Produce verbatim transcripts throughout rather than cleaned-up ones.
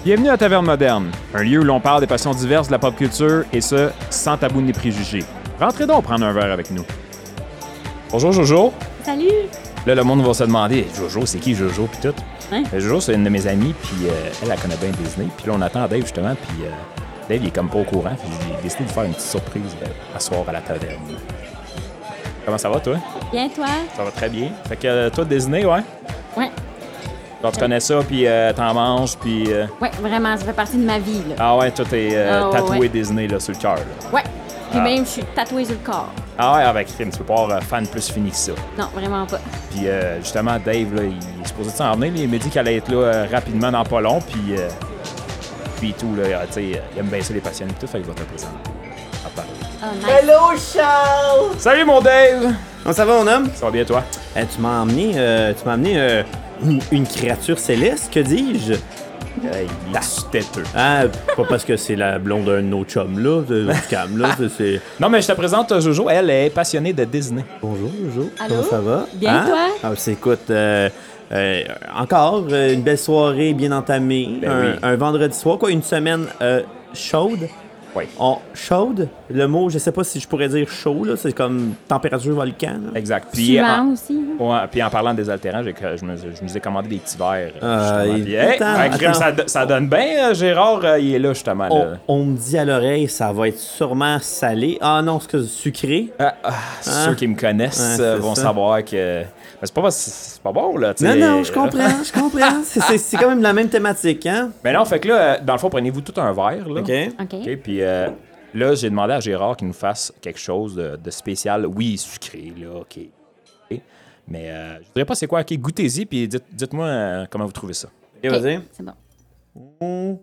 Bienvenue à Taverne Moderne, un lieu où l'on parle des passions diverses de la pop culture et ce, sans tabou ni préjugés. Rentrez donc prendre un verre avec nous. Bonjour Jojo. Salut! Là, le monde va se demander, Jojo, c'est qui Jojo, puis tout. Hein? Jojo, c'est une de mes amies, puis euh, elle, elle connaît bien Disney. Puis là, on attend Dave, justement, puis euh, Dave, il est comme pas au courant, puis j'ai décidé de faire une petite surprise euh, à soir à la taverne. Comment ça va, toi? Bien, toi? Ça va très bien. Fait que euh, toi, Disney, ouais? Ouais. Genre, tu connais ça, puis euh, t'en manges, puis... Euh... Ouais, vraiment, ça fait partie de ma vie, là. Ah ouais, toi, t'es euh, Oh, tatoué ouais. Disney, là, sur le cœur, là. Ouais. Puis Ah. même, je suis tatouée sur le corps. Ah ouais, avec Kim, tu peux pas avoir euh, fan plus fini que ça. Non, vraiment pas. Puis euh, justement, Dave, là, il est supposé s'en venir. Il m'a dit qu'il allait être là euh, rapidement dans pas long. Puis, euh, puis tout, là, tu sais, il aime baisser les passionnés et tout, fait qu'il va te présenter. À part. Oh, nice. Hello Charles! Salut mon Dave! Comment ça va mon homme? Ça va bien toi? Eh, tu m'as emmené, euh, tu m'as emmené euh, une, une créature céleste, que dis-je? Euh, il est têteux. Ah, pas parce que c'est la blonde d'un de nos chums là, de du cam là, c'est- c'est... Non, mais je te présente euh, Jojo. Elle est passionnée de Disney. Bonjour Jojo, Allô? comment ça va? Bien, toi? Ah, c'est, écoute, euh, euh, encore euh, une belle soirée bien entamée, Ben un, oui. un vendredi soir, quoi, une semaine euh, chaude. Oui. On, chaude, le mot, je sais pas si je pourrais dire chaud, là, c'est comme température volcan. Là. Exact. Puis Suivant en, aussi. là. ouais, puis en parlant de désaltérants, j'ai, je, me, je nous ai commandé des petits verres. Euh, justement. il- Puis, hey, attends, ouais, crime, attends. ça, do- ça donne bien, euh, Gérard, euh, il est là justement. On, Là. on me dit à l'oreille, ça va être sûrement salé. Ah non, c'est que sucré. Ah, ah, Hein? Ceux qui me connaissent Ouais, euh, c'est vont ça. savoir que. Mais c'est pas, c'est pas bon, là. tu Non, sais. non, je comprends, je comprends. C'est, c'est, c'est quand même la même thématique, hein? Mais non, fait que là, euh, dans le fond, prenez-vous tout un verre, là. OK. OK. OK, puis euh, là, j'ai demandé à Gérard qu'il nous fasse quelque chose de, de spécial. Oui, sucré, là, OK. OK. Mais euh, je dirais pas c'est quoi. OK, goûtez-y, puis dites, dites-moi euh, comment vous trouvez ça. OK, OK, vas-y. c'est bon. Mm.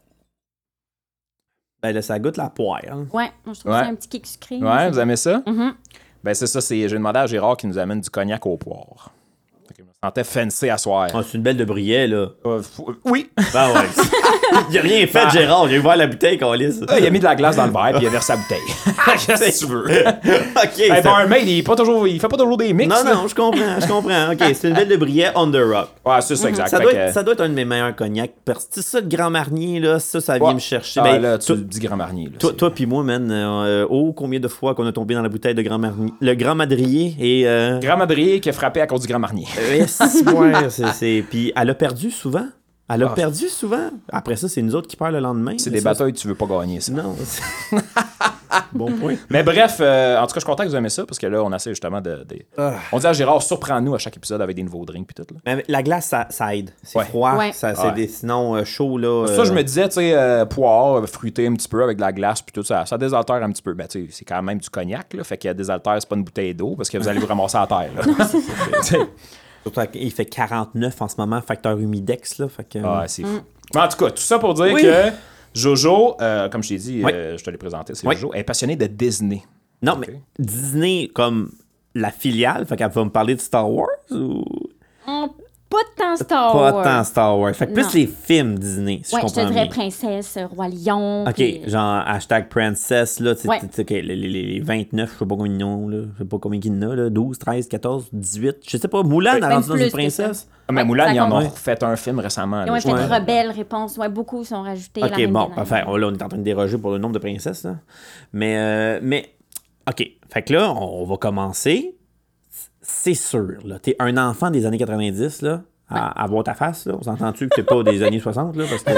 Ben là, ça goûte la poire. Hein. Ouais, moi, je trouve Ouais. ça un petit kick sucré. Ouais, c'est vous aimez ça? Mhm. Ben c'est ça, c'est, j'ai demandé à Gérard qu'il nous amène du cognac au poire. Fait que je me sentais fancy à soir. Ah, c'est une belle de brillet, là. Euh, fou- oui! Ben ouais. Il a rien fait, Ah. Gérard. Il a ouvert la bouteille, qu'on lisse. Ah, il a mis de la glace dans le verre, puis il a versé sa bouteille. Qu'est-ce que tu veux? OK. Hey, ça- barmaid, il, est pas toujours, il fait pas toujours des mix. Non, là. non, je comprends, je comprends. OK, c'est une belle de brillet on the rock. Ouais, c'est ça, exact. Ça Fait doit, que- être, ça doit être un de mes meilleurs cognacs. Parce que ça, le Grand Marnier, là, ça, ça vient Ouais. me chercher. Ah, Ben, là, tu toi- le dis Grand Marnier. Là, Toi, c'est- toi puis moi, man, euh, oh, combien de fois qu'on a tombé dans la bouteille de Grand Marnier. Le Grand Madrier et... Euh... Grand Madrier qui a frappé à cause du Grand Marnier. euh, yes, ouais, c'est, c'est... Puis elle a perdu souvent. Elle a Ah. perdu souvent. Après ça, c'est nous autres qui perdent le lendemain. C'est Mais des ça, batailles que tu veux pas gagner, ça. Non. c'est- bon point. Mais bref, euh, en tout cas, je suis content que vous aimez ça, parce que là, on essaie justement de... de- Ah. On dit à Gérard, surprends-nous à chaque épisode avec des nouveaux drinks, puis tout. Là. Mais la glace, ça, ça aide. C'est Ouais. froid. Ouais. Ça, c'est Ouais. des... Sinon, euh, chaud, là... Ça, euh, je me disais, tu sais, euh, poire, euh, fruité un petit peu avec de la glace, puis tout ça, ça désaltère un petit peu. Ben, tu sais, c'est quand même du cognac, là, fait qu'il y a désaltère, c'est pas une bouteille d'eau, parce que vous allez vous ramasser à terre, là. Tu sais. Surtout qu'il fait quarante-neuf en ce moment, facteur humidex, là. Fait que... Ah, c'est fou. Mais en tout cas, tout ça pour dire Oui. que Jojo, euh, comme je t'ai dit, Oui. euh, je te l'ai présenté, c'est Oui. Jojo, est passionné de Disney. Non, Ok. mais Disney, comme la filiale, fait qu'elle va me parler de Star Wars ou... Hum, Pas de temps Star Pas Wars. tant Star Wars. Fait que plus Non. les films Disney, si Ouais, je je te comprends dirais bien. princesse, roi lion. OK, puis- genre hashtag princess, là, tu sais, Ouais. tu sais, OK, les, les- les vingt-neuf, je sais pas combien de noms, là, je sais pas combien il y en a, là, douze, treize, quatorze, dix-huit, je sais pas, Moulin, elle Même rentre dans plus une que princesse. Ah, mais Ouais, Moulin, ça ils en ont compte. fait un film récemment. Ils là, ont je fait crois. rebelle réponse. Ouais, beaucoup sont rajoutés. OK, la reine bon, des Neiges. enfin, là, on est en train de déroger pour le nombre de princesses, là. Mais, euh, mais, OK, fait que là, on va commencer. C'est sûr, là, t'es un enfant des années quatre-vingt-dix, là, à, à voir ta face, là. On s'entend-tu que t'es pas des années soixante, là, parce que...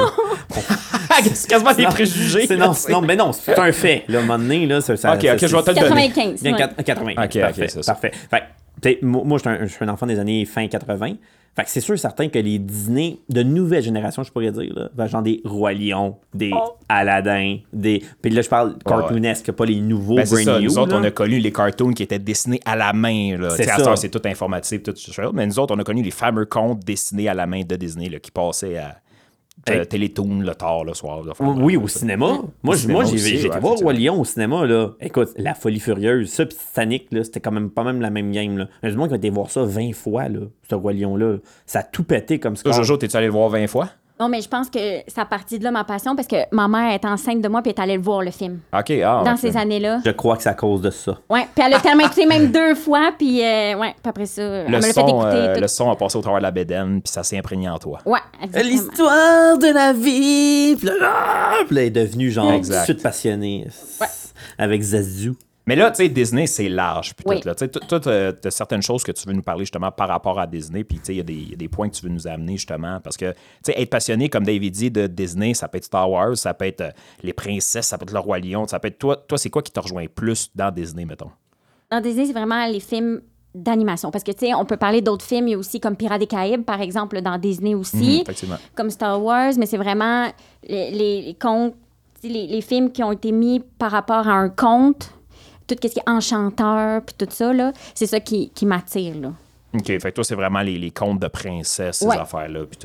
C'est quasiment des Non, préjugés. c'est- là, non, tu sais. non, mais non, c'est un fait, là, à un moment donné, là, ça... ça Ok, ça- ok, je vais te le donner. quatre-vingt-quinze. Bien, ouais. quatre- quatre-vingts. Ok, ok, parfait, c'est ça. parfait. Fait que, tu sais, moi, moi, je suis un, je suis un enfant des années fin quatre-vingts. Fait que c'est sûr certain que les Disney de nouvelle génération, je pourrais dire, là, ben, genre des Rois Lions, des Aladdin, des... Puis là, je parle cartoonesque, pas les nouveaux Ben, c'est brand ça, new. nous autres, là. on a connu les cartoons qui étaient dessinés à la main. Là. C'est Tu sais, à ça. cette heure, c'est tout informatif, tout ça. Mais nous autres, on a connu les fameux contes dessinés à la main de Disney là, qui passaient à euh, Hey. Télétoon le tard, le soir. là. Oui, au cinéma. Moi, je- cinéma moi j'ai aussi, j'ai ouais, été voir Roi effectivement. Lion au cinéma, là. Écoute, La Folie Furieuse, ça, pis Titanic, là, c'était quand même pas même la même game, là. Il y a du monde qui a été voir ça vingt fois, là, ce Roi Lion-là. Ça a tout pété comme ça. Toi, Jojo, t'es-tu allé le voir vingt fois? Non, mais je pense que ça a parti de là, ma passion, parce que ma mère est enceinte de moi, puis elle est allée le voir, le film. OK, ah, Dans ok. ces années-là. Je crois que c'est à cause de ça. Ouais, puis elle a tellement écouté même deux fois, puis euh, ouais, puis après ça, elle me Le l'a fait son, écouter. euh, tout. le son a passé au travers de la bédaine, puis ça s'est imprégné en toi. Ouais, exactement. L'histoire de la vie. Puis là, ah, puis là, elle est devenue genre tout de Exact. suite passionnée. Ouais. Avec Zazu. Mais là, tu sais, Disney, c'est large. Puis Oui. tout, là. Tu sais, toi, tu as certaines choses que tu veux nous parler justement par rapport à Disney. Puis, tu sais, il y a des- il y a des points que tu veux nous amener justement. Parce que, tu sais, être passionné, comme David dit, de Disney, ça peut être Star Wars, ça peut être euh, les princesses, ça peut être le Roi Lion, ça peut être toi. Toi, c'est quoi qui te rejoint plus dans Disney, mettons? Dans Disney, c'est vraiment les films d'animation. Parce que, tu sais, on peut parler d'autres films. Il y a aussi comme Pirates des Caraïbes, par exemple, dans Disney aussi. Mhm, effectivement. Comme Star Wars, mais c'est vraiment les, les, les contes, tu sais, les, les films qui ont été mis par rapport à un conte, tout ce qui est enchanteur, puis tout ça, là, c'est ça qui, qui m'attire, là. OK. Fait que toi, c'est vraiment les, les contes de princesses, ces Ouais. affaires-là, puis tout.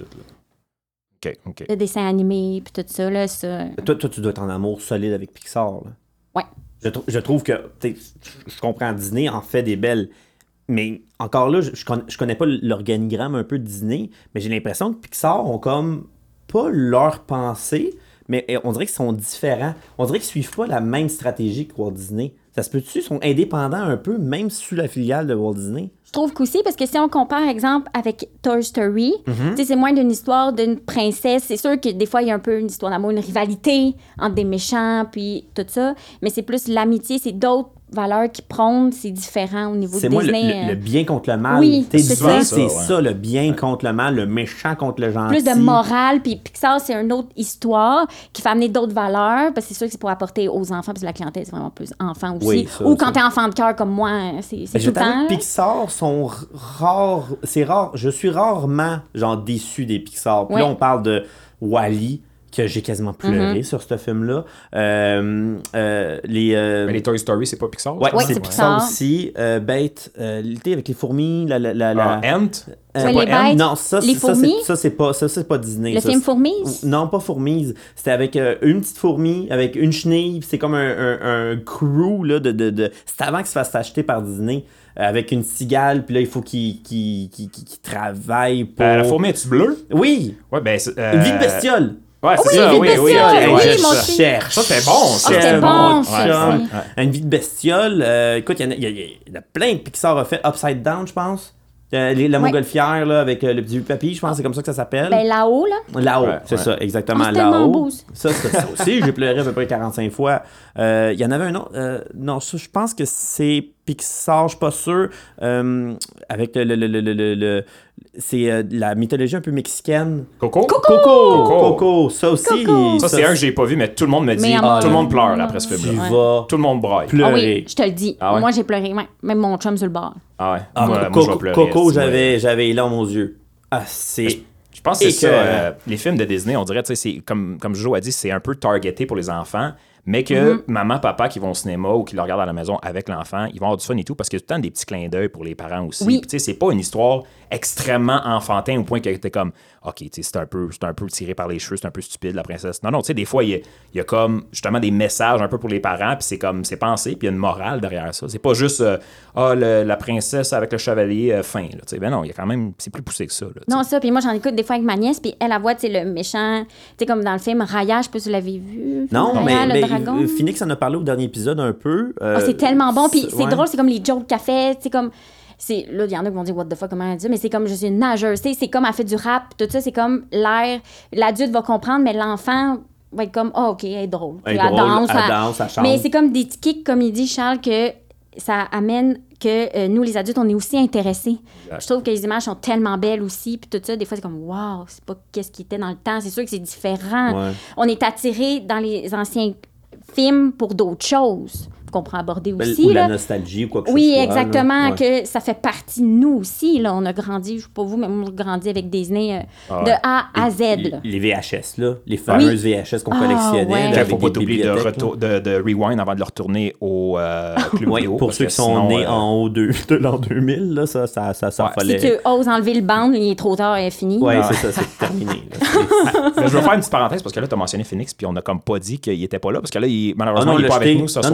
Là. OK, OK. Le dessin animé, puis tout ça, là, ça... Toi, toi, tu dois être en amour solide avec Pixar. Là. Ouais. Je, trou- je trouve que, tu sais, je comprends, Disney en fait des belles. Mais encore là, je, je, connais, je connais pas l'organigramme un peu de Disney, mais j'ai l'impression que Pixar ont comme pas leur pensée, mais on dirait qu'ils sont différents. On dirait qu'ils suivent pas la même stratégie que Walt Disney. Ça se peut-tu? Ils sont indépendants un peu, même sous la filiale de Walt Disney. Je trouve qu'aussi, parce que si on compare, exemple, avec Toy Story, tu sais, c'est moins d'une histoire d'une princesse. C'est sûr que des fois, il y a un peu une histoire d'amour, une rivalité entre des méchants, puis tout ça. Mais c'est plus l'amitié, c'est d'autres valeurs qui prônent, c'est différent au niveau de C'est moi le, Disney. le- le euh, bien contre le mal. Oui, T'sais, c'est Disney, ça. c'est Ça, ouais. ça, le bien contre le mal, le méchant contre le gentil. plus de morale, puis Pixar, c'est une autre histoire qui fait amener d'autres valeurs, parce que c'est sûr que c'est pour apporter aux enfants, parce que la clientèle, c'est vraiment plus enfant aussi. Oui, ça, Ou quand ça. t'es enfant de cœur comme moi, c'est c'est Ben, je tout le t'avoue temps. que là. Pixar sont r- rares. C'est rare. Je suis rarement genre déçu des Pixar. Puis là, Ouais. on parle de Wall-E, que j'ai quasiment pleuré Mm-hmm. sur ce film-là. Euh, euh, les, euh, Mais les Toy Story, c'est pas Pixar? ouais, Ouais, c'est c'est Pixar Pixar. aussi. Euh, Bête, euh, tu sais, avec les fourmis, la. la, la, la- Ah, Ant? Euh, Ouais, pas les Ant? bêtes, Non, ça, les c'est- ça, fourmis. c'est- ça, c'est pas, ça, c'est pas Disney. Le ça, film c'est- Fourmise? Non, pas Fourmise. C'était avec euh, une petite fourmi, avec une chenille. puis C'est comme un, un, un crew là, de, de, de... C'était avant qu'il se fasse acheter par Disney. euh, avec une cigale, puis là, il faut qu'il qu'il, qu'il, qu'il- qu'il travaille pour... Euh, la fourmi est-tu bleue? Oui! Ouais, ben. c'est, euh, Une vie de bestiole! Ouais, c'est oui, ça, Vie de oui, oui, bestiole, ok, oui, ouais, moi ça. aussi. Cherche. Ça, c'était bon, ça. Ah, c'était Cherche, bon, mon ça, chum. c'est- Une vie de bestiole. euh, écoute, il y, en a- il y a- il y en a plein que Pixar a fait. Upside Down, je pense. Euh, les- la Ouais. montgolfière, là, avec euh, le petit papy, je pense, c'est comme ça que ça s'appelle. Ben là-haut, là. Là-haut, Ouais, c'est ouais. ça, exactement, Ah, c'est tellement là-haut. beau, ça. Ça, ça, ça aussi, j'ai pleuré à peu près quarante-cinq fois. Euh, Il y en avait un autre. euh, non, ça, je pense que c'est Pixar, je suis pas sûr. euh, avec le. le, le, le, le, le- le- c'est euh, la mythologie un peu mexicaine. Coco? Coco! Coco! Coco! Ça aussi. Coco! Ça, c'est un que j'ai pas vu, mais tout le monde me dit. Mais Tout en- le monde pleure Ah, après ce Tu film-là. Ouais. vas Tout le monde braille. Ah pleurer. oui, je te le dis. Ah ouais? Moi, j'ai pleuré, ouais. Même mon chum sur le bord. Ah ouais. Ah, moi, moi, Coco, je vais pleurer. Coco, c'est- j'avais, j'avais les larmes aux yeux. Ah, c'est. Je pense que c'est ça. Écœurant. euh, les films de Disney, on dirait, tu sais, c'est comme, comme Joe a dit, c'est un peu targeté pour les enfants, mais que maman, papa qui vont au cinéma ou qui le regardent à la maison avec l'enfant, ils vont avoir du fun et tout parce qu'il y a tout le temps des petits clins d'œil pour les parents aussi. Oui. Puis, tu sais, c'est pas une histoire extrêmement enfantin au point que t'es comme, OK, tu sais, c'est un peu, c'est un peu tiré par les cheveux, c'est un peu stupide, la princesse. Non, non, tu sais, des fois, il y, a, il y a comme justement des messages un peu pour les parents, puis c'est comme, c'est pensé, puis il y a une morale derrière ça. C'est pas juste, euh, ah, le- la princesse avec le chevalier euh, fin, là. Tu sais, ben non, il y a quand même, c'est plus poussé que ça, là, tu sais. Non, ça, puis moi, j'en écoute des fois avec ma nièce, puis elle, la voit, tu sais, le méchant, tu sais, comme dans le film Raya, je sais pas si vous l'avez vu. Non, Raya, mais, le mais dragon. euh, Phoenix en a parlé au dernier épisode un peu. euh, Ah, c'est tellement bon, puis c'est ouais. drôle, c'est comme les jokes qu'elle fait, c'est comme... C'est, là, il y en a qui vont dire what the fuck, comment elle dit, mais c'est comme je suis une nageuse, tu sais, c'est comme elle fait du rap, tout ça, c'est comme l'air, l'adulte va comprendre, mais l'enfant va être comme, oh, ok, elle est drôle. Elle est Puis drôle, elle elle- danse, elle chante. Mais c'est comme des kicks, comme il dit Charles, que ça amène que euh, nous, les adultes, on est aussi intéressés. Exact. Je trouve que les images sont tellement belles aussi, puis tout ça, des fois, c'est comme, wow, c'est pas qu'est-ce qui était dans le temps, c'est sûr que c'est différent. Ouais. On est attiré dans les anciens films pour d'autres choses qu'on pourrait aborder Ben, aussi. ou la là. nostalgie ou quoi que Oui, ce soit. exactement, là. Ouais. que ça fait partie de nous aussi. Là. On a grandi, je sais pas vous, mais on a grandi avec Disney euh, Ah de ouais. A à Z. Les, Là. les V H S, là, les fameuses V H S qu'on Ah, collectionnait. ouais. là, Il avec faut pas des t'oublier de, bibliothèques, retour- de, de rewind avant de le retourner au euh, club Ouais, vidéo. pour parce ceux que qui sont sinon, nés euh, en haut de, de l'an deux mille, là, ça, ça, ça, ça Ouais. fallait... Si tu oses enlever le band, il est trop tard, il est fini. Ouais, Ah. c'est ça, c'est terminé. là. C'est- Mais je veux faire une petite parenthèse parce que là, tu as mentionné Phoenix, puis on a comme pas dit qu'il était pas là, parce que là, il, Ah malheureusement, non, il est l'a pas avec jeté. nous ce non, soir. non, mais il est plus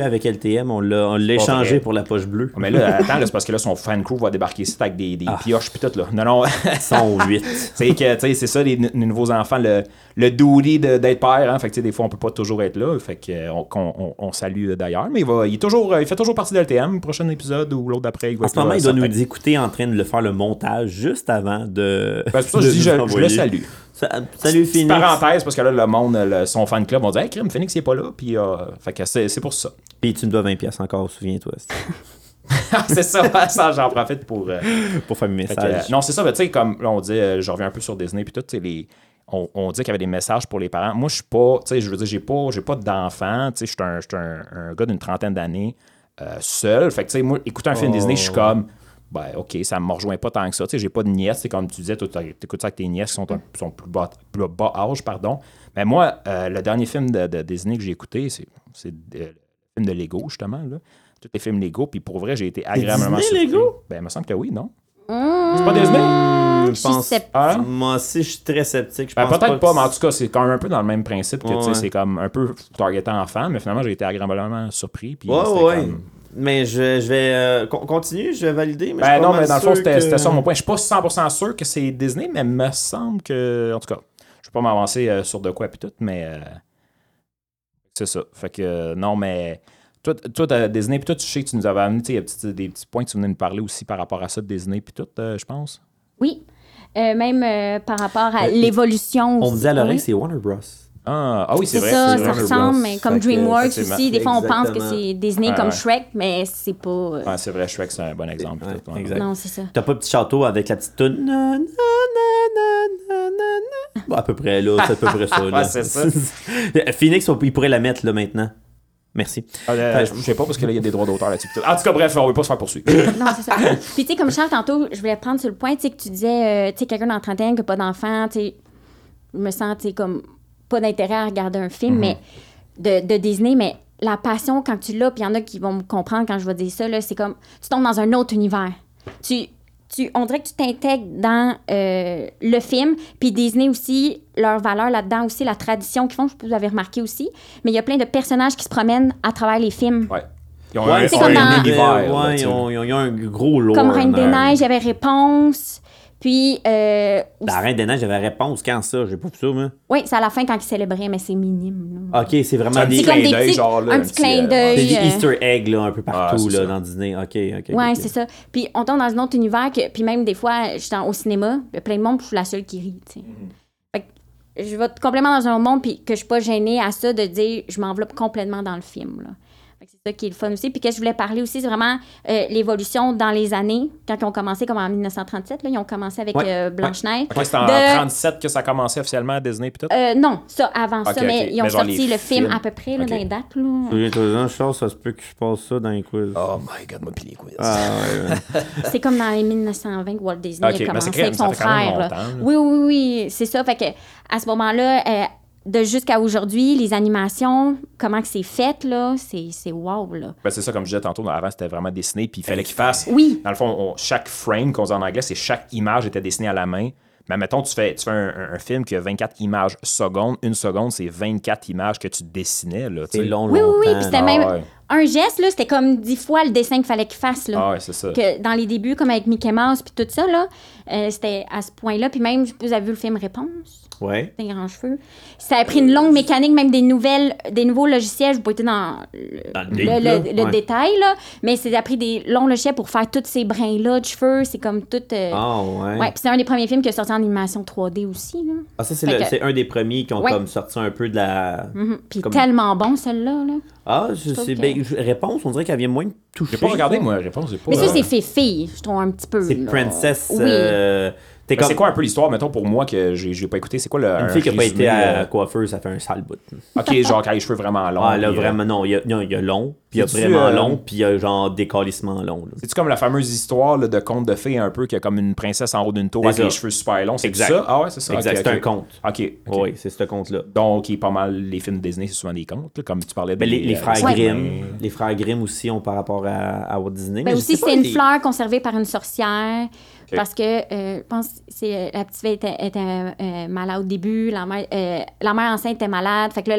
avec L T M, on l'a, on l'a échangé vrai. pour la poche bleue. Mais là, attends, là, c'est parce que là, son fan crew va débarquer ici avec des, des Ah. pioches pis tout, là. Non, non. Ils sont huit. c'est que, tu sais, c'est ça, les, les nouveaux enfants, le, le duty de, d'être père, hein. Fait que, tu sais, des fois, on peut pas toujours être là. Fait que, on, on, on salue d'ailleurs. Mais il, va, il, est toujours, il fait toujours partie de L T M. Prochain épisode ou l'autre d'après, il va En être ce moment, là, il doit certain. nous écouter en train de le faire le montage juste avant de. Ben, c'est pour ça que de je dis, nous je, je envoyer. le salue. Sa- Salut Petite Phoenix. parenthèse, parce que là, le monde, le, son fan club vont dire, hey, crime, Phoenix, il est pas là. Puis, euh, fait que c'est, c'est pour ça. Puis tu me dois vingt piastres encore, souviens-toi. c'est ça, ça, j'en profite pour. Euh, Pour faire mes Fait que, messages. euh, non, c'est ça, mais tu sais, comme là, on dit, euh, je reviens un peu sur Disney, puis tout, tu sais, les. On, on dit qu'il y avait des messages pour les parents. Moi, je suis pas, tu sais, je veux dire, j'ai pas, j'ai pas d'enfant, tu sais, je suis un, je suis un, un gars d'une trentaine d'années euh, seul. Fait que, tu sais, moi, écouter un film Oh. Disney, je suis comme, ben, OK, ça me rejoint pas tant que ça. Tu sais, j'ai pas de nièces, c'est comme tu disais, tu écoutes ça avec tes nièces qui sont, un, sont plus, bas, plus bas âge, pardon. Mais moi, euh, le dernier film de, de Disney que j'ai écouté, c'est, c'est euh, le film de Lego, justement, là. Tous les films Lego, puis pour vrai, j'ai été agréablement Disney, surpris. Lego? Ben, il me semble que oui, non? Mmh, C'est pas Disney? je je suis pense. sceptique. Ah? Moi aussi, je suis très sceptique. Je Ben, pense peut-être pas, pas, que mais en tout cas, c'est quand même un peu dans le même principe que tu sais, Ouais. c'est comme un peu targeté enfant, mais finalement, j'ai été agréablement surpris. Puis Ouais, c'était ouais. comme- Mais je, je vais. euh, con- continue, je vais valider. Mais je suis Ben pas non, mal mais dans le fond, sûr c'était, que- c'était ça mon point. Je suis pas cent pour cent sûr que c'est Disney, mais il me semble que. En tout cas, je vais pas m'avancer euh, sur de quoi puis tout, mais. euh, c'est ça. Fait que euh, non, mais. Toi, toi t'as Disney, puis toi, tu sais que tu nous avais amené tu sais, des petits, des petits points que tu venais nous parler aussi par rapport à ça de Disney, puis tout, euh, je pense. Oui. Euh, même euh, par rapport à Euh, l'évolution On aussi. me dit à l'oreille, Oui. c'est Warner Bros. Ah, ah oui, c'est, C'est vrai. ça, c'est ça vrai. ressemble, mais comme Fait que, DreamWorks effectivement. aussi. Des fois, on pense que Exactement. c'est Disney Ouais, comme ouais. Shrek, mais c'est pas. euh, Ouais, c'est vrai, Shrek, c'est un bon exemple. Ouais, peut-être, ouais. exact. Non, c'est ça. T'as pas le petit château avec la petite toune. Na, na, na, na, na, na, na. Bon, à peu près, là. C'est à peu près ça, là. Ouais, c'est ça. Phoenix, on- il pourrait la mettre, là, maintenant. Merci. Ah, euh, je je sais pas, parce que là, il y a des droits d'auteur là-dessus. En tout cas, bref, on veut pas se faire poursuivre. Non, c'est ça. Puis, tu sais, comme Charles, tantôt, je voulais prendre sur le point, tu sais, que tu disais, euh, tu sais, quelqu'un dans la trentaine qui n'a pas d'enfant, tu sais, je me sens, tu sais, comme pas d'intérêt à regarder un film, mais de, de Disney, mais la passion, quand tu l'as, puis il y en a qui vont me comprendre quand je vais dire ça, là, c'est comme, tu tombes dans un autre univers. Tu, tu, on dirait que tu t'intègres dans euh, le film, puis Disney aussi, leurs valeurs là-dedans aussi, la tradition qu'ils font, je sais pas si vous avez remarqué aussi, mais il y a plein de personnages qui se promènent à travers les films. Ouais. Ils ont Ouais, un, c'est ont comme un dans- univers. Ouais, là, tu ils sais. ont, ils ont- ils ont un gros lot. Comme Reine des Neiges, il y avait Réponse, puis... Euh, La Reine des Neiges, j'avais réponse quand ça? J'ai pas vu ça, moi. oui, c'est à la fin quand ils célébraient, mais c'est minime. là. Ok, c'est vraiment Un des, petit C'est comme clin des d'œil, petits, genre, là, un un petit petit, clin euh, d'œil. des euh, Easter eggs là, un peu partout c'est là, ça. dans Disney. Ok, ok. Ouais, ok. c'est ça. Puis on tombe dans un autre univers, que, puis même des fois, je suis dans- au cinéma, il y a plein de monde, puis je suis la seule qui rit, tu sais. Fait que je vais complètement dans un monde, puis que je suis pas gênée à ça de dire, je m'enveloppe complètement dans le film, là. Fait que c'est ça qui est le fun aussi. Puis que je voulais parler aussi, c'est vraiment euh, l'évolution dans les années, quand ils ont commencé, comme en dix-neuf cent trente-sept, là, ils ont commencé avec Ouais. euh, Blanche-Neige. Ok, c'était en De- trente-sept que ça a commencé officiellement à Disney, puis tout. Euh, non, ça, avant Ok, ça, mais ok. ils ont Mais genre sorti les le film films. à peu près, là, Ok. dans les dates, là. Souviens-toi, Charles, ça se peut que je passe ça dans les quiz. Oh my god, moi, pis les quiz. Ah, ouais, ouais. C'est comme dans les mille neuf cent vingt que Walt Disney Ok, a ben commencé c'est quand même- avec son ça fait quand même frère. là. longtemps, là. Oui, oui, oui, c'est ça. Fait que à ce moment-là, euh, de jusqu'à aujourd'hui, les animations, comment que c'est fait, là, c'est, c'est wow, là. Ben, c'est ça, comme je disais tantôt, avant, c'était vraiment dessiné, puis il fallait qu'il fasse. Oui. Dans le fond, on- chaque frame, qu'on dit en anglais, c'est chaque image était dessinée à la main. Mais mettons, tu fais, tu fais un, un- un film qui a vingt-quatre images secondes. Une seconde, c'est vingt-quatre images que tu dessinais, là. tu C'est sais. long, Oui, oui, longtemps. oui. Puis c'était Ah, même ouais. un geste, là, c'était comme dix fois le dessin qu'il fallait qu'il fasse, là. Ah ouais, c'est ça. Que dans les débuts, comme avec Mickey Mouse puis tout ça, là, euh, c'était à ce point-là. Puis même, vous avez vu le film Réponse? Ouais. Des grands cheveux. Ça a pris une longue mécanique, même des nouvelles, des nouveaux logiciels. Je ne vais pas être dans le, Dans le le- deep, le- là. le Ouais. détail, là, mais ça a pris des longs logiciels pour faire tous ces brins-là de cheveux. C'est comme tout. euh, Ah, ouais. ouais, puis c'est un des premiers films qui est sorti en animation trois D aussi. Là. Ah, ça, c'est, Fait le- que- c'est un des premiers qui ont Ouais. comme sorti un peu de la. Mhm. Puis Comme- tellement bon, celle-là. Là. Ah, je trouve sais. que- Ben, je- réponse, on dirait qu'elle vient moins me toucher. J'ai pas regardé, ça. moi, la réponse. J'ai pas, Mais ça, euh, c'est fait fille, je trouve un petit peu. C'est là. Princess. Oui. euh, t'es Ben, comme c'est quoi un peu l'histoire, mettons, pour moi, que j'ai, j'ai pas écouté? C'est quoi le. une un fille qui a pas résumé, été à la euh, coiffeuse, ça fait un sale bout. Ok, genre, qui a les cheveux vraiment longs. Ah, là, puis, euh, vraiment, non. Il y a, non, il y a long, puis il y a C'est-tu, vraiment euh, long, puis il y a genre décalissement long. là. C'est-tu comme la fameuse histoire là, de conte de fées, un peu, qui a comme une princesse en haut d'une tour C'est avec ça. les cheveux super longs? C'est Exact. ça? Ah ouais, c'est ça. Exact, Ok, c'est ok. un conte. Ok. ok. Oui, c'est ce conte-là. Donc, qui est pas mal, les films Disney, c'est souvent des contes, là, comme tu parlais de Ben, les, les euh, frères Ouais. Grimm, les frères Grimm aussi ont par rapport à, à Walt Disney. Ben mais je aussi, sais pas, c'est une les- fleur conservée par une sorcière. Ok. Parce que, euh, je pense, que c'est, euh, la petite fille était, était euh, malade au début. La mère, euh, la mère enceinte était malade. Fait que là, la,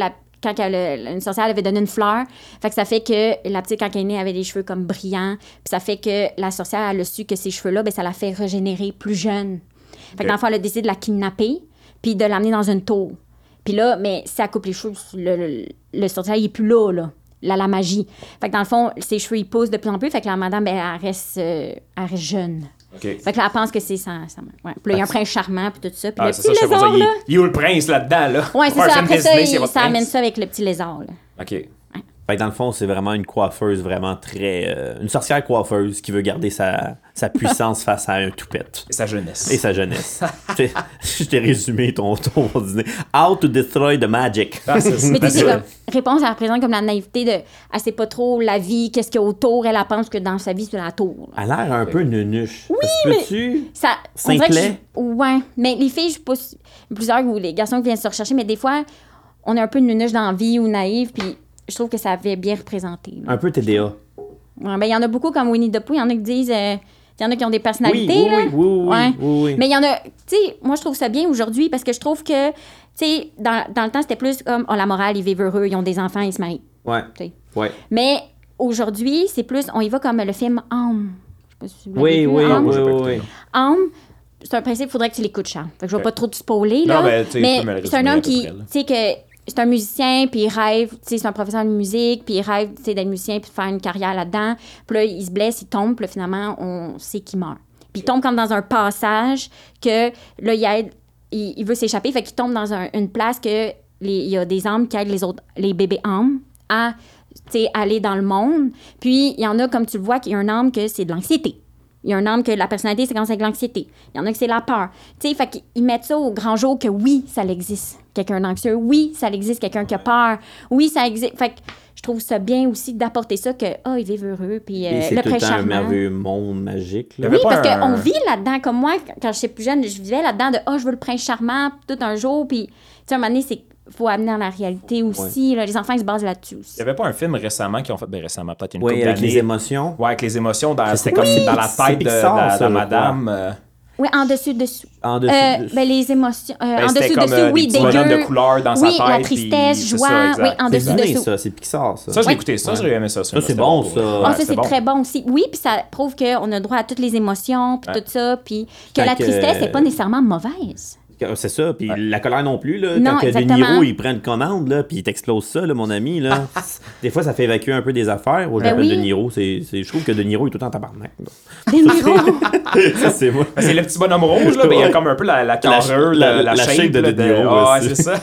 quand elle, une sorcière elle avait donné une fleur. Fait que ça fait que la petite, quand elle est née, avait des cheveux comme brillants. Puis ça fait que la sorcière, elle a su que ces cheveux-là, ben, ça la fait régénérer plus jeune. Fait que Ok. dans le fond, elle a décidé de la kidnapper puis de l'amener dans une tour. Puis là, mais si elle coupe les cheveux, le, le, le sorcier, il est plus là, là. La, la magie. Fait que dans le fond, ses cheveux, ils poussent de plus en plus. Fait que la madame, ben, elle reste, euh, elle reste jeune. OK. Fait que là, elle pense que c'est ça. ça ouais. Puis là, il y a un prince charmant, puis tout ça. Puis Ah, le c'est petit ça, je sais pas lézard, ça. là. Il, il est où le prince là-dedans, là? Ouais, c'est Pas un ça. film Après ça, Disney, il- s'il y a pas de ça prince. amène ça avec le petit lézard, là. OK. Fait que dans le fond, c'est vraiment une coiffeuse vraiment très... euh, une sorcière coiffeuse qui veut garder sa, sa puissance face à un toupette. Et sa jeunesse. Et sa jeunesse. T'sais, je t'ai résumé ton, ton dîner. How to destroy the magic. Ah, c'est ça. Mais tu sais, c'est ça. comme réponse, elle représente comme la naïveté de. Elle sait pas trop la vie, qu'est-ce qu'il y a autour. Elle, elle pense que dans sa vie, c'est la tour. Elle a l'air un peu nunuche. Oui, peux-tu? Ça, on dirait que Simplet? je- ouais. Mais les filles, je sais pas si- plusieurs ou les garçons qui viennent se rechercher, mais des fois, on est un peu nunuche dans la vie ou naïve, puis je trouve que ça avait bien représenté. là. Un peu T D A. Ouais, ben, il y en a beaucoup comme Winnie the Pooh. Il y en a qui disent. euh, il y en a qui ont des Oui, personnalités. oui, là. oui, oui, oui, Ouais. oui, oui. Mais il y en a. Tu sais, moi, je trouve ça bien aujourd'hui parce que je trouve que. Tu sais, dans, dans le temps, c'était plus comme. Oh, la morale, ils vivent heureux, ils ont des enfants, ils se marient. Ouais, Tu sais. ouais. Mais aujourd'hui, c'est plus. On y va comme le film Âme. Je sais pas si vous l'avez Oui, vu, oui, Âme. oui, j'ai pas oui, écouté, oui. non. Âme, c'est un principe, il faudrait que tu l'écoutes, Charles. Fait que je vais Ok. pas trop te spoiler, Non, là. ben, tu sais, mais tu peux me le c'est un résumer à homme peu qui, près, là. tu sais, que c'est un musicien, puis il rêve, tu sais, c'est un professeur de musique, puis il rêve, tu sais, d'être musicien, puis de faire une carrière là-dedans. Puis là, il se blesse, il tombe, puis là, finalement, on sait qu'il meurt. Puis il tombe comme dans un passage que, là, il aide, il, il veut s'échapper, fait qu'il tombe dans un- une place que les- il y a des âmes qui aident les autres, les bébés âmes à, tu sais, aller dans le monde. Puis il y en a, comme tu le vois, qu'il y a un âme que c'est de l'anxiété. Il y a un âme que la personnalité, c'est quand c'est de l'anxiété. Il y en a que c'est la peur. Tu sais, fait qu'ils mettent ça au grand jour que oui, ça existe. Quelqu'un d'anxieux, oui, ça existe. Quelqu'un qui a peur, oui, ça existe. Fait que je trouve ça bien aussi d'apporter ça que, ah, oh, ils vivent heureux. Puis euh, Et c'est le tout le prince temps un charmant. merveilleux monde magique. Là. Il y Oui, avait pas parce un- qu'on vit là-dedans. Comme moi, quand j'étais plus jeune, je vivais là-dedans de, ah, oh, je veux le prince charmant, tout un jour. Puis, tu sais, à un moment donné, c'est faut amener dans la réalité aussi. Là, les enfants, ils se basent là-dessus aussi. Il n'y avait pas un film récemment qui ont fait, ben récemment, peut-être une Oui, couple avec les d'années. émotions. Ouais, avec les émotions. Dans, C'est c'était quoi? comme Oui, dans la c'est tête de, Pixar, de la- ça, de la je madame. euh, Oui, en dessus, dessous. En dessus. Euh, dessus. ben, les émotions. euh, Ben, en c'était dessus, comme, dessous, euh, oui, des petits bonhommes dégueu. de couleurs dans sa oui, la tête, tristesse, puis c'est joie. ça, exact. oui, en C'est dessus, Disney, dessous. ça, c'est Pixar, ça. Ça, je Oui. l'ai écouté. Ça, j'ai aimé ça. Ça, c'est bon, ça. Ah, Ouais, ça, c'est bon. très bon aussi. Oui, puis ça prouve qu'on a droit à toutes les émotions, puis Ouais. tout ça, puis que Fait la que- tristesse n'est pas nécessairement mauvaise. C'est ça, puis la colère non plus, là. Non, Quand que De exactement. Niro, il prend une commande, là, puis il t'explose ça, là, mon ami, là. Des fois, ça fait évacuer un peu des affaires. Moi, je Ben l'appelle oui. De Niro. C'est, c'est- je trouve que De Niro est tout le temps en tabarnak. là. Des Niro. Ça, c'est moi. Ben, c'est le petit bonhomme rouge, là. Ben, il y a Ouais. comme un peu la, la carrure, la- la, la, la shape, shape de là, De Niro, Ah, ouais, c'est ça.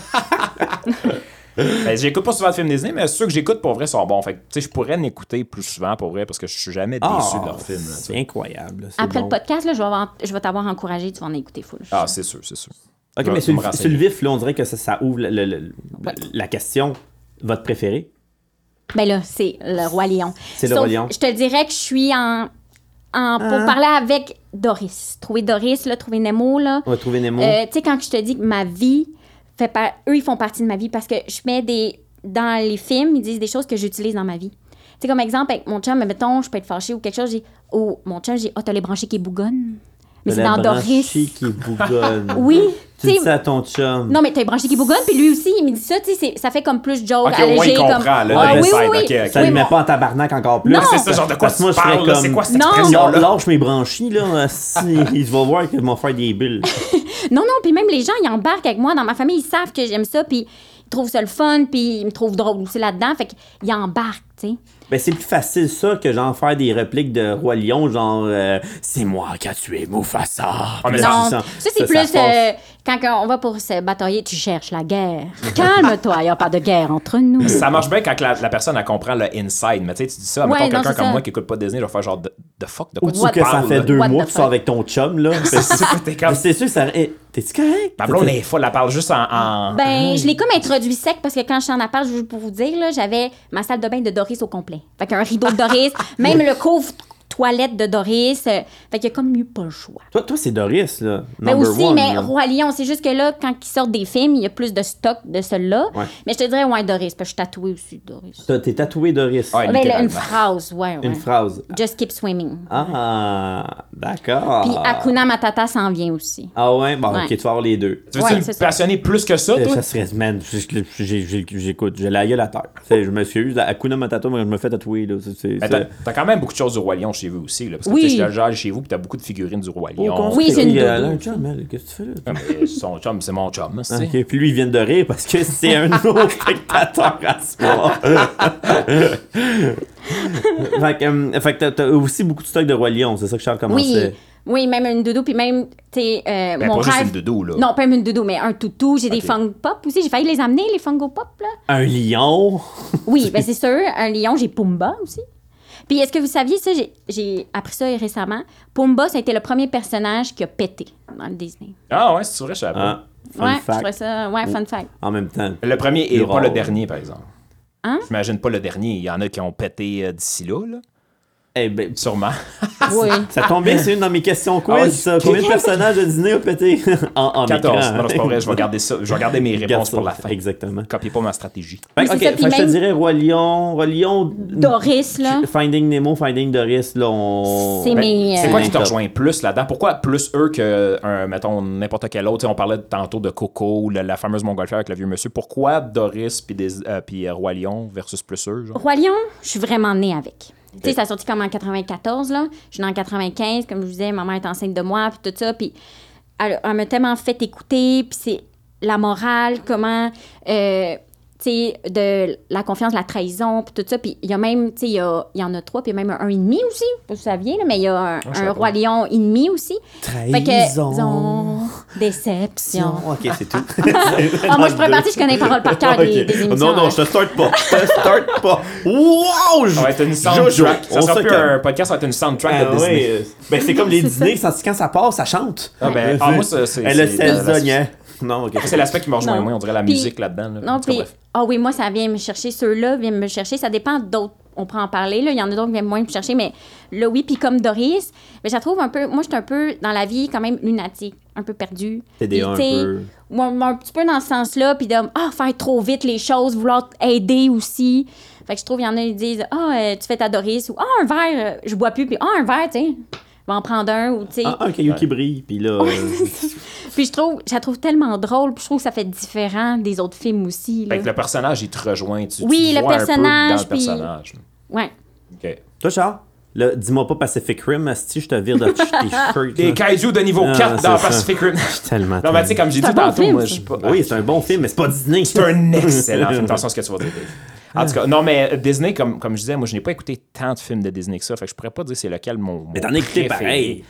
Ben, j'écoute pas souvent de films Disney, mais ceux que j'écoute pour vrai sont bons. Fait que, tu sais, je pourrais l'écouter plus souvent pour vrai parce que je suis jamais déçu Ah, de leur film. là, tu c'est sais. incroyable. là, c'est Après bon. le podcast, là, je vais, avoir- je vais t'avoir encouragé, tu vas en écouter full. Ah, c'est sûr, c'est sûr. Ok, Je mais vais sur me le, renseigner. sur le vif, là, on dirait que ça, ça ouvre le- le- le- la, la question. Votre préféré? Ben là, c'est le Roi Lion. C'est le Sauf, Roi Lion. Je te dirais que je suis en... en pour Ah. parler avec Doris. Trouver Doris, là, trouver Nemo, là. On va trouver Nemo. Euh, tu sais, quand je te dis que ma vie fait par... Eux, ils font partie de ma vie parce que je mets des... Dans les films, ils disent des choses que j'utilise dans ma vie. Tu sais, comme exemple, avec mon chum, mettons, je peux être fâchée ou quelque chose, j'ai... Oh, mon chum, j'ai... Oh, t'as les branchies qui bougonnent. Mais c'est La dans Doris. branchie qui bougonne. Oui. Tu tu dis sais, ça à ton chum. non, mais t'as les branchies qui bougonnent, puis lui aussi, il me dit ça, tu sais, c'est- ça fait comme plus joke, Ok, au moins, allégé. il comme... comprend, là, Ah, le oui, oui, inside, oui. ok, ok. Ça Oui, ne met mon- pas en tabarnak encore plus. Non. C'est ça, genre de quoi Parce tu que moi, je ferais parles, là? C'est comme- quoi cette Non. expression-là? Lâche mes branchies, là. Si, il va voir qu'ils vont faire des bulles. Non, non, puis même les gens, ils embarquent avec moi. Dans ma famille, ils savent que j'aime ça, puis ils trouvent ça le fun, puis ils me trouvent drôle aussi là-dedans. Fait qu'ils embarquent, tu sais. Ben, c'est plus facile, ça, que genre faire des répliques de Roi Lion, genre euh, c'est moi qui a tué Mufasa. Ah, mais Puis ça, là, Non, tu ça, sens- c'est plus passe. euh, quand on va pour se batailler, tu cherches la guerre. Calme-toi, il n'y a pas de guerre entre nous. Ça marche bien quand la, la personne elle comprend le inside, mais tu sais, tu dis ça, Ouais, mettons non, quelqu'un c'est comme ça. moi qui écoute pas Disney, je vais faire genre de, de fuck, de quoi tu Ou que ça parles, fait là? deux What mois the que tu sors fuck? avec ton chum, là. C'est ça, t'es comme- C'est sûr, ça. Eh, t'es-tu correct? Ma blonde est folle, elle parle juste en... en- Ben, je l'ai comme introduit sec parce que quand je suis en appart, je veux pour vous dire, là, j'avais ma salle de bain de Doris au complet. Fait qu'un rideau de Doris, même le couvre toilette de Doris. Euh, fait qu'il y a comme eu pas le choix. Toi, toi c'est Doris, là. Mais Number aussi, one, mais là. Roi Lion, c'est juste que là, quand ils sortent des films, il y a plus de stock de ceux-là. Ouais. Mais je te dirais, ouais, Doris, parce que je suis tatouée aussi, Doris. T'as- T'es tatoué Doris. Ouais, Ben, là, une littéralement. phrase, ouais, ouais. Une phrase. Just keep swimming. Ah, d'accord. Puis Hakuna Matata s'en vient aussi. Ah ouais? Bon, Ouais. ok, tu vas avoir les deux. Tu veux Ouais, me c'est ça. passionner plus que ça, Euh, toi? Ça serait, man, j'ai- j'ai- j'ai- j'écoute, j'ai la gueule à terre. Tu sais, je m'excuse, Hakuna Matata, moi, je me fais tatouer, là. C'est, c'est, Mais c'est- t'as, t'as quand même beaucoup de choses du Roi Lion chez vous aussi, là. Parce que Oui. tu sais, je déjà allé chez vous, puis t'as beaucoup de figurines du Roi Lion. Oh, Oui, c'est une il a doudou. un chum, elle. Qu'est-ce que tu fais là? Ah, mais son chum, c'est mon chum, tu sais. Ok, puis lui, il vient de rire parce que c'est un nouveau spectateur à soir. fait que, euh, fait que t'as, t'as aussi beaucoup de stock de Roi Lion, c'est ça que Charles Oui, commençait. oui, même une doudou, puis même, tu sais, euh, Ben, mon pas juste rêve... une doudou, là. Non, pas une doudou, mais un toutou. J'ai des Ok. Funko Pop aussi. J'ai failli les amener, les Funko Pop, là. Un lion. Oui, ben c'est sûr. Un lion, j'ai Pumba aussi. Puis est-ce que vous saviez ça? J'ai, j'ai appris ça récemment. Pumba, ça a été le premier personnage qui a pété dans le Disney. Ah ouais, c'est vrai, je savais pas. Ah, fun ouais, je fact. trouvais ça... Ouais, fun fact. En même temps. Le premier et Le pas le rare. dernier, par exemple. Hein? J'imagine pas le dernier. Il y en a qui ont pété euh, d'ici là, là. Eh ben, Sûrement. Oui. ça tombe bien, c'est une dans mes questions quiz, Ah ouais. ça. Combien de personnages de Disney ont pété en, en quatorze. écran? Non, c'est pas vrai. Je vais garder ça. Je vais garder mes Garde réponses ça. pour la fin. Exactement. Copiez pas ma stratégie. Fait, Oui, que, c'est ok, ça, puis fait que je te même- dirais Roi Lion, Roi Lion, Doris, là. Finding Nemo, Finding Doris, là, on... C'est Ben, mes... c'est euh, quoi qui te top. rejoint plus là-dedans? Pourquoi plus eux que, un, mettons, n'importe quel autre? Tu sais, on parlait tantôt de Coco ou la, la fameuse montgolfière avec le vieux monsieur. Pourquoi Doris puis des- euh, puis, euh, Roi Lion versus plus eux? Genre? Roi Lion, je suis vraiment née avec. Tu sais, ça a sorti comme en quatre-vingt-quatorze, là. Je suis née en quatre-vingt-quinze, comme je vous disais, ma mère est enceinte de moi, puis tout ça. Puis elle, elle m'a tellement fait écouter, puis c'est la morale, comment... euh, tu sais, de la confiance, la trahison, puis tout ça. Puis il y a même, tu sais, il y, a- il y en a trois, puis il y a même un ennemi aussi. Je sais pas si vous saviez, là, mais il y a un, je savais un pas. Roi Lion ennemi aussi. Fait que, Trahison. zon, déception. Ok, c'est tout. Ah, moi, je pourrais partir, je connais les paroles par cœur des, Ok. des émissions. Non, non, hein. je te starte pas. Je te starte pas. Wow! Ça va être une Jojo, soundtrack. Ça on sera se plus calme. un podcast, ça va être une soundtrack Ah de Disney. ouais, euh, ben c'est comme les C'est Disney, ça, quand ça passe, ça chante. Ah, ben, ah, moi, ça, c'est- Elle le c'est- euh, saisonnier. Non, ok. C'est l'aspect qui me rejoint Non. moins, on dirait la Puis- musique là-dedans. là. En Non, tout cas, puis, bref. ah oui, moi, ça vient me chercher. Ceux-là viennent me chercher. Ça dépend d'autres. On pourra en parler, là. Il y en a d'autres qui viennent moins me chercher, mais là, oui. Puis comme Doris, mais je la trouve un peu... Moi, je suis un peu, dans la vie, quand même lunatique, un peu perdue. T D A Puis, un tu sais, peu. moi, moi, un petit peu dans ce sens-là, puis de, ah, faire trop vite les choses, vouloir aider aussi. Fait que je trouve, il y en a qui disent, ah, euh, tu fais ta Doris, ou ah, un verre, euh, je bois plus, puis ah, un verre, tu sais, je vais en prendre un, ou tu sais. Ah, un caillou qui brille, puis là... euh, Puis je trouve, je la trouve tellement drôle, puis je trouve que ça fait différent des autres films aussi. Là. Fait que le personnage, il te rejoint. Tu, Oui, tu te le vois un peu personnage, dans le puis- personnage. Ouais. OK. Toi, Charles, là, dis-moi pas Pacific Rim, asti, je te vire de tes shirts. Des là. kaiju de niveau Ah, quatre c'est dans ça. Pacific Rim. Tellement. Non, mais tu sais, comme j'ai dit C'est un bon tantôt, film, moi, ça. je suis pas. Oui, c'est un bon film, mais c'est pas Disney. C'est un excellent film. Attention à ce que tu vas dire, Dave. En tout cas, non, mais Disney, comme, comme je disais, moi, je n'ai pas écouté tant de films de Disney que ça. Fait que je pourrais pas dire c'est lequel mon. Mais mon t'en as écouté préféré. pareil.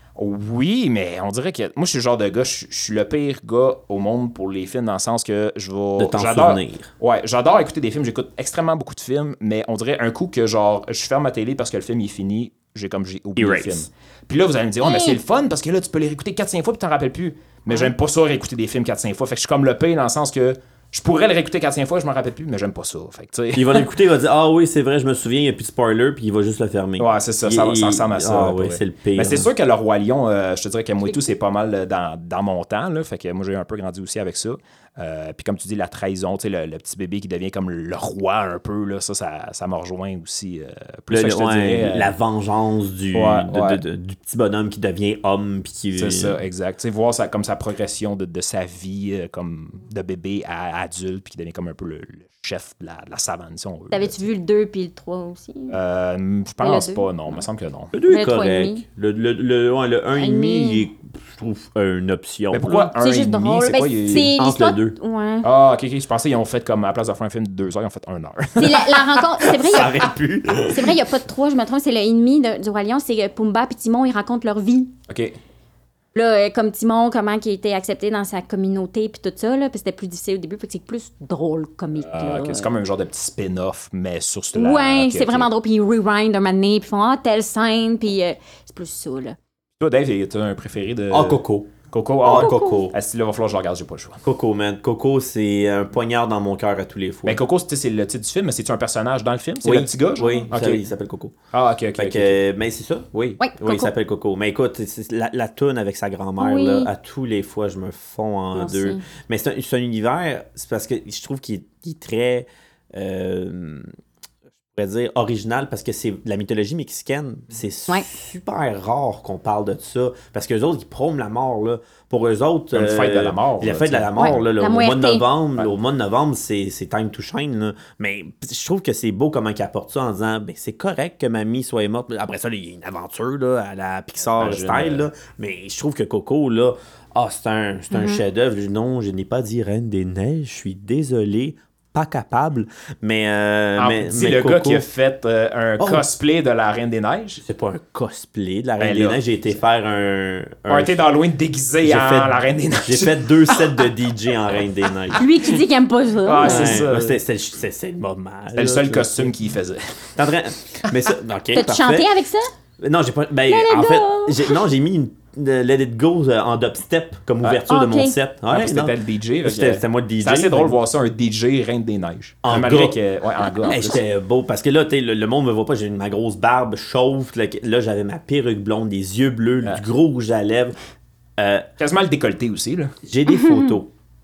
Oui, mais on dirait que. Moi, je suis le genre de gars, je je suis le pire gars au monde pour les films, dans le sens que je vais. De t'en j'adore- souvenir. Ouais, j'adore écouter des films. J'écoute extrêmement beaucoup de films, mais on dirait un coup que, genre, je ferme ma télé parce que le film il est fini, j'ai comme j'ai oublié Erase. le film. Puis là, vous allez me dire, oh, mais Hey. c'est le fun parce que là, tu peux les réécouter quatre cinq fois puis t'en rappelles plus. Mais j'aime pas ça réécouter des films quatre cinq fois. Fait que je suis comme le pire dans le sens que je pourrais le réécouter quatre cinq fois, je m'en rappelle plus, mais j'aime pas ça. Fait que, tu sais. Il va l'écouter, il va dire ah oui, c'est vrai, je me souviens, il n'y a plus de spoiler, puis il va juste le fermer. Ouais, c'est ça, Il- ça, ça il- ressemble à ça. Ah pour oui, vrai. c'est le pire. Mais c'est hein. sûr que le Roi Lion, euh, je te dirais que moi et tout, c'est pas mal euh, dans, dans mon temps. Là, fait que moi, j'ai un peu grandi aussi avec ça. Euh, puis comme tu dis, la trahison, tu sais, le, le petit bébé qui devient comme le roi un peu, là, ça, ça, ça m'a rejoint aussi. Euh, plus Le- fait que je te ouais, dirais, euh, la vengeance du, Ouais, de- ouais. de- de- du petit bonhomme qui devient homme, puis qui... c'est ça, exact. Tu sais, voir ça, comme sa progression de, de sa vie, euh, comme de bébé à adulte, puis qui devient comme un peu le, le chef de la, de la savane, si on veut. T'avais-tu vu le deux puis le trois aussi? Euh, je Mais pense le deux? pas, non. Il me semble que non. Le deux Mais est le trois et correct. demi. Le, le, le, ouais, le un et Un demi, demi. il est, je trouve, une option. Mais pourquoi là. un C'est et juste demi? drôle. C'est Ben, quoi, il- c'est Entre l'histoire... les deux. Ouais. Ah, ok, ok. Je pensais qu'ils ont fait comme, à la place de faire un film de deux heures, ils ont fait une heure. C'est la, la rencontre... C'est vrai, il y Ça a... aurait pu. C'est vrai, il n'y a pas de trois, je me trompe, c'est le ennemi de- du Roi Lion, c'est euh, Pumba puis Timon, ils racontent leur vie. OK. Là, euh, comme Timon, comment il a été accepté dans sa communauté puis tout ça, là, puis c'était plus difficile au début, fait que c'est plus drôle, comique. Ah, là. ok, c'est comme un genre de petit spin-off, mais sur ce Ouais, ok, c'est ok. vraiment drôle, puis ils rewind un moment donné, puis ils font « Ah, telle scène », puis euh, c'est plus ça, là. Toi, Dave, t'as un préféré de. Ah, Coco. Coco, Ah, ah, Coco. Ah, si là, il va falloir que je le regarde, j'ai pas le choix. Coco, man. Coco, c'est un poignard dans mon cœur à tous les fois. Ben, Coco, c'est c'est le titre du film, mais c'est-tu un personnage dans le film? C'est oui. le petit gars, genre? Oui, Ok. ça, il s'appelle Coco. Ah, ok, ok. Fait ok, que, ok. euh, mais c'est ça, oui. Oui, Oui, Coco. il s'appelle Coco. Mais écoute, c'est- c'est la, la toune avec sa grand-mère, Oui. là, à tous les fois, je me fonds en Moi aussi. deux. Mais c'est un, c'est un univers, c'est parce que je trouve qu'il est, il est très, euh, je pourrais dire, original, parce que c'est de la mythologie mexicaine. C'est Ouais. super rare qu'on parle de ça, parce que les autres, ils prônent la mort, là. Pour eux autres... Comme euh, fête de la mort, La là, fête de la t'sais. mort, Ouais, là, là, la au mois de muerte. novembre, Ouais. au mois de novembre, c'est c'est time to shine, là. Mais je trouve que c'est beau comment ils apportent ça en disant, ben c'est correct que mamie soit morte. Après ça, il y a une aventure, là, à la Pixar J'imagine, style, euh, là. Mais je trouve que Coco, là, ah, c'est un, c'est un Mm-hmm. chef-d'œuvre. Non, je n'ai pas dit Reine des Neiges, je suis désolé, pas capable. Mais, euh, Ah, mais, dis mais le Coco, gars qui a fait euh, un Oh. cosplay de la Reine des Neiges. c'est pas un cosplay de la Ben Reine là, des Neiges, j'ai été faire un. un- Party d'Halloween déguisé j'ai en fait- la Reine des Neiges. J'ai fait deux sets de D J en Reine des Neiges. Lui qui dit qu'il aime pas ça. Ah, euh, c'est ça. Ouais, c'était- c'était- C'est c'est le moment. C'est le seul costume qu'il faisait. T'es en train- Mais ça, ok, T'as-tu parfait. chanté avec ça? Non, j'ai pas. Ben, Let it en go. fait, j'ai- non, j'ai mis une de Let It Go euh, en dubstep comme ouverture Ah, de mon ok. set. Ah, Ouais, c'était non. le D J. fait C'était que- c'était moi le D J. C'est assez drôle de Fait- voir ça, un D J Reine des Neiges. En Malgré gars. que. Ouais, en gars. en Hey, plus. j'étais beau parce que là, t'sais, le, le monde me voit pas, j'ai ma grosse barbe chauve. Là, là, j'avais ma perruque blonde, des yeux bleus, Ah. du gros rouge à lèvres. Euh, Quasiment le décolleté aussi, là. j'ai des photos.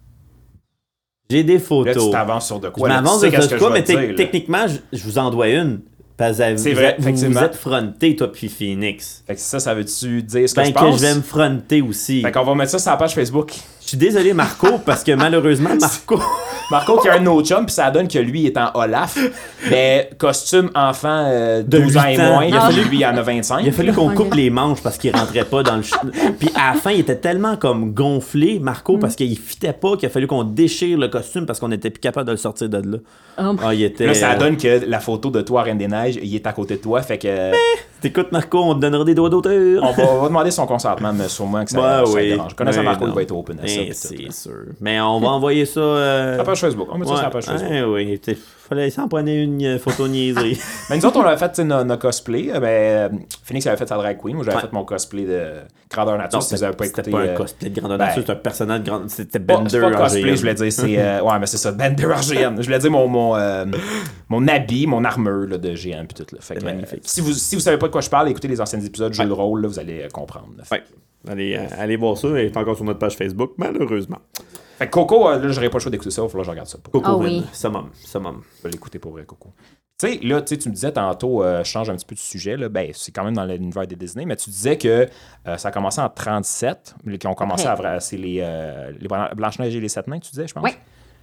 J'ai des Là, photos. tu t'avances sur de Je quoi. là, tu m'avance sais de qu'est-ce ce que quoi, je vais mais te te- dire, là. techniquement, je, je vous en dois une. Parce que C'est vous, vrai, êtes- vous effectivement. vous êtes fronté, toi, puis Phoenix. Fait que ça, ça veut-tu dire ce que Ben, je que pense? je vais me fronter aussi. Fait qu'on va mettre ça sur la page Facebook. Je suis désolé, Marco, parce que malheureusement, Marco. Marco qui a un autre chum, puis ça donne que lui est en Olaf. Mais costume enfant euh, De douze ans et huit ans. moins, il a Ah. fallu lui il en a vingt-cinq. Il a fallu qu'on Ok. coupe les manches parce qu'il rentrait pas dans le. ch- Puis à la fin, il était tellement comme gonflé, Marco, parce qu'il fitait pas, qu'il a fallu qu'on déchire le costume parce qu'on était plus capable de le sortir de là. Oh, Ah, il était. Là, ça donne que la photo de toi, Reine des Neiges, il est à côté de toi. Fait que. T'écoutes, Marco, on te donnera des doigts d'auteur. On va, on va demander son consentement, mais sûrement que ça, Ouais, ça oui. le dérange. Connaissant Mais Marco, il non. va être open à ça. Eh, pis tout, c'est là. sûr. Mais on va envoyer ça. Euh... La page Facebook. On met ça ouais. sur la page Facebook. Ouais, oui. T'sais, fallait s'en prendre une euh, photo niaiserie. Mais nous autres, on avait fait tu sais, nos, nos cosplays. Euh, Ben, euh, Phoenix avait fait sa drag queen. Moi, j'avais Ouais. fait mon cosplay de grandeur nature. Non, si vous avez pas c'était écouté. pas un euh, cosplay de grandeur ben, nature, c'est un personnage de grande. C'était Pas- Bender c'est pas cosplay, R G M. je voulais dire, c'est. euh, ouais, mais c'est ça, Bender R G M. Je voulais dire mon, mon, euh, mon habit, mon armure là, de G M puis tout. Là. Fait que, C'est magnifique. euh, si, vous, si vous savez pas de quoi je parle, écoutez les anciens épisodes Jeux de rôle, là, vous allez euh, comprendre. là. Fait, Ouais. Allez, euh, allez voir ça, elle est encore sur notre page Facebook, malheureusement. fait que Coco, euh, là, j'aurais pas le choix d'écouter ça, il va falloir que je regarde ça. Pour... Coco, Ah Vin, oui. summum, summum. Je vais l'écouter pour vrai, Coco. Tu sais, là, tu sais, tu me disais tantôt, euh, je change un petit peu de sujet, là, ben, c'est quand même dans l'univers des Disney, mais tu disais que euh, ça a commencé en trente-sept, qui ont commencé Ouais. à vra- c'est les, euh, les Blan- Blanche-Neige et les Sept Nains, tu disais, je pense? Ouais.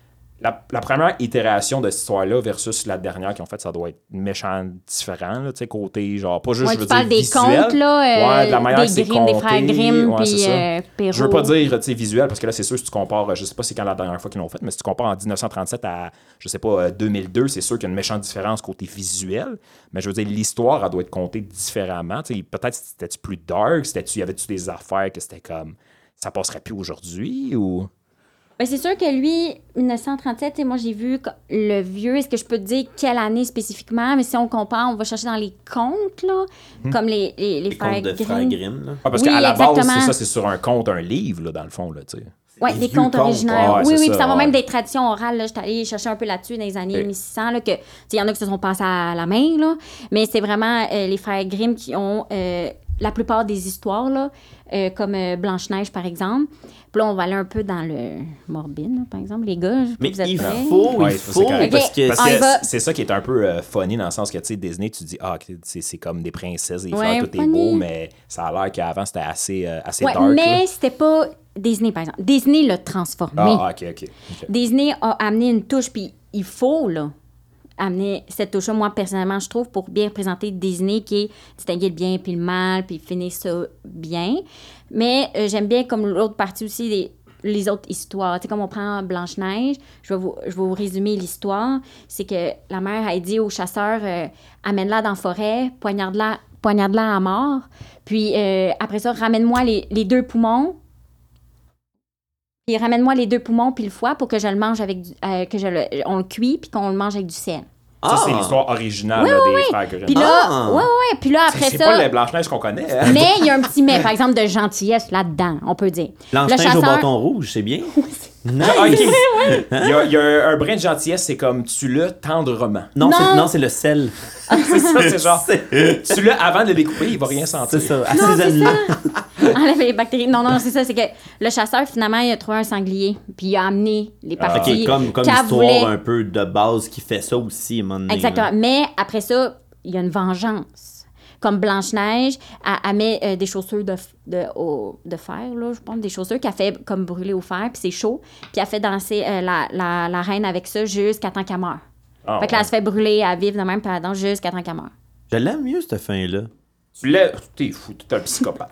La, la première itération de cette histoire-là versus la dernière qu'ils ont faite, ça doit être méchant différent, là, tu sais, côté, genre, pas juste, Ouais, je tu veux parles dire, des visuel. contes, là, euh, Ouais, de la manière que c'est des Grimm, des frères compté. Grimm, Ouais, c'est puis ça. euh, Perrault. Je veux pas dire, tu sais, visuel, parce que là, c'est sûr, si tu compares, je sais pas c'est quand la dernière fois qu'ils l'ont fait, mais si tu compares en dix-neuf cent trente-sept à, je sais pas, euh, deux mille deux, c'est sûr qu'il y a une méchante différence côté visuel. Mais je veux dire, l'histoire, elle doit être contée différemment. Tu sais, peut-être c'était-tu plus dark, c'était-tu, y avait-tu des affaires que c'était comme, ça passerait plus aujourd'hui, ou... Ben, c'est sûr que lui, dix-neuf cent trente-sept, et moi j'ai vu co- le vieux. Est-ce que je peux te dire quelle année spécifiquement? Mais si on compare, on va chercher dans les contes, là, comme les, les, les Les frères contes de frères Grimm. Grimm, là. Ah, parce Oui, qu'à la base, exactement. c'est ça, c'est sur un conte, un livre, là, dans le fond, là, tu sais. Oui, Des des vieux contes contes. originaires. Ouais, oui, c'est oui, ça, puis ça va ouais. même des traditions orales. Là. J'étais allée chercher un peu là-dessus dans les années Ok. mille six cents. Là, que, il y en a qui se sont passés à la main, là. Mais c'est vraiment euh, les frères Grimm qui ont euh, la plupart des histoires, là, euh, comme euh, Blanche-Neige, par exemple. Puis là, on va aller un peu dans le morbide, là, par exemple. Les gars, je sais pas, Mais vous êtes il prêts? faut, Ouais, il c'est faut, correct. parce Ok. que... Parce On y que va. c'est- c'est ça qui est un peu euh, funny dans le sens que, tu sais, Disney, tu dis, ah, que, tu sais, c'est comme des princesses, des Ouais, fleurs, tout est funny. beau, mais ça a l'air qu'avant, c'était assez, euh, assez Ouais, dark. mais là. c'était pas Disney, par exemple. Disney l'a transformé. Ah, ok, ok. ok. Disney a amené une touche, puis il faut, là, amener cette touche-là, moi, personnellement, je trouve, pour bien représenter Disney, qui est distinguer le bien puis le mal, puis finir ça bien. Mais euh, j'aime bien, comme l'autre partie aussi, les, les autres histoires. Tu sais, comme on prend Blanche-Neige, je vais vous, je vais vous résumer l'histoire. C'est que la mère a dit au chasseur, euh, amène-la dans la forêt, poignarde-la, poignarde-la à mort, puis euh, après ça, ramène-moi les, les deux poumons, puis ramène-moi les deux poumons puis le foie pour que je le mange avec du, euh, que je le, on le cuit puis qu'on le mange avec du sel. Ça, Ah! c'est l'histoire originale Oui, là, oui, des oui. frères Grimm. Puis là, Ah! ouais, ouais, ouais. Puis là, après c'est ça. pas le Blanche-Neige qu'on connaît. Hein? Mais il y a un petit mais, par exemple, de gentillesse là-dedans, on peut dire. Blanche-Neige Le au chasseur- bâton rouge, c'est bien. Ah, ok. Il y a, il y a un, un brin de gentillesse, c'est comme tue-le tendrement. Non, Non. c'est, non, c'est le sel. C'est ça, c'est genre. C'est- Tue-le avant de le découper, il va rien sentir. C'est ça. Non, c'est Assaisonne-le. ça. Enlève les bactéries. Non, non, c'est ça. C'est que le chasseur, finalement, il a trouvé un sanglier. Puis il a amené les Ah, Ok, parties. comme, comme qu'elle histoire voulait. un peu de base qui fait ça aussi, à un moment donné, Exactement. là. Mais après ça, il y a une vengeance. Comme Blanche-Neige, elle, elle met euh, des chaussures de, f- de, au- de fer, là, je pense, des chaussures qu'elle fait comme brûler au fer, puis c'est chaud. Puis elle fait danser euh, la, la, la reine avec ça jusqu'à temps qu'elle meure. Ah, fait que là, ouais. elle se fait brûler, elle vive de même, puis elle danse jusqu'à temps qu'elle meure. Je l'aime mieux, cette fin-là. Tu l'as. T'es fou, t'es un psychopathe.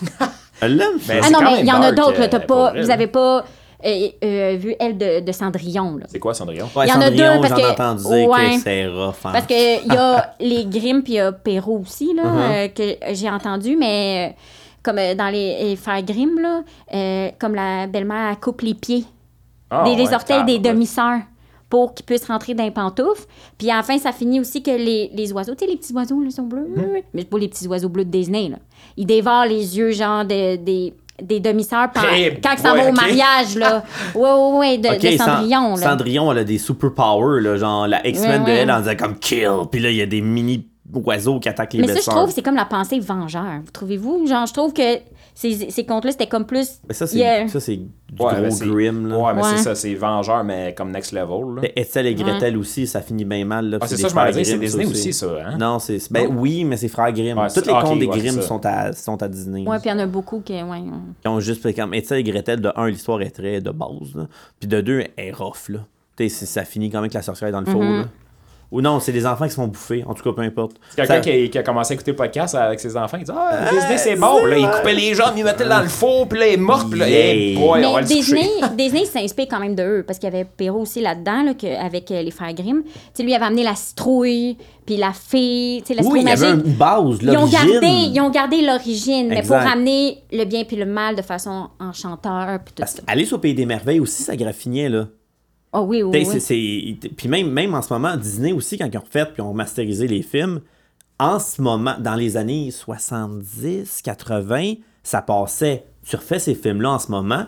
Je l'aime, ça. Mais Ah c'est non, quand mais même il y en a dark, d'autres, là, euh, t'as pour pas, vrai, vous là. avez pas euh, euh, vu elle de, de Cendrillon, là. C'est quoi, Cendrillon? Ouais, Il y en a Cendrillon, deux, parce j'en que- ai entendu dire ouais. que c'est rough. hein. Parce qu'il y a les Grimm puis il y a Perrault aussi, là, Uh-huh. euh, que j'ai entendu, mais euh, comme euh, dans les, les frères Grimm, là, euh, comme la belle-mère, elle coupe les pieds, Ah, des, les ouais, orteils des tabarouette. demi-sœurs pour qu'ils puissent rentrer dans les pantoufles. Puis à la fin, ça finit aussi que les, les oiseaux, tu sais, les petits oiseaux, là, ils sont bleus, oui, oui, mais pas les petits oiseaux bleus de Disney, là. Ils dévorent les yeux, genre, de- des des demi-sœurs par- Hey, quand ça ouais, va au ok. mariage, là. Ouais, ouais, ouais, de, Ok, de Cend- Cendrillon, là. Cendrillon, elle a des superpowers, là, genre la X-Men Ouais, de ouais. elle, en disant comme kill, puis là, il y a des mini oiseaux qui attaquent les Mais ça, je belles-sœurs. trouve, c'est comme la pensée vengeur. Vous trouvez-vous? Genre, je trouve que ces, ces contes-là, c'était comme plus. Mais ça, c'est, Yeah. ça, c'est du Ouais, gros mais c'est- grim, là. Ouais, mais Ouais. c'est ça, c'est Vengeur, mais comme next level. Là. Et Estelle et Gretel aussi, ça finit bien mal. Là, Ah, puis c'est des ça, je m'en frères disais, c'est Grimm, Disney aussi, ça. Hein? Non, c'est. Ben oui, mais c'est frères Grimm. Ouais, Tous c'est- les ok, contes des ouais, Grimm c'est ça. sont à, sont à Disney. Ouais, là. puis il y en a beaucoup qui. Ouais, ouais. Qui ont juste fait comme Estelle et Gretel, de un, l'histoire est très de base. Là. Puis de deux, elle est rough. Là. Tu sais, ça finit quand même que la sorcière est dans le four. Mm-hmm. Là. Ou non, c'est des enfants qui se font bouffer. En tout cas, peu importe. C'est quelqu'un Ça- qui, a- qui a commencé à écouter le podcast avec ses enfants. Il dit Ah, Disney, c'est bon. Là, il coupait les jambes, il mettait dans le four, puis là, il est mort, puis là, Yeah. hey, boy, on va Mais le coucher. Disney, Disney s'inspire quand même de eux, parce qu'il y avait Perrault aussi là-dedans, là, que, avec euh, les frères Grimm. Tu sais, lui, il avait amené la citrouille, puis la fée, tu sais, la Oui, citrouille il y avait magique. une base, Ils ont l'origine. gardé, ils ont gardé l'origine, mais pour Exact. ramener le bien puis le mal de façon enchanteur, puis tout Parce ça. qu'Alice au Pays des Merveilles aussi, ça graffinait, là. Oh oui, oui, T'sais, oui. c'est- c'est- Puis même, même en ce moment, Disney aussi, quand ils ont refait puis ont masterisé les films, en ce moment, dans les années soixante-dix, quatre-vingts, ça passait. Tu refais ces films-là en ce moment,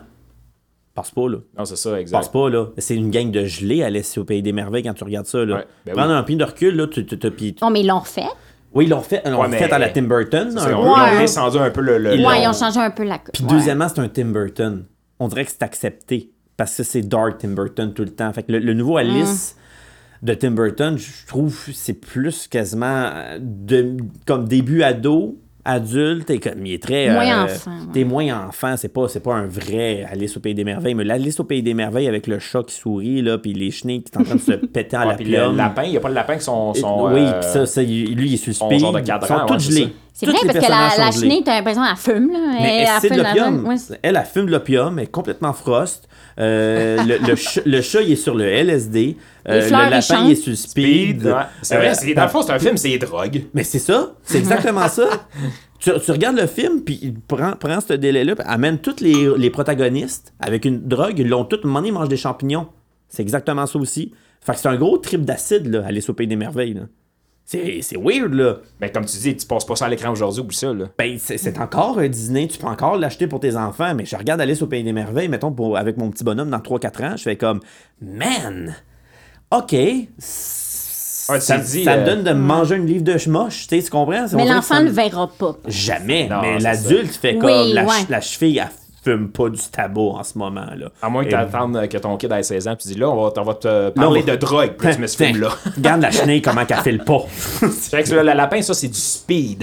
passe pas, là. Non, c'est ça, Passe exact. pas, là. C'est une gang de gelés, Alice au Pays des Merveilles, quand tu regardes ça, là. Ouais, ben Prendre oui. un pied de recul, là, tu, tu, tu- puis- Non, mais ils l'ont refait. Oui, ils l'ont fait, ils l'ont Ouais, mais- fait à la Tim Burton. C'est- un on, peu. ils ont Ouais. descendu un peu le. le- Ils le- Ouais, ils ont changé un peu la. Puis ouais. deuxièmement, c'est un Tim Burton. On dirait que c'est accepté. Parce que c'est dark Tim Burton tout le temps. Fait que le, le nouveau Alice de Tim Burton, je trouve c'est plus quasiment euh, de, comme début ado, adulte, et comme il est très. Moins euh, enfant, ouais. T'es moins enfant, c'est pas, c'est pas un vrai Alice au Pays des Merveilles. Mais l'Alice au Pays des Merveilles avec le chat qui sourit, là, puis les chenilles qui sont en train de se péter à Ouais, la puis le plume. lapin, il n'y a pas le lapin qui sont. sont oui, euh, puis ça, ça, il- lui, il est sur le son speed. genre de cadran, Ils sont tous ouais, c'est gelés. ça. C'est Tous vrai, les parce que la, personnages la sont gelés. chenille, t'as l'impression qu'elle fume, là. Mais Elle, elle, elle c'est de fume la l'opium. Ouais. Elle, elle fume de l'opium, elle est complètement frost. Euh, le, le, ch- le chat, il est sur le L S D. Euh, Les fleurs, le ils lapin, chantent. il est sur le speed. Speed. Ouais. C'est Euh, vrai, c'est- dans le fond, c'est un film, c'est drogue. Mais c'est ça, c'est exactement ça. Tu, tu regardes le film, puis il prend, prend ce délai-là, puis amène tous les, les protagonistes avec une drogue, ils l'ont tout, à un moment donné, ils mangent des champignons. C'est exactement ça aussi. Fait que c'est un gros trip d'acide, là, Alice au Pays des Merveilles. Là. C'est, c'est weird, là. Mais comme tu dis, tu passes pas ça à l'écran aujourd'hui, oublie ça. Là. Ben, c'est, c'est encore un Disney, tu peux encore l'acheter pour tes enfants, mais je regarde Alice au Pays des Merveilles, mettons, pour, avec mon petit bonhomme dans trois quatre ans, je fais comme, man, OK, Ouais, tu ça, t'es dit, ça me euh, donne de manger une livre de schmoche, tu sais, tu comprends? On Mais dirait que l'enfant ça ne me- verra pas. Jamais, Non, mais c'est l'adulte fait Oui, comme, la, ouais. la cheville, elle fume pas du tabac en ce moment, là. À moins que Et- tu attendes que ton kid ait seize ans, puis tu dis là, on va, on va te parler on va- de drogue, puis tu mets ce Tiens, film-là. Regarde la chenille, comment qu'elle file pas. Fait que le lapin, ça, c'est du speed.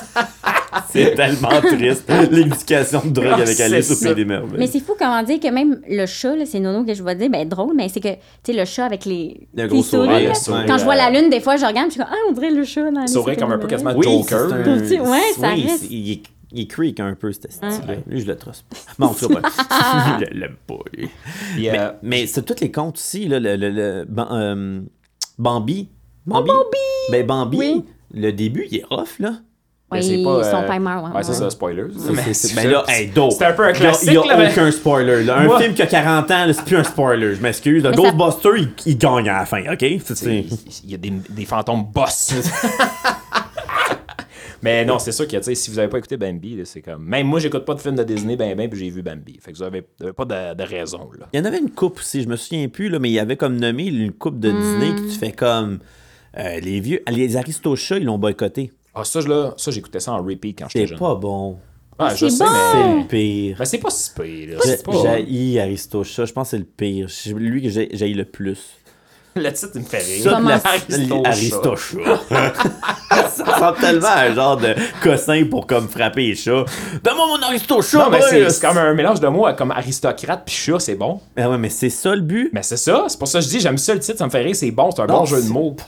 C'est tellement triste, l'éducation de drogue Ah, avec c'est Alice au ça. Pays des Merveilles. Mais c'est fou comment dire que même le chat, là, c'est Nono que je vais dire, ben drôle, mais c'est que, tu sais, le chat avec les. Le les gros souris, sourire, là. le sourire, Quand je vois euh, la lune, des fois, je regarde, je suis comme, ah, on dirait le chat dans les. Sourire comme un peu quasiment Oui, Joker. c'est un- Petit- ouais, ça oui, reste. c'est- il, est, il est creek un peu, ce style-là. Lui, je le truste pas. Bon, en tout cas, pas. je l'aime pas, lui. Puis, euh, Mais, mais c'est tous les contes aussi, là, le, le, le- Ban- euh, Bambi. Bambi. Ben, Bambi, Oui. le début, il est rough, là. Oui, c'est pas, son euh, père meurt. Ouais, Ouais, c'est ouais. ça, spoilers. Mais c'est- ben là, hey, Do. C'était un peu un classique. Il n'y a, là, mais- aucun spoiler. Là. Un Moi- film qui a quarante ans, là, c'est plus un spoiler. Je m'excuse. Le Mais ça- Ghostbuster, il, il gagne à la fin, OK? C'est- c'est- Il y a des, des fantômes boss. Mais non, c'est sûr que tu sais, si vous avez pas écouté Bambi, là, c'est comme. Même moi, j'écoute pas de films de Disney, ben ben, puis j'ai vu Bambi. Fait que vous avez, vous avez pas de, de raison, là. Il y en avait une coupe aussi, je me souviens plus, là, mais il y avait comme nommé une coupe de Disney que tu fais comme. euh, les vieux. Les Aristochats, ils l'ont boycotté. Ah, ça, je- là, ça j'écoutais ça en repeat quand j'étais C'est jeune. pas bon. Ah, je C'est sais, bon! C'est mais. le pire. Ben, c'est pas si pire, là. J'ai C'est pas... J'haïs Aristocha, je pense que c'est le pire. C'est lui que j'ai j'haïs le plus. Le titre, il me fait rire. Ça, Comment la- Aristocha. Aristocha. Ça ressemble tellement à un genre de cossin pour comme frapper les chats. Donne-moi mon Aristocha! Non, mais ouais! c'est c'est comme un mélange de mots comme aristocrate puis chat, c'est bon. Ah ouais, mais c'est ça le but. Mais c'est ça, c'est pour ça que je dis, j'aime ça le titre, ça me fait rire, c'est bon, c'est un Non, bon jeu de c'est- mots.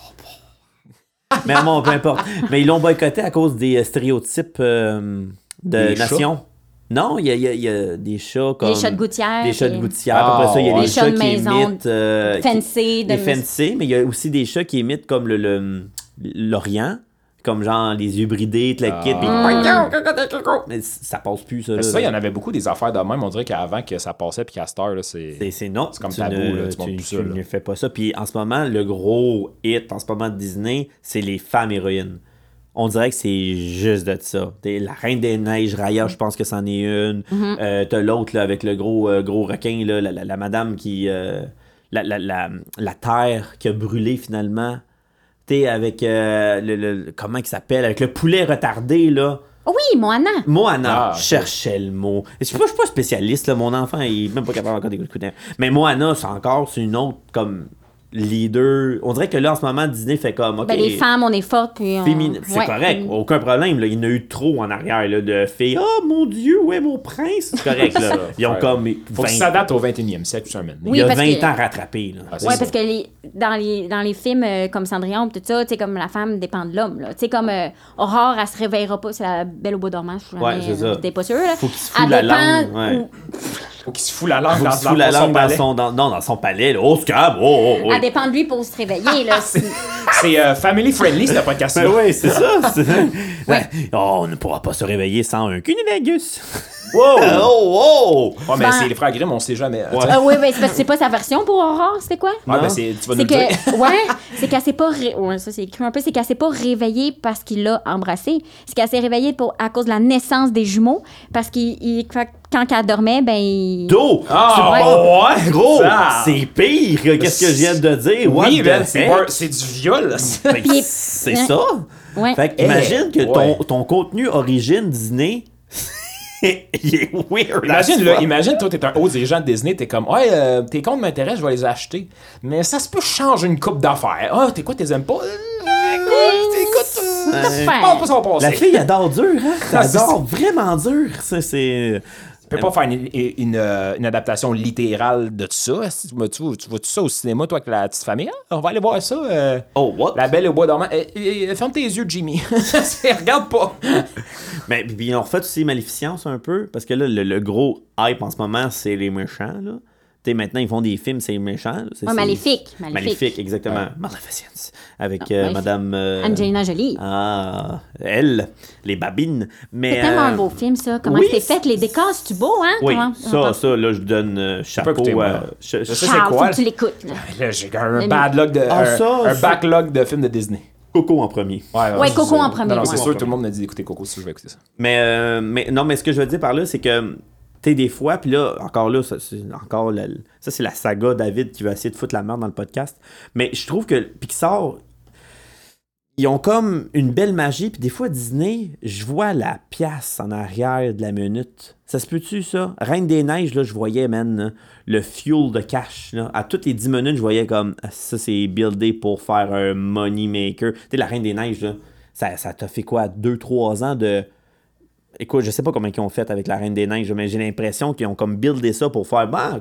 Mais bon, peu importe. Mais ils l'ont boycotté à cause des euh, stéréotypes euh, de Des chats? nation. Non, il y a, il y a- il y a des chats comme... Des chats de gouttière. Des chats de puis- gouttière. Ah, Après ça, il y a ouais. des Des chats chats de qui maison, imitent... euh, qui- Fancy. des de fancy, mais il y a aussi des chats qui imitent comme le, le- l'Orient. Comme genre les hybridés, le kit. Ah. Mais ça passe plus, ça. Mais Là, ça, il y en avait beaucoup des affaires de même, on dirait qu'avant que ça passait puis qu'à cette heure, là, c'est... C'est, c'est non. C'est comme tu tabou, ne, là, tu montres plus ça, tu là. ne fais pas ça. Puis en ce moment, le gros hit en ce moment de Disney, c'est les femmes héroïnes. On dirait que c'est juste de ça. T'sais, la Reine des Neiges, Raya, je pense que c'en est une. Euh, t'as l'autre là, avec le gros, euh, gros requin, là, la, la, la madame qui... euh, la, la, la, la terre qui a brûlé finalement. T'sais, avec euh, le, le... Comment il s'appelle? Avec le poulet retardé, là. Oh oui, Moana. Moana, Ah, je cherchais le mot. Je suis pas, je suis pas spécialiste, là. Mon enfant, il est même pas capable encore d'écouter. Mais Moana, c'est encore, c'est une autre comme leader. On dirait que là, en ce moment, Disney fait comme. OK, Ben, les femmes, on est fortes. Puis on... féminin- c'est Ouais. correct, aucun problème. Là. Il y en a eu trop en arrière là, de filles. Oh mon Dieu, ouais, mon prince. C'est correct. Là. Ils ont Ouais. comme. Faut vingt qu'ils s'adaptent au vingt et unième siècle, tout ça, maintenant. Il y a Oui, parce vingt que- ans à rattraper. Là. Ah, c'est Ouais, ça. parce que les, dans, les, dans les films euh, comme Cendrillon, pis tout ça, tu sais, comme la femme dépend de l'homme. Tu sais, comme euh, Aurore, elle se réveillera pas, c'est la belle au bois dormant, je suis Ouais, jamais, c'est ça. euh, t'es pas sûr. Là. Faut qu'il se fout Elle la dépend langue, ouais. où- Faut qu'il se fout la langue Faut dans, qu'il se fout la dans langue son dans palais. son, dans, non, dans son palais. Là. Oh, c'est calme. Oh, oh, oh. Elle dépend de lui pour se réveiller. Là. Si- C'est euh, family friendly, ce podcast-là. Ben oui, c'est ça. c'est- Ouais. Oh, on ne pourra pas se réveiller sans un cunilingus. Wow! Oh, oh! Ouais, mais Ben- c'est les frères Grimm, on sait jamais. Ouais. Ah oui, ben, c'est parce que c'est pas sa version pour Aurore, c'était quoi? Ah, Non. ben c'est, tu vas nous C'est le dire. que, ouais, c'est qu'elle s'est pas, ré- ouais, ça c'est écrit un peu, c'est qu'elle s'est pas réveillée parce qu'il l'a embrassée. C'est qu'elle s'est réveillée pour, à cause de la naissance des jumeaux, parce qu'il, il- quand elle dormait, ben, il... Do! Ah, C'est- ouais! Gros! Ça. C'est pire que qu'est-ce que je viens de dire. What Oui, the ben, c'est, heck? pas- c'est du viol. là. Ben, Puis- c'est Ouais. ça. Ouais. Fait que imagine que ton, ouais. ton contenu origine Disney, il est weird. Imagine, as là, fuck. imagine, toi, t'es un haut dirigeant de Disney, t'es comme, ouais, euh, tes comptes m'intéressent, je vais les acheter. Mais ça se peut changer une coupe d'affaires. Ah, t'es quoi, t'es aimes pas? Euh, écoute, écoute, euh, Ouais. Faire. pense pas ça va passer. La fille adore dur, hein? Elle Ah, c'est adore vraiment dur. Ça, c'est... Tu peux pas faire une, une, euh, une adaptation littérale de tout ça. Si tu vois, tu vois, tu vois tout ça au cinéma, toi, avec la petite famille? Ah, on va aller voir ça. euh, Oh, what? La Belle au bois dormant. Euh, euh, ferme tes yeux, Jimmy. C'est- Regarde pas. Mais puis ils ont refait aussi Maléficience un peu, parce que là, le, le gros hype en ce moment, c'est les méchants, là. Tu sais, maintenant, ils font des films, c'est les méchants. Là. C'est, Ouais, c'est- Maléfique. Maléfique. Maléfique, exactement. Maleficence. Avec Ah, euh, Maléfique. Madame... euh, Angelina Jolie. Ah, elle, les babines. Mais, C'est tellement euh, un beau film, ça. Comment oui, c'est fait? Les décors, c'est-tu beau, hein? Oui, Comment- ça, ça, là, je donne euh, chapeau écouter, moi. à... je- je- Je sais Charles, c'est quoi, faut là? que tu l'écoutes. Là. Là, j'ai un Le- backlog de, Ah, un, ça, un ça. backlog de films de Disney. Coco en premier. Ouais, c'est- Coco en c'est- premier, Non, non, c'est ouais. sûr que tout le monde me dit d'écouter Coco si je vais écouter ça. Mais, euh, mais non, mais ce que je veux dire par là, c'est que, tu sais, des fois, puis là, encore là, ça, c'est encore la- ça, c'est la saga David qui va essayer de foutre la merde dans le podcast. Mais je trouve que Pixar, ils ont comme une belle magie, puis des fois, Disney, je vois la pièce en arrière de la minute. Ça se peut-tu, ça? Reine des Neiges, là, je voyais, man, là, le fuel de cash, là. À toutes les dix minutes, je voyais comme, ah, ça, c'est buildé pour faire un money maker. Tu sais, la Reine des Neiges, là, ça, ça t'a fait quoi? deux trois ans de... Écoute, je sais pas comment ils ont fait avec la Reine des Neiges, mais j'ai l'impression qu'ils ont comme buildé ça pour faire, bah, ok,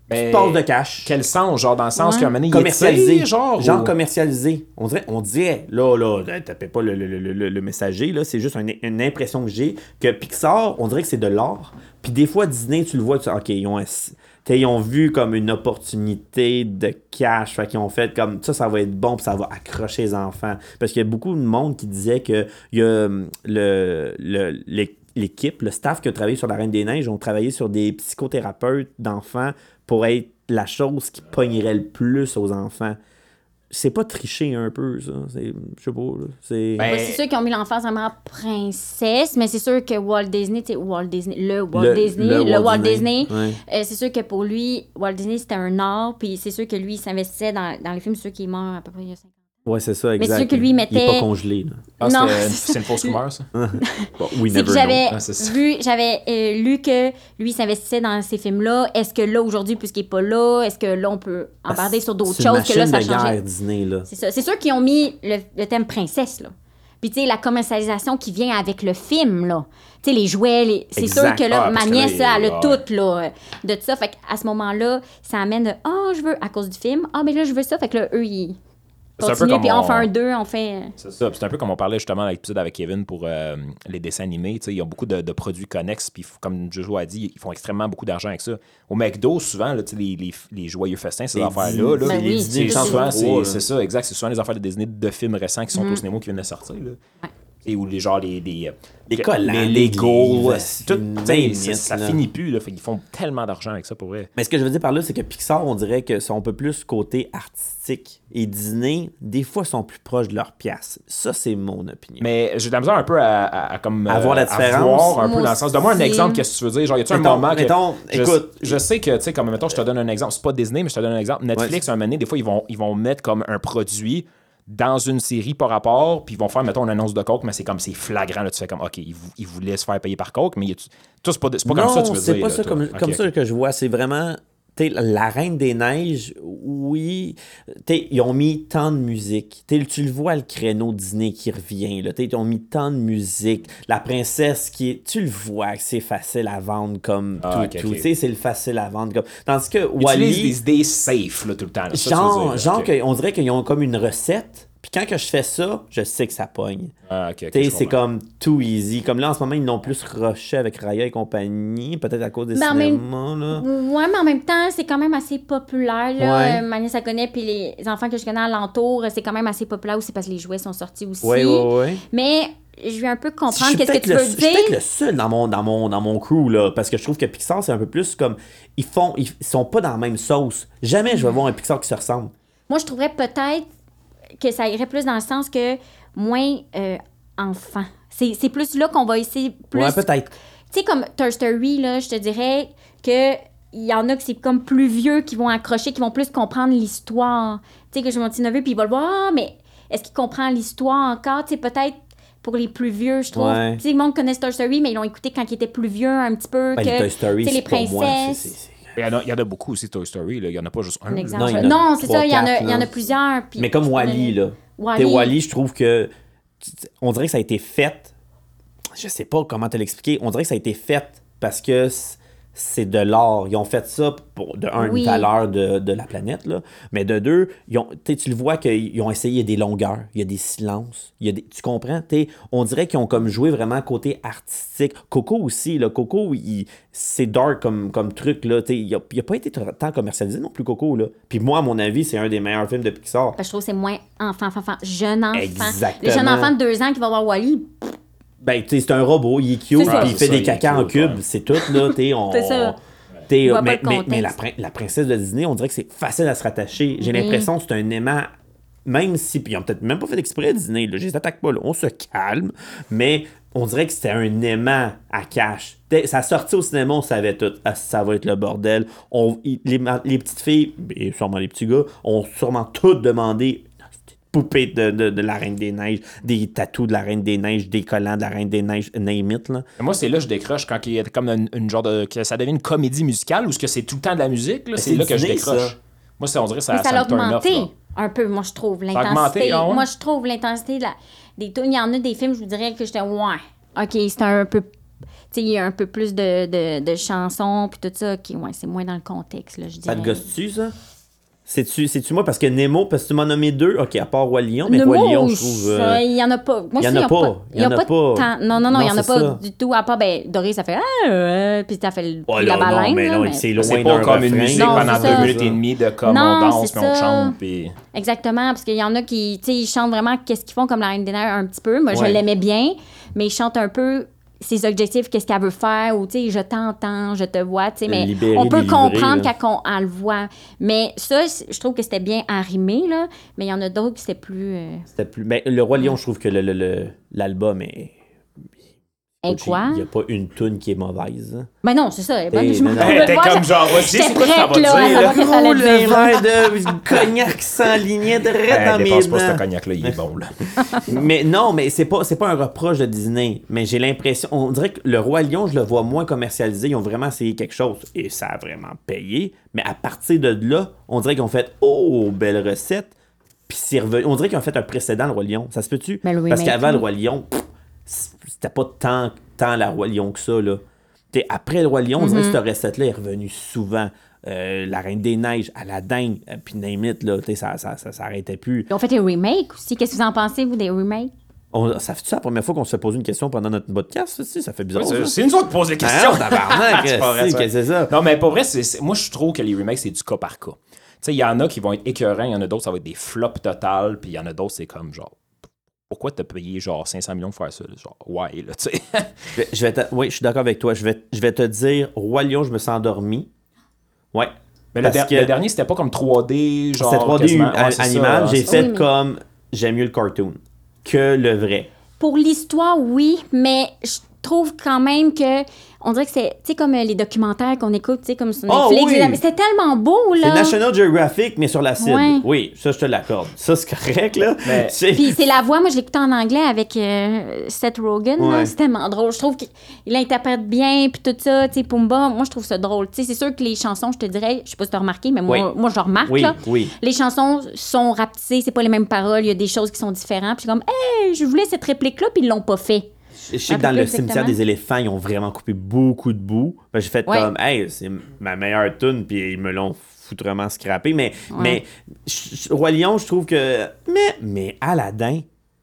Ben, tu te passes de cash. Quel sens, genre, dans le sens Ouais. qu'à un moment donné, il Commercialisé. est genre... Genre ou- commercialisé. On dirait, on dirait, là, là, tapez pas le, le, le, le, le messager, là, c'est juste une, une impression que j'ai, que Pixar, on dirait que c'est de l'art. Puis des fois, Disney, tu le vois, tu dis, OK, ils ont, ils ont vu comme une opportunité de cash, fait qu'ils ont fait comme, ça, ça va être bon, puis ça va accrocher les enfants. Parce qu'il y a beaucoup de monde qui disait que il y a hum, le, le, les- l'équipe, le staff qui a travaillé sur La Reine des Neiges, ont travaillé sur des psychothérapeutes d'enfants pour être la chose qui pognerait le plus aux enfants. C'est pas tricher un peu, ça. C'est, je sais pas, là. C'est... Ben, Ouais, c'est sûr qu'ils ont mis l'enfance vraiment princesse, mais c'est sûr que Walt Disney, tu sais, Walt Disney, le Walt Le- Disney, le le, Walt Walt Disney, Disney, ouais. euh, c'est sûr que pour lui, Walt Disney, c'était un art, puis c'est sûr que lui, il s'investissait dans, dans les films, c'est sûr qu'il est mort à peu près il y a cinq ans. Ouais, c'est ça, exact. c'est sûr que lui, il Il est mettait- pas congelé, là. Ah, Non, c'était- c'est c'est ça. une fausse rumeur, ça? Bon, we C'est never que j'avais Ah, c'est ça. vu, j'avais euh, lu que lui il s'investissait dans ces films-là. Est-ce que là, aujourd'hui, puisqu'il n'est pas là, est-ce que là, on peut know. embarder sur d'autres C'est une choses que là, ça a machine de changé? guerre, Disney, là. C'est ça. C'est sûr qu'ils ont mis le, le thème princesse, là. Puis, tu sais, la commercialisation qui vient avec le film, là. Tu sais, les jouets, les... c'est sûr Exact. que là, Ah, parce ma que là, nièce, il- elle a ouais. tout, là, euh, de tout ça. Fait qu'à ce moment-là, ça amène de « Ah, je veux, à cause du film. Ah, mais là, je veux ça. » Fait que là, eux, ils C'est un peu continuent, comme puis on on- fait un deux, on fait... C'est ça. Puis c'est un peu comme on parlait justement dans l'épisode avec Kevin pour euh, les dessins animés. Tu sais, ils ont beaucoup de, de produits connexes. Puis comme Jojo a dit, ils font extrêmement beaucoup d'argent avec ça. Au McDo, souvent, là, tu sais, les, les, les joyeux festins, ces Les affaires-là. Là, Ben les- oui, c'est- c'est ça. souvent, Ouais. c'est, c'est ça, exact. C'est souvent les affaires de Disney de films récents qui sont au cinéma qui viennent de sortir. Là. Ouais. Et où les genre les. Les, Les collants, les les Lego. livres, tout, une tu sais, limite, ça, ça là. finit plus. Là, fait qu'ils font tellement d'argent avec ça pour vrai. Mais ce que je veux dire par là, c'est que Pixar, on dirait que sont un peu plus côté artistique. Et Disney, des fois, sont plus proches de leur pièce. Ça, c'est mon opinion. Mais j'ai de la misère un peu à, à, à comme, À voir la euh, différence. voir un peu Moi dans le sens. Donne-moi un aussi. exemple, qu'est-ce que tu veux dire? Genre, y a-tu un Mettons- moment que. mettons, je, écoute. je sais que, tu sais, comme, mettons, je te donne un exemple. C'est pas Disney, mais je te donne un exemple. Netflix, Ouais. un moment donné, des fois, ils vont, ils vont mettre comme un produit dans une série par rapport, puis ils vont faire, mettons, une annonce de Coke, mais c'est comme, c'est flagrant, là, tu fais comme, OK, ils, vou- ils voulaient se faire payer par Coke, mais y a-tu- toi, c'est pas, c'est pas comme ça, tu veux c'est dire. pas là, ça toi. comme, Ok, comme ok. ça que je vois. C'est vraiment... T'sais, la Reine des Neiges, oui, t'sais, ils ont mis tant de musique. T'sais, tu le vois, le créneau Disney qui revient. Là, t'sais, ils ont mis tant de musique. La princesse qui est... Tu le vois que c'est facile à vendre comme Ah, tout. ok, tout. ok. T'sais, c'est le facile à vendre comme... Tandis que Ils Wall-E... utilisent des idées safe, là, tout le temps. là, ça, tu veux Genre, dire, là. genre Ok. que, on dirait qu'ils ont comme une recette. Puis quand que je fais ça, je sais que ça pogne. Ah, ok, ok, T'sais, je c'est comprends. comme too easy. Comme là, en ce moment, ils n'ont plus rushé avec Raya et compagnie. Peut-être à cause des Ben, en même- cinémas, là. Ouais, mais en même temps, c'est quand même assez populaire. Là. Ouais. Euh, ma nièce, elle connaît, puis les enfants que je connais alentour, c'est quand même assez populaire aussi parce que les jouets sont sortis aussi. Oui, oui, oui. Mais je vais un peu Je comprendre suis qu'est-ce que peut-être tu le- veux Je suis peut-être le dire. seul dans mon, dans mon, dans mon crew, là, parce que je trouve que Pixar, c'est un peu plus comme... Ils font... Ils sont pas dans la même sauce. Jamais je vais voir un Pixar qui se ressemble. Moi, je trouverais peut-être que ça irait plus dans le sens que moins euh, enfant. C'est c'est plus là qu'on va essayer plus... Ouais, peut-être. Tu sais, comme Toy Story, là, je te dirais que il y en a que c'est comme plus vieux qui vont accrocher, qui vont plus comprendre l'histoire. Tu sais, que j'ai mon petit neveu, puis il va le voir, ah, mais est-ce qu'il comprend l'histoire encore? Tu sais, peut-être pour les plus vieux, je trouve. Ouais. Tu sais, le monde connaît Toy Story, mais ils l'ont écouté quand il était plus vieux, un petit peu. Ben, que, les Toy Story, tu sais, les c'est pour moi, c'est- princesses. c'est- c'est- Il y, en a, il y en a beaucoup aussi, Toy Story. Là. Il y en a pas juste un. Un là. exemple. Non, il y en a Non, c'est trois, ça, il y, en a, quatre, il y en là. a plusieurs. puis Mais comme je Wall-E, connais- là. Wall-E. T'sais, Wall-E, je trouve que... On dirait que ça a été fait... Je sais pas comment te l'expliquer. On dirait que ça a été fait parce que c- c'est de l'art. Ils ont fait ça pour, de un, Oui. une valeur de, de la planète, là. Mais de deux, ils ont, t'sais, tu le vois qu'ils ont essayé des longueurs, il y a des silences, il y a des, tu comprends? T'sais, on dirait qu'ils ont comme joué vraiment côté artistique. Coco aussi, là, Coco, il- c'est dark comme, comme truc, là. T'sais, il n'a a pas été tant commercialisé non plus, Coco, là. Puis moi, à mon avis, c'est un des meilleurs films de Pixar. Parce que je trouve que c'est moins enfant, enfant, enfant, jeune enfant. Exactement. Les jeunes enfants de deux ans qui vont voir Wall-E, Ben, tu sais, c'est un robot, il est cute, C'est ça. puis il Ouais, fait c'est des ça, il est caca en cute, cube, ouais. c'est tout, là, tu sais, on... C'est ça. t'sais, On voit mais, pas le mais, mais la, contexte. prin- la princesse de Disney, on dirait que c'est facile à se rattacher. J'ai Oui. l'impression que c'est un aimant, même si, puis ils ont peut-être même pas fait exprès Disney, là, je les attaque pas, là, on se calme, mais on dirait que c'était un aimant à cash. T'sais, ça sortit au cinéma, on savait tout, ah, ça va être le bordel. On, il- les, ma- les petites filles, et sûrement les petits gars, ont sûrement toutes demandé poupée de, de, de la Reine des Neiges, des tatous de la Reine des Neiges, des collants de la Reine des Neiges, name it, là. Mais moi, c'est là que je décroche quand il y a comme une, une genre de. Que ça devient une comédie musicale ou ce que c'est tout le temps de la musique. Là, c'est c'est là que je Disney, décroche. ça. Moi, c'est, on dirait que ça, Mais ça ça l'a me turn off, augmenté là. un peu, moi, je trouve, a augmenté, l'intensité. ah ouais? Moi, je trouve l'intensité de la... des tunes. Il y en a des films, je vous dirais que j'étais, ouais, OK, c'est un peu sais, il y a un peu plus de, de, de chansons, puis tout ça, qui, ouais, c'est moins dans le contexte, là, je dirais. Ça te gosse-tu, ça? C'est-tu, c'est-tu moi? Parce que Nemo, parce que tu m'en as nommé deux, OK, à part Roi Lion, mais Nemo, Roi Lion, je trouve... ça, il y en a pas. Moi, il y en je a trouve, pas. Il y en a pas. de tant- Non, non, non, il y en a c'est pas ça. du tout. À part, ben, Doré, ça fait ah, euh, puis ça fait le- Oh, la là, baleine. non, mais là, non, mais- c'est loin C'est d'un pas comme une refrain. musique Non, pendant c'est deux ça. minutes et demie de comme Non, on danse, c'est puis on ça. chante, puis... Exactement, parce qu'il y en a qui, tu sais, ils chantent vraiment qu'est-ce qu'ils font, comme la Reine des Neiges un petit peu. Moi, Ouais. je l'aimais bien, mais ils chantent un peu ses objectifs, qu'est-ce qu'elle veut faire, ou tu sais, je t'entends, je te vois, tu sais, mais Libérer, on peut délivrer, comprendre là. quand on, on le voit. Mais ça, c'est- je trouve que c'était bien arrimé, là, mais il y en a d'autres qui c'était plus... Euh... C'était plus... Ben, le Roi Lion, je trouve que le, le, le- l'album est... Et quoi? Il n'y a pas une toune qui est mauvaise. hein. Ben non, c'est ça. Ben, Hey, je me non, non. trouvais Hey, t'es pas, comme je- genre, vas-y, j'étais c'est quoi que ça va prête, là, à dire, savoir là? qu'est-ce que ça allait Oh, le dire, là. verre de cognac s'enlignait direct Hey, dans mes dépasse pas ce dents. cognac-là, il est bon, là. Mais non, mais c'est pas, c'est pas un reproche de Disney. Mais j'ai l'impression, on dirait que le Roi Lion, je le vois moins commercialisé. Ils ont vraiment essayé quelque chose et ça a vraiment payé. Mais à partir de là, on dirait qu'ils ont fait oh, belle recette. Puis c'est revenu. On dirait qu'ils ont fait un précédent, le Roi Lion. Ça se peut-tu? Mais le Parce remake, qu'avant, oui. le Roi Lion, pff, c'était pas tant, tant la Roi Lion que ça, là. T'sais, après le Roi Lion, on dirait que cette recette-là est revenue souvent. Euh, la Reine des Neiges, Aladdin, euh, puis name it, là, t'sais, ça, ça, ça s'arrêtait plus. Ils ont fait un remake aussi. Qu'est-ce que vous en pensez, vous, des remakes? On, ça fait-tu la première fois qu'on se fait poser une question pendant notre podcast? Ça, ça fait bizarre. Ouais, ça. c'est- C'est nous autres qui posons les questions. Ah, tabarnak, C'est pas vrai, c'est ça. que c'est ça. Non, mais pour vrai, c'est- c'est- moi, je trouve que les remakes, c'est du cas par cas. Tu sais, il y en a qui vont être écœurants, il y en a d'autres, ça va être des flops totales, puis il y en a d'autres, c'est comme genre, pourquoi t'as payé genre cinq cents millions pour faire ça? Genre, ouais, là, tu sais. Je vais- je vais te- oui, je suis d'accord avec toi. Je vais, je vais te dire, Roi Lion, je me sens endormi. Ouais. Mais le, Parce der- que le dernier, c'était pas comme trois D, genre. c'était trois D quasiment. a- Ouais, c'est ça, animal. hein, J'ai c'est ça. fait Oui, mais- comme, j'aime mieux le cartoon que le vrai. Pour l'histoire, oui, mais je trouve quand même que on dirait que c'est, tu sais, comme euh, les documentaires qu'on écoute, tu sais, comme sur Oh, Netflix. oui. Mais c'était tellement beau, C'est là. National Geographic, mais sur la cible. Ouais. Oui, ça, je te l'accorde. Ça, c'est correct, là. Mais- C'est- Puis c'est la voix, moi je l'écoutais en anglais avec euh, Seth Rogen, là. Ouais. C'est tellement drôle. Je trouve qu'il il interprète bien, puis tout ça, tu sais, Pumba, moi je trouve ça drôle. Tu sais, c'est sûr que les chansons, je te dirais, je sais pas si tu as remarqué, mais moi, Oui. moi je le remarque, Oui, là. oui. Les chansons sont rapetissées, c'est pas les mêmes paroles, il y a des choses qui sont différentes. Puis je suis comme, hey, je voulais cette réplique-là, puis ils l'ont pas fait. Je sais À que peu dans près le cimetière exactement. des éléphants, ils ont vraiment coupé beaucoup de bouts. Ben, j'ai fait Ouais. comme, hey, c'est ma meilleure tune, puis ils me l'ont foutrement scrappé. Mais, mais je- je- Roi Lion, je trouve que. Mais, mais Aladdin,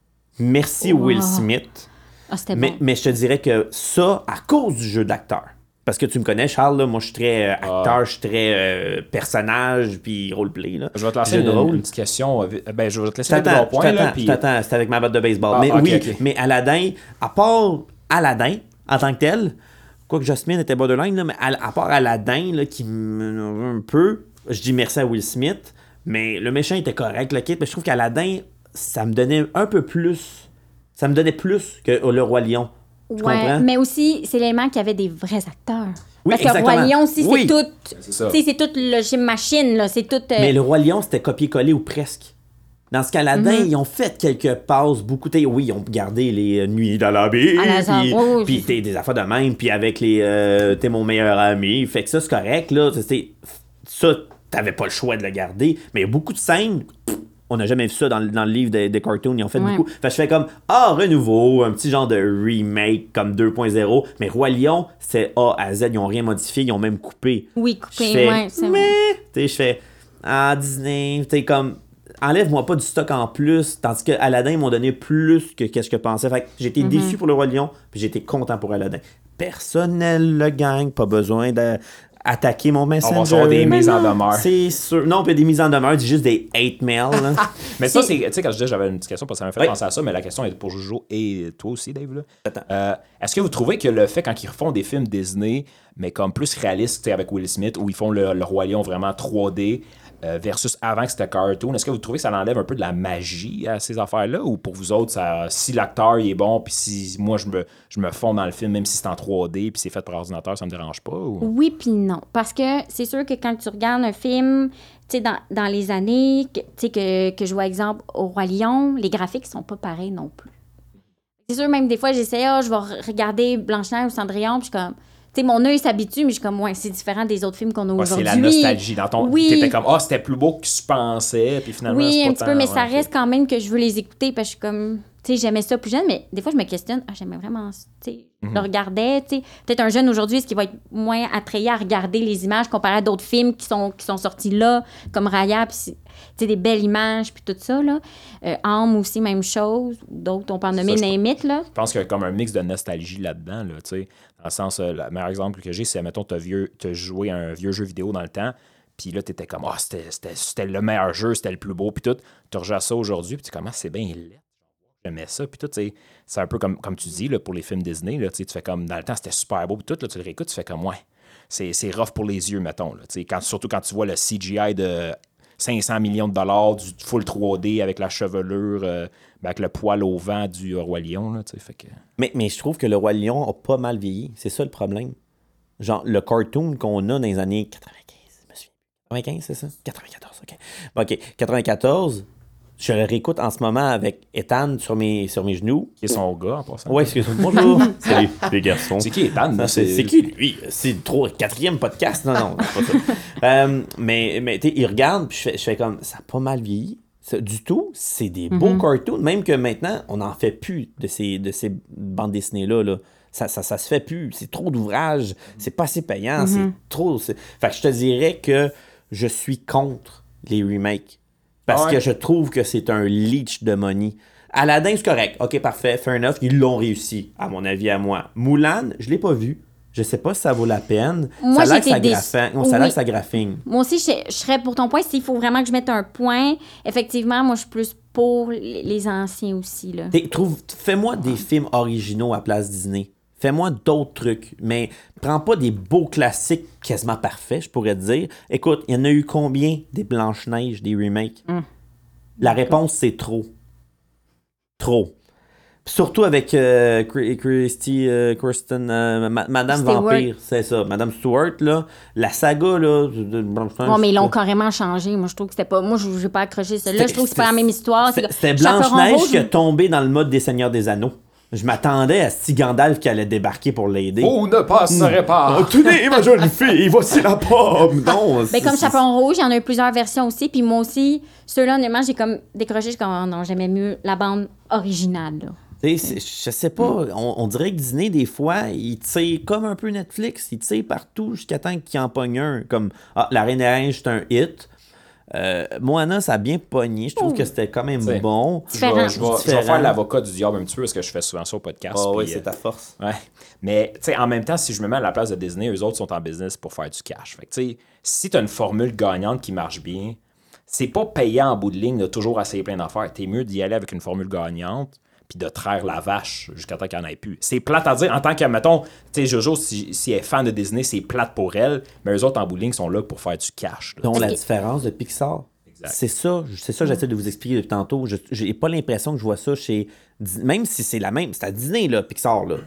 merci Wow. Will Smith. Ah, c'était Mais, bon. mais je te dirais que ça, à cause du jeu d'acteur. Parce que tu me connais, Charles, là, moi je suis très euh, acteur, je suis très euh, personnage, puis roleplay. Là. Je vais te lancer Jeu une, de rôle. une petite question. euh, Ben, je vais te laisser Je les t'attends, trois je points, là, t'attends, puis... je t'attends, c'est avec ma batte de baseball. Ah, mais ok, oui, ok. mais Aladdin, à part Aladdin, en tant que tel, quoique Jasmine était borderline, là, mais à, à part Aladdin, là, qui me un peu, je dis merci à Will Smith, mais le méchant était correct, le kit, mais je trouve qu'Aladdin, ça me donnait un peu plus, ça me donnait plus que le Roi Lion. Tu Ouais, comprends? mais aussi, c'est l'élément qu'il y avait des vrais acteurs. Oui, Parce que Roi exactement. Lion aussi, Oui. c'est tout. C'est ça. Tu sais, c'est tout le gym machine, là. C'est tout. euh, Mais le Roi Lion, c'était copier-coller ou presque. Dans ce qu'Aladin, Mhm. ils ont fait quelques passes, beaucoup. t'sais, Oui, ils ont gardé les euh, nuits dans la baie, À la puis, oui, oui, puis c'est- t'sais, des affaires de même, puis avec les euh, t'es mon meilleur ami. Fait que ça, c'est correct, là. T'sais, ça, t'avais pas le choix de le garder. Mais il y a beaucoup de scènes. pff, On n'a jamais vu ça dans, le- dans le livre des, des cartoons. Ils ont fait Ouais. beaucoup. Fait que je fais comme, ah, renouveau, un petit genre de remake comme deux point zéro. Mais Roi Lion, c'est A à Z. Ils ont rien modifié. Ils ont même coupé. Oui, Je coupé, fais, ouais, c'est mais, vrai. tu sais, je fais, ah, Disney, tu sais, comme, enlève-moi pas du stock en plus, tandis que Aladdin, ils m'ont donné plus que qu'est-ce que je pensais. Fait que j'ai été Mhm. déçu pour le Roi Lion, puis j'ai été content pour Aladdin. Personnel, le gang, pas besoin d'attaquer mon On messenger. va recevoir des Mais mises en non, demeure. C'est sûr. Non, puis des mises en demeure, c'est juste des hate mails. là. Mais ça, C'est- c'est. Tu sais, quand je disais j'avais une petite question, parce que ça m'a fait Oui. penser à ça, mais la question est pour Jojo et toi aussi, Dave. Là. Attends. Euh, Est-ce que vous trouvez que le fait, quand ils refont des films Disney, mais comme plus réalistes, tu sais, avec Will Smith, où ils font le, le Roi Lion vraiment trois D, euh, versus avant que c'était cartoon, est-ce que vous trouvez que ça enlève un peu de la magie à ces affaires-là? Ou pour vous autres, ça, si l'acteur il est bon, puis si moi je me, je me fonds dans le film, même si c'est en trois D, puis c'est fait par ordinateur, ça me dérange pas? Ou... Oui, puis non. Parce que c'est sûr que quand tu regardes un film, tu sais, dans, dans les années, que- tu sais, que, que je vois exemple au Roi Lion, les graphiques sont pas pareils non plus. C'est sûr, même des fois, j'essaie, ah, je vais re- regarder Blanche-Neige ou Cendrillon, puis je suis comme, tu sais, mon œil s'habitue, mais je suis comme, ouais, c'est différent des autres films qu'on a Ouais, c'est aujourd'hui. la nostalgie. Dans ton, Oui. T'étais comme, ah, c'était plus beau que tu pensais, puis finalement, Oui, c'est pas un petit peu, tant- mais ouais, ça ok. reste quand même que je veux les écouter, parce que je suis comme, tu sais, j'aimais ça plus jeune, mais des fois, je me questionne, ah, j'aimais vraiment, tu sais, Mm-hmm. je le regardais, tu sais. Peut-être un jeune aujourd'hui, est-ce qu'il va être moins attrayé à regarder les images comparé à d'autres films qui sont, qui sont sortis là, comme Raya, puis, tu sais, des belles images, puis tout ça, là. Euh, Âme aussi, même chose. D'autres, on peut en nommer Ça, je Name It, là. Je pense qu'il y a comme un mix de nostalgie là-dedans, là, tu sais. Dans le sens, euh, le meilleur exemple que j'ai, c'est, mettons, t'as, vieux, t'as joué à un vieux jeu vidéo dans le temps, puis là, t'étais comme, ah, oh, c'était, c'était, c'était le meilleur jeu, c'était le plus beau, puis tout. Tu rejoues à ça aujourd'hui, puis tu commences, c'est bien laid. J'aimais ça, puis tout, tu sais, c'est un peu comme, comme tu dis, là, pour les films Disney, là, tu sais, tu fais comme, dans le temps, c'était super beau, puis tout, là, tu le réécoutes, tu fais comme, ouais, c'est, c'est rough pour les yeux, mettons, là, tu sais, quand, surtout quand tu vois le C G I de cinq cents millions de dollars, du full trois D avec la chevelure, euh, ben, avec le poil au vent du Roi Lion, là, tu sais, fait que... Mais, mais je trouve que le Roi Lion a pas mal vieilli. C'est ça le problème. Genre, le cartoon qu'on a dans les années quatre-vingt-quinze, je me souviens. quatre-vingt-quinze, c'est ça? quatre-vingt-quatorze, OK. Bon, OK, quatre-vingt-quatorze... Je le réécoute en ce moment avec Ethan sur mes, sur mes genoux. Qui est son gars, en passant. Ouais, excuse-moi. Bonjour. Salut, les garçons. C'est qui Ethan? Non, c'est, c'est qui, lui? C'est le trois, quatrième podcast? Non, non, c'est pas ça. euh, mais, mais tu sais, il regarde, puis je fais, je fais comme, ça a pas mal vieilli. Ça, du tout, c'est des beaux mm-hmm. cartoons. Même que maintenant, on n'en fait plus de ces, de ces bandes dessinées-là, là. Ça, ça, ça se fait plus. C'est trop d'ouvrages. C'est pas assez payant. Mm-hmm. C'est trop... C'est... Fait que je te dirais que je suis contre les remakes. Parce ouais. que je trouve que c'est un leech de money. Aladdin, c'est correct. OK, parfait, fair enough. Ils l'ont réussi, à mon avis, à moi. Moulin, je l'ai pas vu. Je sais pas si ça vaut la peine. Moi, ça a l'air que ça, des... graffin... non, ça, oui. que ça graphine. Moi aussi, je, je serais pour ton point. S'il faut vraiment que je mette un point, effectivement, moi, je suis plus pour les anciens aussi. Là. Trouve... Fais-moi des films originaux à place Disney. Fais-moi d'autres trucs, mais prends pas des beaux classiques quasiment parfaits, je pourrais te dire. Écoute, il y en a eu combien des Blanche-Neige, des remakes? Mm. La réponse, c'est trop. Trop. Surtout avec euh, Christy, euh, Kristen, euh, Ma- Madame Stewart. Vampire, c'est ça. Madame Stewart, là, la saga, là, de Blanche-Neige. Bon, mais ils l'ont carrément changé. Moi, je trouve que c'était pas... Moi, je n'ai pas accroché celle-là. Je trouve que c'est pas la même histoire. C'était, c'était Blanche-Neige qui est tombée dans le mode des Seigneurs des Anneaux. Je m'attendais à Stig Gandalf qui allait débarquer pour l'aider. Oh, ne passerait pas! Oh, tenez, ma jolie fille, voici la pomme! Non, ben, comme Chaperon Rouge, il y en a eu plusieurs versions aussi. Puis moi aussi, ceux-là, honnêtement, j'ai comme décroché. Je suis comme, oh non, j'aimais mieux la bande originale. Là. C'est, je sais pas, on, on dirait que Disney, des fois, il tire comme un peu Netflix. Il tire partout jusqu'à temps qu'il en pogne un. Comme, ah, La Reine des Neiges, c'est un hit. Euh, Moana, ça a bien pogné. Je trouve oh. que c'était quand même T'sais, bon. Je vais, je, vais, je vais faire l'avocat du diable un petit peu parce que je fais souvent ça au podcast. Oh, oui, puis, c'est euh, ta force. Ouais. Mais en même temps, si je me mets à la place de Disney, eux autres sont en business pour faire du cash. Fait que, si tu as une formule gagnante qui marche bien, c'est pas payant en bout de ligne de toujours essayer plein d'affaires. T'es mieux d'y aller avec une formule gagnante puis de traire la vache jusqu'à temps qu'il n'y en ait plus. C'est plate à dire en tant que, mettons, tu sais, Jojo, si, si elle est fan de Disney, c'est plate pour elle, mais eux autres, en bout de ligne, sont là pour faire du cash. Là. Donc, la différence de Pixar, exact. c'est ça, c'est ça que j'essaie de vous expliquer depuis tantôt. Je n'ai pas l'impression que je vois ça chez... Même si c'est la même... C'est à Disney, là, Pixar, là.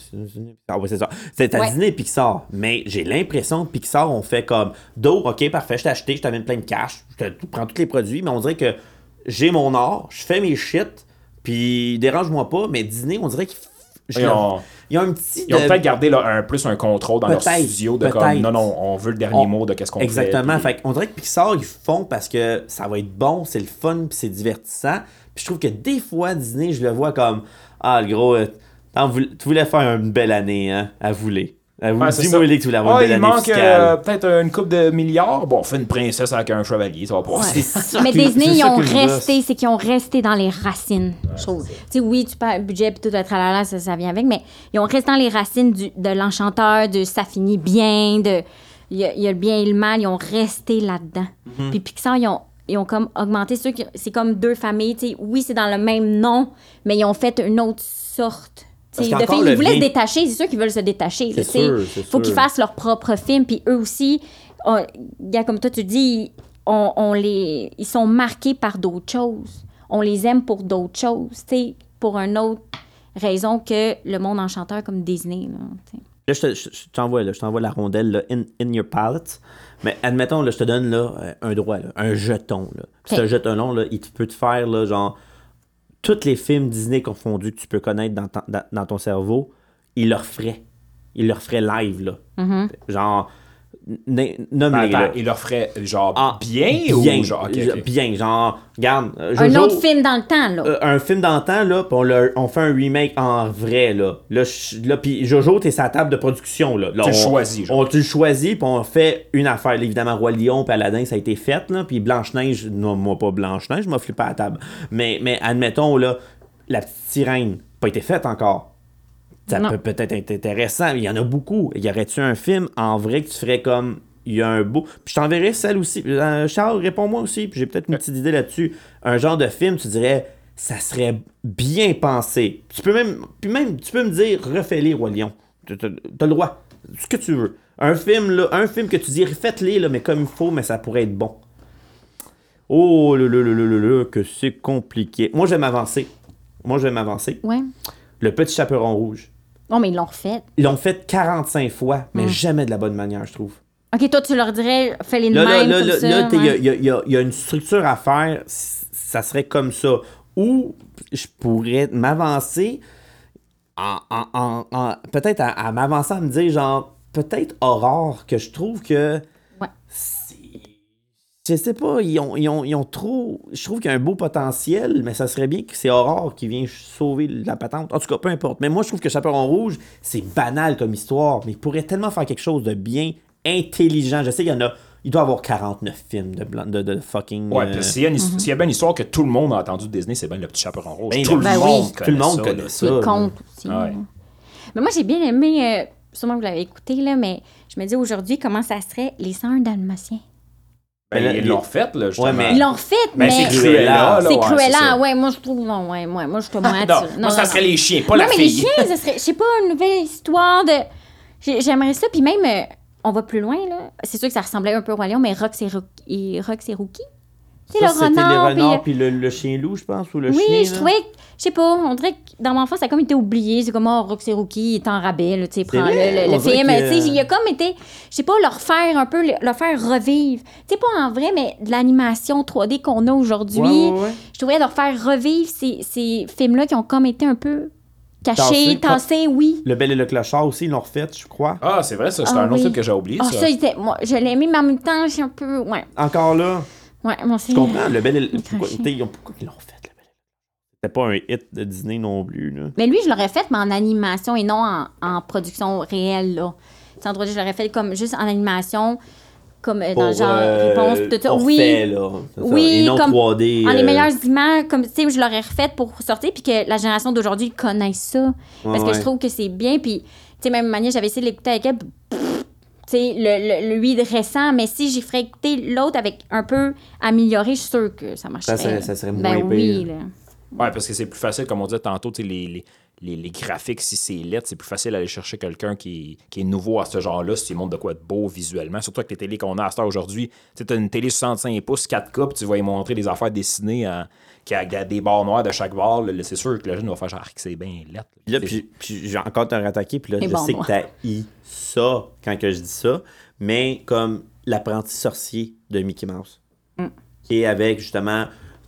Ah oui, c'est ça. C'est à ouais. Disney, Pixar. Mais j'ai l'impression que Pixar, on fait comme... Do, OK, parfait, je t'ai acheté, je t'amène plein de cash, je te prends tous les produits, mais on dirait que j'ai mon art, je fais mes shit... Puis, dérange-moi pas, mais Disney, on dirait qu'ils Ils ont, ils ont un petit... Ils ont de... peut-être gardé là, un, plus un contrôle dans peut-être, leur studio de peut-être. comme, non, non, on veut le dernier on... mot de qu'est-ce qu'on Exactement. fait. Puis... Fait on dirait que Pixar, ils font parce que ça va être bon, c'est le fun, puis c'est divertissant. Puis je trouve que des fois, Disney, je le vois comme, ah, le gros, euh, tu voulais faire une belle année, hein, à vouler. Ouais, dis-moi que tu voulais avoir ah, une belle il année manque euh, peut-être une coupe de milliards. Bon, on fait une princesse avec un chevalier, ça va passer. Ouais. Mais Disney, ils ont resté, c'est qu'ils ont resté dans les racines. Ouais, tu sais, oui, tu parles budget puis tout le tralala, ça, ça vient avec, mais ils ont resté dans les racines du, de l'enchanteur, de ça finit bien, de il y, y a le bien et le mal, ils ont resté là-dedans. Mm-hmm. Puis Pixar, ils ont ils ont comme augmenté, c'est, c'est comme deux familles, tu sais, oui, c'est dans le même nom, mais ils ont fait une autre sorte. De film. Ils voulaient bien... se détacher, c'est sûr qu'ils veulent se détacher. Il faut qu'ils fassent leur propre film, puis eux aussi, on, comme toi tu dis, on, on les, ils sont marqués par d'autres choses. On les aime pour d'autres choses, pour une autre raison que le monde enchanteur comme Disney. Là, là je, te, je, je, t'envoie, là, je t'envoie la rondelle là, in, in your palette, mais admettons, là, je te donne là, un droit, là, un jeton. Là. Okay. Ce jeton-là, il peut te faire là, genre... Tous les films Disney confondus que tu peux connaître dans, dans, dans ton cerveau, ils leur feraient. Ils leur feraient live, là. Mm-hmm. Genre, N- Nomme-les, Attends, là. il leur ferait genre Ah, bien, bien, ou genre. ok, ok. bien, genre, regarde, euh, Un Jojo, autre film dans le temps, là. euh, un film d'antan, là, puis on, le- on fait un remake en vrai, là. Là, je- là puis Jojo, t'es sa table de production, là. Là, Tu on, le choisis, genre. On, tu le choisis, puis on fait une affaire. Là, évidemment, Roi Lion puis Aladdin, ça a été fait, là. Puis Blanche-Neige, non, moi pas Blanche-Neige, je m'en flippe pas à la table. Mais, mais admettons, là, La Petite Sirène, pas été faite encore. Ça Non. peut peut-être être intéressant. Il y en a beaucoup. Y aurait-tu un film en vrai que tu ferais comme... Il y a un beau... Puis je t'enverrai celle aussi. Euh, Charles, réponds-moi aussi. Puis j'ai peut-être une petite idée là-dessus. Un genre de film, tu dirais, ça serait bien pensé. Tu peux même... Puis même, tu peux me dire, refais-les, Roi Lion. T'as t'as- t'as le droit. Ce que tu veux. Un film, là, un film que tu dis, faites-les, là, mais comme il faut, mais ça pourrait être bon. Oh, là, là, là, là, là, là, que c'est compliqué. Moi, je vais m'avancer. Moi, je vais m'avancer. Ouais. Le Petit Chaperon Rouge. Non, mais ils l'ont refait. Ils l'ont fait quarante-cinq fois, mais Mm. jamais de la bonne manière, je trouve. OK, toi, tu leur dirais, fais-les de Là, là, même, là, comme là, ça. là, t'sais, il y a- ouais. il y, a- il y a- il y a une structure à faire, c- ça serait comme ça. Ou je pourrais m'avancer en, en- en- en- peut-être à, à m'avancer à me dire, genre, peut-être Aurore, que je trouve que Ouais. c'est- je sais pas, ils ont, ils ont, ils ont trop... Je trouve qu'il y a un beau potentiel, mais ça serait bien que c'est Aurore qui vient sauver la patente. En tout cas, peu importe. Mais moi, je trouve que Chaperon Rouge, c'est banal comme histoire, mais il pourrait tellement faire quelque chose de bien intelligent. Je sais qu'il y en a... Il doit y avoir quarante-neuf films de, blan- de, de fucking... Ouais, euh, puis s'il y, a une his- s'il y a bien une histoire que tout le monde a entendu de Disney, c'est bien le Petit Chaperon Rouge. Ben, tout le ben monde oui. connaît Tout le monde ça, connaît là. ça. Qui là. compte aussi. Ouais. là. Mais moi, j'ai bien aimé, euh, sûrement que vous l'avez écouté, là, mais je me dis aujourd'hui comment ça serait les cent un Dalmatiens. Ben, Ben, ils il- l'ont fait, là, justement. Ouais, mais- Ils l'ont refait, Ben, mais c'est c'est Cruella, là. ouais, Cruella. ça. Ouais, moi, je trouve, non, ouais, ouais, moi, je te moins Non, là-dessus. moi, ça non, serait non. les chiens, pas non, la mais les fille. chiens, ça serait, je sais pas, une nouvelle histoire de... J'ai- J'aimerais ça, puis même, euh, on va plus loin, là. C'est sûr que ça ressemblait un peu au Roi Lion, mais Rox et, Ro- et, Rox et Rookie. Tu sais, Ça, le c'était les renard, renards, puis... puis le, le chien loup, je pense, ou le Oui, chien. je là. trouvais, que- je sais pas, on dirait que dans mon enfance, ça a comme été oublié. C'est comme, oh, Rox et Rookie, il est en rabais, là, tu sais, prends-le, vrai, le, on le dirait film. que- Tu sais, il y a comme été, je sais pas, leur faire un peu, leur faire revivre. Tu sais, pas en vrai, mais de l'animation trois D qu'on a aujourd'hui. Ouais, ouais, ouais. Je trouvais leur faire revivre ces, ces films-là qui ont comme été un peu Tassés, cachés, comme- tassés, oui. Le Bel et le Clochard aussi, ils l'ont refait, je crois. Ah, c'est vrai, ça. C'est Ah, un autre oui. film que j'ai oublié, Ah, ça. ça, il était, moi, je l'ai aimé, mais en même temps, je suis un peu, ouais. Encore là, Ouais, moi aussi. je comprends, le Bel et le... Pourquoi, craché. t'sais, ils ont- pourquoi ils l'ont refait, le Bel et le C'était pas un hit de Disney non plus, là. Mais lui, je l'aurais fait, mais en animation et non en, en production réelle, là. Sans droit, je l'aurais fait comme juste en animation, comme euh, dans le Pour, genre euh, réponse, tout ça. on Oui, refait, là. C'est ça. oui, Et non comme trois D. en les euh, meilleures images, comme tu sais, je l'aurais refait pour sortir, puis que la génération d'aujourd'hui connaisse ça. Parce que ouais. je trouve que c'est bien, puis, tu sais, même manière, j'avais essayé de l'écouter avec elle, puis, pff, tu sais, le, le, lui de récent, mais si j'y ferais écouter l'autre avec un peu amélioré, je suis sûre que ça marcherait. serait- ça serait Ben moins oui, pire. là. Ouais, parce que c'est plus facile, comme on disait tantôt, tu sais, les, les, les, les graphiques, si c'est lettre, c'est plus facile d'aller chercher quelqu'un qui, qui est nouveau à ce genre-là, si tu montres de quoi de beau visuellement. Surtout avec les télés qu'on a à cette heure aujourd'hui. Tu sais, as une télé soixante-cinq pouces, quatre K, puis tu vas y montrer des affaires dessinées à- qui a des barres noires de chaque barre. Là, c'est sûr que le jeune va faire genre que c'est bien lettre. Puis là, puis, puis j'ai encore te rattaqué, puis là, Et je bon, sais moi. que t'as eu ça quand que je dis ça, mais comme l'apprenti sorcier de Mickey Mouse, Mm. qui est avec, justement,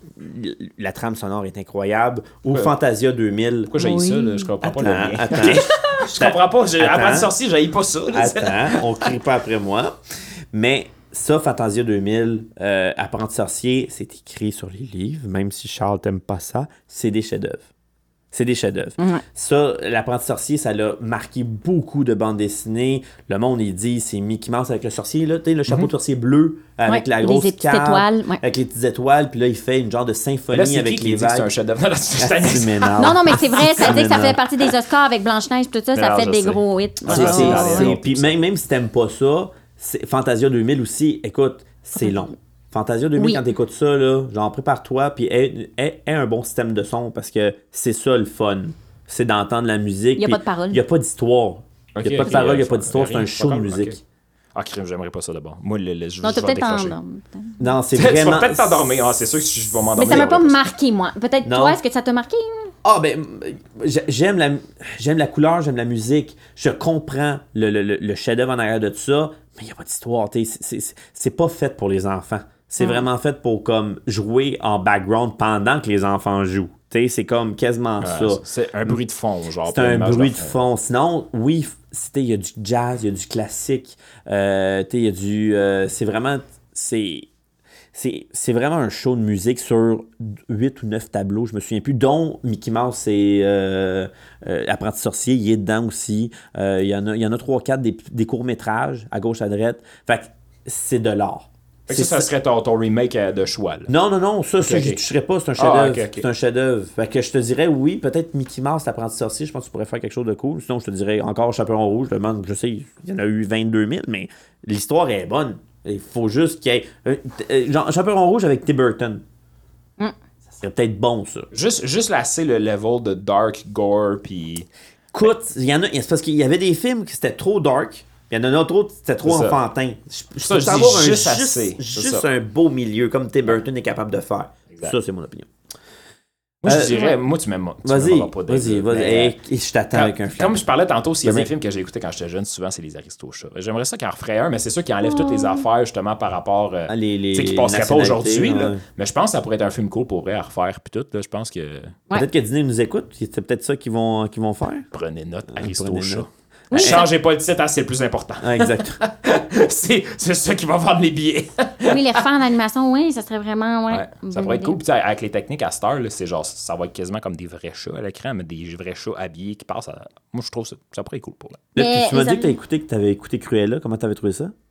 l- la trame sonore est incroyable, ou Ouais. Fantasia deux mille. Pourquoi j'ai Oui. ça? Là? Je comprends pas le Attends, lien. attends. Je comprends pas. J'ai Attends. apprenti sorcier, j'haïs pas ça. là. Attends, on crie pas après moi. Mais ça, Fantasia deux mille, euh, Apprenti sorcier, c'est écrit sur les livres, même si Charles t'aime pas ça, c'est des chefs-d'œuvre. C'est des chefs-d'œuvre. Ouais. Ça, l'apprenti sorcier, ça l'a marqué beaucoup de bandes dessinées. Le monde, il dit, c'est Mickey Mouse avec le sorcier, là, tu sais, le chapeau de sorcier bleu, avec Ouais, la les grosse petites cape, étoiles, ouais. avec les petites étoiles, puis là, il fait une genre de Là, symphonie c'est avec qui qui les dit que c'est un vagues. chef-d'œuvre? Non, c'est Ah, tu m'énerves. Non, non, mais c'est vrai, ça dit que ça Non. fait partie des Oscars avec Blanche-Neige, tout ça, ça Non, fait je des sais. gros hits. Ah, C'est- ouais, c'est- ouais, c'est- ouais. Puis même, même si t'aimes pas ça, c'est- Fantasia deux mille aussi, écoute, c'est long. Fantasia deux mille, Oui. quand t'écoutes ça, là, genre prépare-toi, puis aie, aie- aie un bon système de son, parce que c'est ça le fun. C'est d'entendre la musique. Y a puis pas de paroles. Il n'y a pas d'histoire. Il n'y a Ok, pas de ok, paroles, il n'y a euh, pas d'histoire, c'est rien, un pas show de comme- musique. ok. Ah, crime, j'aimerais pas ça d'abord. Moi, le, le, je, Non, je t'as vais peut-être décrocher. en... Non, c'est Tu vas vraiment... peut-être t'endormir. Ah, c'est sûr que je vais m'endormir. Mais ça m'a pas j'aimerais marqué, moi. Peut-être Non. toi, est-ce que ça t'a marqué? Ah, ben, j'ai- j'aime la, j'aime la couleur, j'aime la musique. Je comprends le, le, le, le chef-d'œuvre en arrière de ça, mais il n'y a pas d'histoire. t'sais, C'est, c'est, c'est pas fait pour les enfants. C'est vraiment fait pour comme jouer en background pendant que les enfants jouent. T'sais, c'est comme quasiment Ouais, ça. c'est un bruit de fond, genre. C'est pour un l'image bruit de fond. Sinon, oui, f- il y a du jazz, il y a du classique, euh, il y a du... Euh, c'est vraiment... C'est... C'est, c'est vraiment un show de musique sur huit ou neuf tableaux, je me souviens plus, dont Mickey Mouse et euh, euh, Apprenti sorcier, il est dedans aussi. Euh, il y en a, il y en a trois ou quatre des, des courts-métrages, à gauche, à droite. Fait que c'est de l'art. Fait que ça, ça serait ton, ton remake de choix. Là. Non, non, non, ça, okay, ça okay. je ne toucherais pas, c'est un chef-d'œuvre. Ah, okay, okay. C'est un chef-d'œuvre. Fait que je te dirais, oui, peut-être Mickey Mouse, Apprenti sorcier, je pense que tu pourrais faire quelque chose de cool. Sinon, je te dirais encore Chaperon Rouge, je, demande, je sais, il y en a eu vingt-deux mille, mais l'histoire est bonne. Il faut juste qu'il y ait. Euh, genre, Chaperon Rouge avec Tim Burton. Mm. Ça serait peut-être bon, ça. Juste, juste lasser le level de dark gore, puis. Écoute, il y en a. C'est parce qu'il y avait des films qui c'était trop dark. Il y en a d'autres autres c'était trop c'est enfantin. Je, je ça, je dis avoir juste un, assez. Juste, juste un beau milieu, comme Tim Burton est capable de faire. Exact. Ça, c'est mon opinion. Moi, euh, je dirais, ouais. moi, tu m'aimes tu Vas-y, pas vas-y, vas-y. Hey, je t'attends quand, avec un film. Comme je parlais tantôt, s'il y a des films que j'ai écoutés quand j'étais jeune, souvent, c'est les Aristochats. J'aimerais ça qu'ils en referaient un, mais c'est sûr qu'ils enlèvent oh. toutes les affaires, justement, par rapport. Euh, les, les, tu sais, qui passeraient pas aujourd'hui. Ouais. Mais je pense que ça pourrait être un film cool pour vrai à refaire, puis tout. Là, je pense que. Ouais. Peut-être que Disney nous écoute. C'est peut-être ça qu'ils vont, qu'ils vont faire. Prenez note, Aristochats. Oui, changez pas le titre, hein, c'est le plus important. Ah, exact. c'est, c'est ça qui va vendre les billets. Oui, les refaire en animation, oui, ça serait vraiment. Ouais, ouais ça pourrait être cool. Puis avec les techniques à Star, là, c'est genre, ça va être quasiment comme des vrais chats à l'écran, mais des vrais chats habillés qui passent. À... Moi, je trouve ça, ça pourrait être cool pour là. Mais, tu m'as dit que t'as écouté, que t'avais écouté Cruella. Comment t'avais trouvé ça?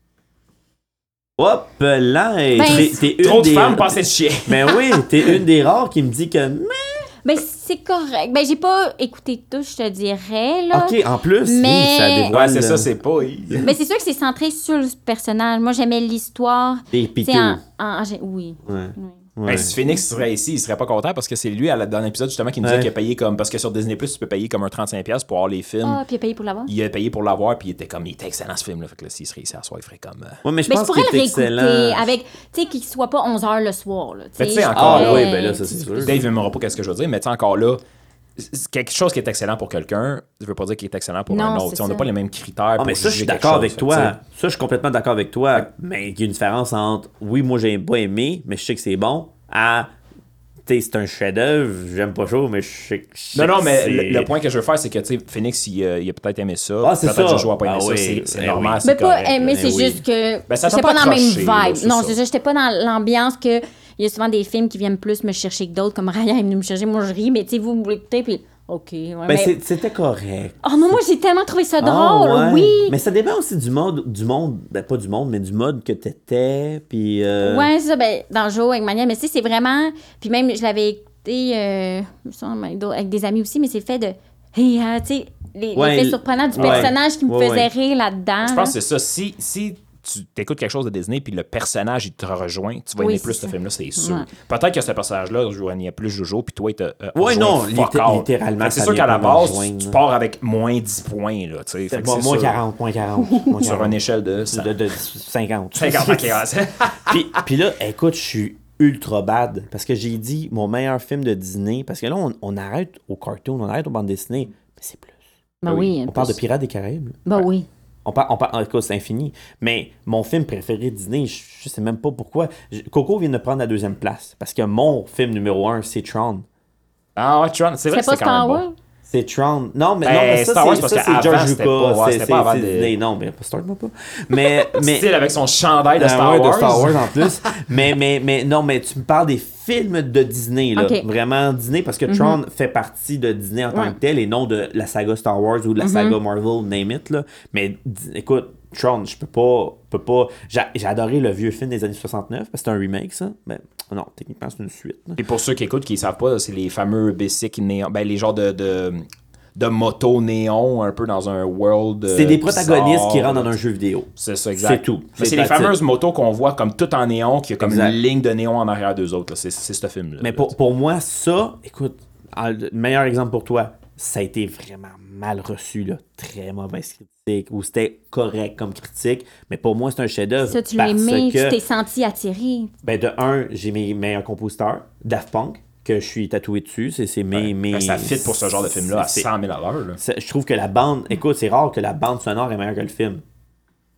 Hop là! Ben, t'es, t'es une trop de des... femmes passaient de chien. Mais oui, t'es une des rares qui me dit que. Ben, c'est correct. Ben, j'ai pas écouté tout, je te dirais, là. OK, en plus, mais... oui, ça dévoile... Ouais, c'est ça, c'est pas... Mais c'est sûr que c'est centré sur le personnage. Moi, j'aimais l'histoire. Et Pitou. En, en, en, oui. Ouais. oui. Ouais. Ben, si Phoenix serait ici, il serait pas content parce que c'est lui, à la, dans l'épisode, justement, qui nous disait ouais. qu'il a payé comme... Parce que sur Disney+, tu peux payer comme un trente-cinq dollars pour avoir les films. Ah, puis il a payé pour l'avoir. Il a payé pour l'avoir, puis il était comme... Il était excellent, ce film-là. Fait que là, s'il serait ici à soir, il ferait comme... Euh... Ouais, mais je mais pense je pourrais qu'il le est excellent. réécouter avec... Tu sais, qu'il soit pas onze heures le soir, là. Tu sais, encore ah, là... oui, ben là, ça, c'est sûr. Dave n'aimera pas qu'est-ce que je veux dire, mais tu sais, encore là... quelque chose qui est excellent pour quelqu'un, ça veut pas dire qu'il est excellent pour non, un autre. On n'a pas les mêmes critères. Ah, pour mais ça, je suis d'accord avec toi. Ça, je suis complètement d'accord avec toi. Mais il y a une différence entre oui, moi, j'ai pas aimé, mais je sais que c'est bon, à c'est un chef-d'œuvre, j'aime pas chaud, mais je sais que. Non, non, mais le, le point que je veux faire, c'est que Phoenix, il, euh, il a peut-être aimé ça. Ah, c'est peut-être ça. que Joshua a pas aimé ah, ça. oui. C'est, c'est eh normal. Oui. C'est mais pas correct, aimer, c'est oui. juste que. Ben, ça j'étais pas pas dans la même vibe. Là, c'est non, ça. c'est ça. J'étais pas dans l'ambiance que. Il y a souvent des films qui viennent plus me chercher que d'autres, comme Ryan est venu me chercher. Moi, je ris, mais tu sais, vous, vous l'écoutez, puis. OK. Ouais, ben, mais... c'est, c'était correct. Oh non, moi, j'ai tellement trouvé ça drôle. Oh, ouais. Oui. Mais ça dépend aussi du mode, du monde, ben pas du monde, mais du mode que t'étais. Puis. Euh... Ouais, c'est ça, ben, dans le jour avec Mania. Mais tu sais, c'est vraiment. Puis même, je l'avais écouté euh, avec des amis aussi, mais c'est le fait de. Hey, hein, tu sais, les, ouais, les faits surprenants du ouais, personnage qui me ouais, faisait ouais. rire là-dedans. Je pense que c'est ça. Si. si... tu t'écoutes quelque chose de Disney puis le personnage il te rejoint, tu vas oui, aimer plus ce film-là, c'est sûr. Ouais. Peut-être que ce personnage-là joignait plus Jojo puis toi, il euh, ouais, non, litté- littéralement. C'est sûr qu'à la base, tu, tu pars avec moins dix points. Là, fait c'est bon, moins quarante, moins quarante. Sur une échelle de, de, de cinquante. cinquante, ok. puis, puis là, écoute, je suis ultra bad parce que j'ai dit mon meilleur film de Disney parce que là, on, on arrête au cartoon, on arrête aux bandes dessinées, mais c'est plus. Ben oui, on plus. parle de Pirates des Caraïbes. Ben ouais. oui. On parle, on parle, écoute, c'est infini. Mais mon film préféré Disney, je, je sais même pas pourquoi. Je, Coco vient de prendre la deuxième place. Parce que mon film numéro un, c'est Tron. Ah ouais, Tron, c'est vrai c'est que c'est quand même bon. C'est Tron. Non, mais, ben, non, mais ça, Star Wars, c'est, parce ça, c'est George Lucas. Pas, ouais, c'est, c'est c'est, pas avant c'est de... Disney. Non, mais start-moi pas. Mais, mais... Style avec son chandail de euh, Star ouais, Wars. de Star Wars en plus. mais, mais, mais non, mais tu me parles des films de Disney, là. Okay. Vraiment Disney, parce que mm-hmm. Tron fait partie de Disney en tant ouais. que tel et non de la saga Star Wars ou de la mm-hmm. saga Marvel, name it, là. Mais écoute, Tron, je peux pas, peux pas... J'ai, j'ai adoré le vieux film des années soixante-neuf, parce que c'est un remake, ça. Ben, non, techniquement, c'est une suite. Là. Et pour ceux qui écoutent, qui ne savent pas, c'est les fameux bicycles néons, ben les genres de... de... de moto néon un peu dans un world c'est des bizarre. Protagonistes qui rentrent dans un jeu vidéo. C'est ça, exact. C'est tout. C'est, c'est les fameuses motos qu'on voit comme tout en néon, qui a comme exact. une ligne de néon en arrière d'eux autres. Là. C'est, c'est ce film-là. Mais là, pour, pour moi, ça, écoute, le meilleur exemple pour toi, ça a été vraiment mal reçu, là. Très mauvaise critique, ou c'était correct comme critique, mais pour moi, c'est un chef-d'œuvre. Ça, tu l'as aimé, que, tu t'es senti attiré. Ben, de un, j'ai mes meilleurs compositeurs, Daft Punk, que je suis tatoué dessus. C'est, c'est mes, ouais, mes... Ben, ça fit pour ce genre de film-là à cent mille à l'heure. Là. Je trouve que la bande... Écoute, c'est rare que la bande sonore est meilleure que le film.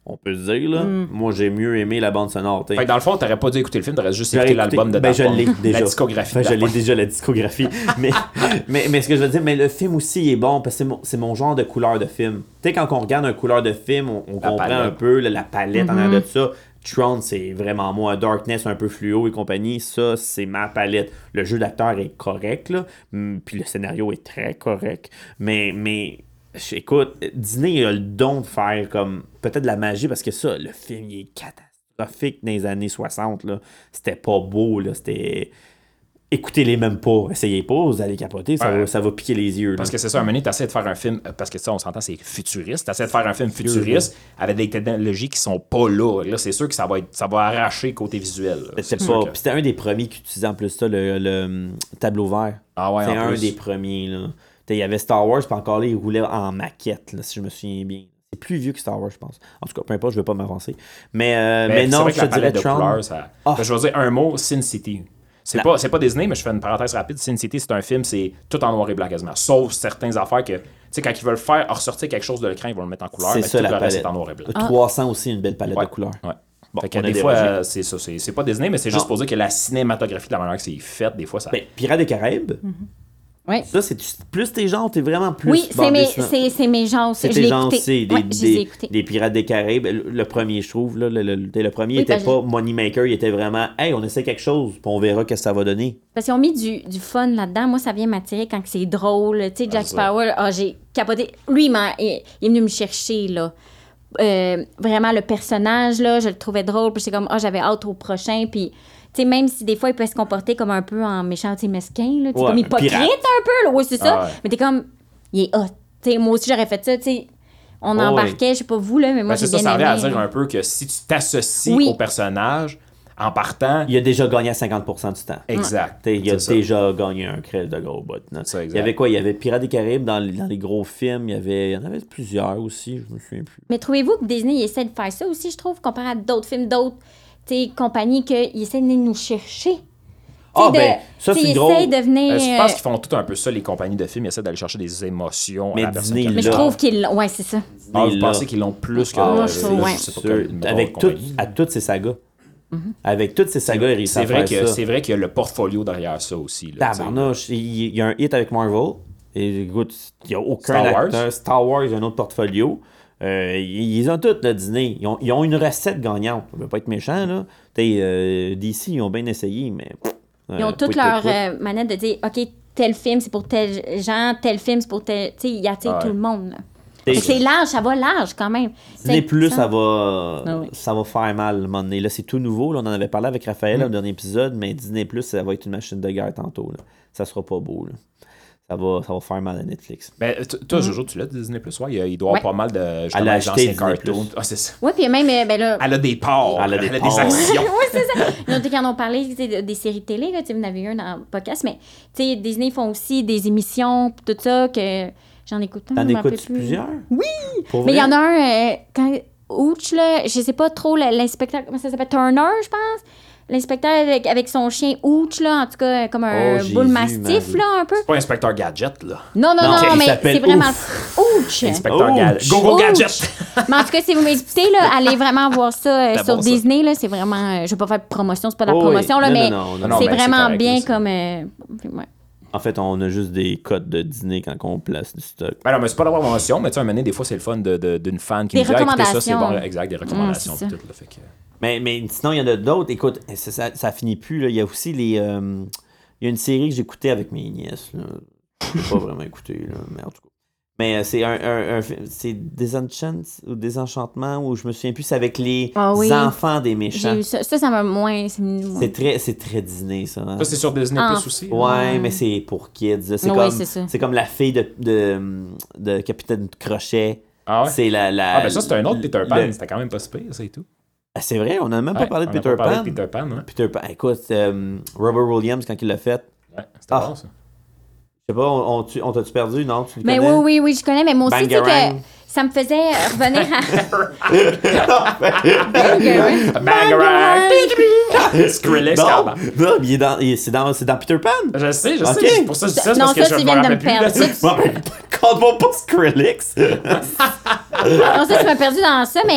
On peut se dire, là. Mm. Moi, j'ai mieux aimé la bande sonore. T'sais. Fait que dans le fond, t'aurais pas dû écouter le film, t'aurais juste écouté l'album de ben, Daft Punk. Je l'ai déjà. La discographie. Ben, je l'ai déjà, la discographie. mais, mais, mais ce que je veux dire, mais le film aussi est bon parce que c'est mon, c'est mon genre de couleur de film. Tu sais, quand on regarde un couleur de film, on, on comprend palette. un peu là, la palette mm-hmm. en arrière de ça. Tron, c'est vraiment moi. Darkness, un peu fluo et compagnie, ça, c'est ma palette. Le jeu d'acteur est correct, là. Puis le scénario est très correct. Mais, mais écoute, Disney a le don de faire comme peut-être de la magie parce que ça, le film, il est catastrophique dans les années soixante, là. C'était pas beau, là. C'était... Écoutez-les même pas. Essayez pas, vous allez capoter, ça, ouais. va, ça va piquer les yeux. Là. Parce que c'est ça, un moment donné, t'essaies de faire un film, parce que ça, on s'entend, c'est futuriste. T'essaies de faire un film futuriste avec des technologies qui sont pas là. Là, c'est sûr que ça va, être, ça va arracher côté visuel. C'était, pas, que... c'était un des premiers qui utilisait en plus ça, le, le tableau vert. Ah ouais, c'est un plus. des premiers. Là. Il y avait Star Wars, puis encore là, il roulait en maquette, là, si je me souviens bien. C'est plus vieux que Star Wars, je pense. En tout cas, peu importe, je vais pas m'avancer. Mais, euh, mais, mais non, je te dirais Tron. Couleurs, ça... oh. Je vais dire un mot, Sin City. C'est, la... pas, c'est pas Disney, mais je fais une parenthèse rapide. Sin City, c'est un film, c'est tout en noir et blanc quasiment. Sauf certaines affaires que, tu sais, quand ils veulent faire ressortir quelque chose de l'écran, ils vont le mettre en couleur. C'est mais ça, tout la le palette. reste, c'est en noir et blanc. Ah. trois cents aussi, une belle palette ouais. de couleurs. Ouais. Bon, fait que des fois, euh, c'est ça. C'est, c'est pas Disney, mais c'est juste non. pour dire que la cinématographie, de la manière que c'est fait, des fois, ça. Ben, Pirates des Caraïbes. Mm-hmm. Oui. Ça, c'est plus tes genres, t'es vraiment plus. Oui, c'est mes, c'est, c'est mes genres. C'est je tes l'ai genres, écouté. c'est des, ouais, des, des Pirates des Caraïbes. Le, le premier, je trouve, là, le, le, le premier oui, était pas Moneymaker, il était vraiment, hey, on essaie quelque chose, puis on verra qu'est-ce que ça va donner. Parce qu'ils ont mis du, du fun là-dedans. Moi, ça vient m'attirer quand c'est drôle. Tu sais, Jack Sparrow, oh, j'ai capoté. Lui, il, il, il est venu me chercher, là. Euh, vraiment, le personnage, là, je le trouvais drôle. Puis j'étais comme, ah, oh, j'avais hâte au prochain. Puis. Tu sais, même si des fois, il peut se comporter comme un peu en méchant, tu sais, mesquin, là, ouais, comme hypocrite pirate. un peu, là, oui, c'est ça. Ah ouais. Mais t'es comme, il est hot. Tu sais, moi aussi, j'aurais fait ça, tu sais. On oh embarquait, oui. je sais pas vous, là, mais moi, ben, j'ai bien aimé. Ça, ça revient à dire un peu que si tu t'associes oui. au personnage, en partant... Il a déjà gagné à cinquante pour cent du temps. Exact. Ouais. Il a c'est déjà ça. gagné un crève de gros bout. Il y avait quoi? Il y avait Pirates des Caraïbes dans les, dans les gros films. Il y, avait, il y en avait plusieurs aussi, je me souviens plus. Mais trouvez-vous que Disney essaie de faire ça aussi, je trouve, comparé à d'autres films, d'autres... T'sais, compagnie qu'ils essaient de venir nous chercher. Ah, oh, ben, ça, c'est gros. De venir... euh, je pense qu'ils font tout un peu ça, les compagnies de films. Ils essaient d'aller chercher des émotions mais à la Disney, personne. Mais je trouve qu'ils l'ont. Ouais, c'est ça. Ah, vous pensez qu'ils l'ont plus que... Ah, euh, je, là, ouais. je sais pas quelle, avec tout, à toutes ces sagas. Mm-hmm. Avec toutes ces sagas, ils réussissent à faire que, ça. C'est vrai qu'il y a le portfolio derrière ça aussi. Là, Tabarnouche, il y a un hit avec Marvel. Et écoute, il n'y a aucun Star acteur. Wars. Star Wars, il y a un autre portfolio. Euh, ils, ils ont tout, là, Disney. Ils ont, ils ont une recette gagnante. Ça ne veut pas être méchant, là. Euh, D C, ils ont bien essayé, mais... Euh, ils ont toutes leur euh, manette de dire, OK, tel film, c'est pour tel genre, tel film, c'est pour tel... Tu sais, il attire ah, tout le monde, là. C'est large, ça va large, quand même. Disney Plus, ça, ça, va, ah, oui. ça va faire mal, à un moment donné. Là, c'est tout nouveau. Là, on en avait parlé avec Raphaël mm. au dernier épisode, mais Disney Plus, ça va être une machine de guerre tantôt, là. Ça sera pas beau, là. Ça va, ça va faire mal à Netflix. Ben, toi, mm-hmm. Jojo, tu l'as, Disney Plus, ouais, il doit y avoir ouais. pas mal de justement, elle a acheté cartoons. Ah, c'est ça. Oui, puis même, ben là... Elle a des parts, elle a des, elle a des actions. Oui, c'est ça. Ils ont dit qu'on en parlait des, des séries télé, là, vous en avez eu un dans le podcast, mais Disney font aussi des émissions, tout ça, que j'en écoute un. T'en écoutes plusieurs? Oui! Pour mais il y en a un, euh, quand Ouch, là, je sais pas trop, l'inspecteur, comment ça s'appelle? Turner, je pense? L'inspecteur avec, avec son chien Ouch, là, en tout cas, comme un oh, bull mastif, là, un peu. C'est pas Inspecteur Gadget, là. Non, non, non, non mais c'est vraiment Ouch. Inspecteur Gadget. Go, go, Gadget. Mais en tout cas, si vous m'écoutez, là, allez vraiment voir ça euh, sur bon, Disney, ça. Là, c'est vraiment... Euh, je vais pas faire de promotion, c'est pas de la oh, promotion, oui. là, non, mais non, non, non, c'est non, vraiment c'est bien comme... Euh, ouais. En fait, on a juste des codes de dîner quand on place du stock. Ben non, mais c'est pas la promotion, mais tu sais, un moment donné, des fois, c'est le fun de, de, d'une fan qui des nous dit, ah, écoutez ça, c'est bon. Exact, des recommandations. Mmh, tout, là, fait que... mais, mais sinon, il y en a d'autres. Écoute, ça, ça, ça finit plus. Là. Il y a aussi les... Euh, il y a une série que j'écoutais avec mes nièces. Là. Je l'ai pas vraiment écouté, là, mais en tout cas. Mais c'est un, un, un c'est Disenchant ou Désenchantement où je me souviens plus, c'est avec les oh, oui. enfants des méchants. J'ai eu ça, ça, ça m'a moins. C'est, c'est très, c'est très Disney, ça. Hein? Ça, c'est sur Disney ah. Plus aussi. Ouais, ouais, mais c'est pour kids. C'est, oui, comme, c'est, ça. c'est comme la fille de, de, de Capitaine Crochet. Ah ouais? C'est la, la, ah, ben ça, c'était un autre Peter Pan. Le... C'était quand même pas super, ça et tout. Ah, c'est vrai, on n'a même pas ouais, parlé de on Peter a pas Pan. Parlé de Peter Pan, hein? Peter Pan. Écoute, euh, Robert Williams, quand il l'a fait. Ouais, c'était ah. bon, ça. Je sais pas, on, on, on t'a-tu perdu, non? Tu le mais connais? oui, oui, oui, je connais, mais moi aussi, tu sais que ça me faisait revenir à... Bangarang! Bangarang! Skrillex, non, non, il est dans, il, c'est, dans, c'est dans Peter Pan. Je sais, je okay. sais, c'est pour ça que je dis ça. Non, parce ça, que tu viens de me perdre. Compte-moi pas Skrillex. Non, ça, tu m'as perdu dans ça, mais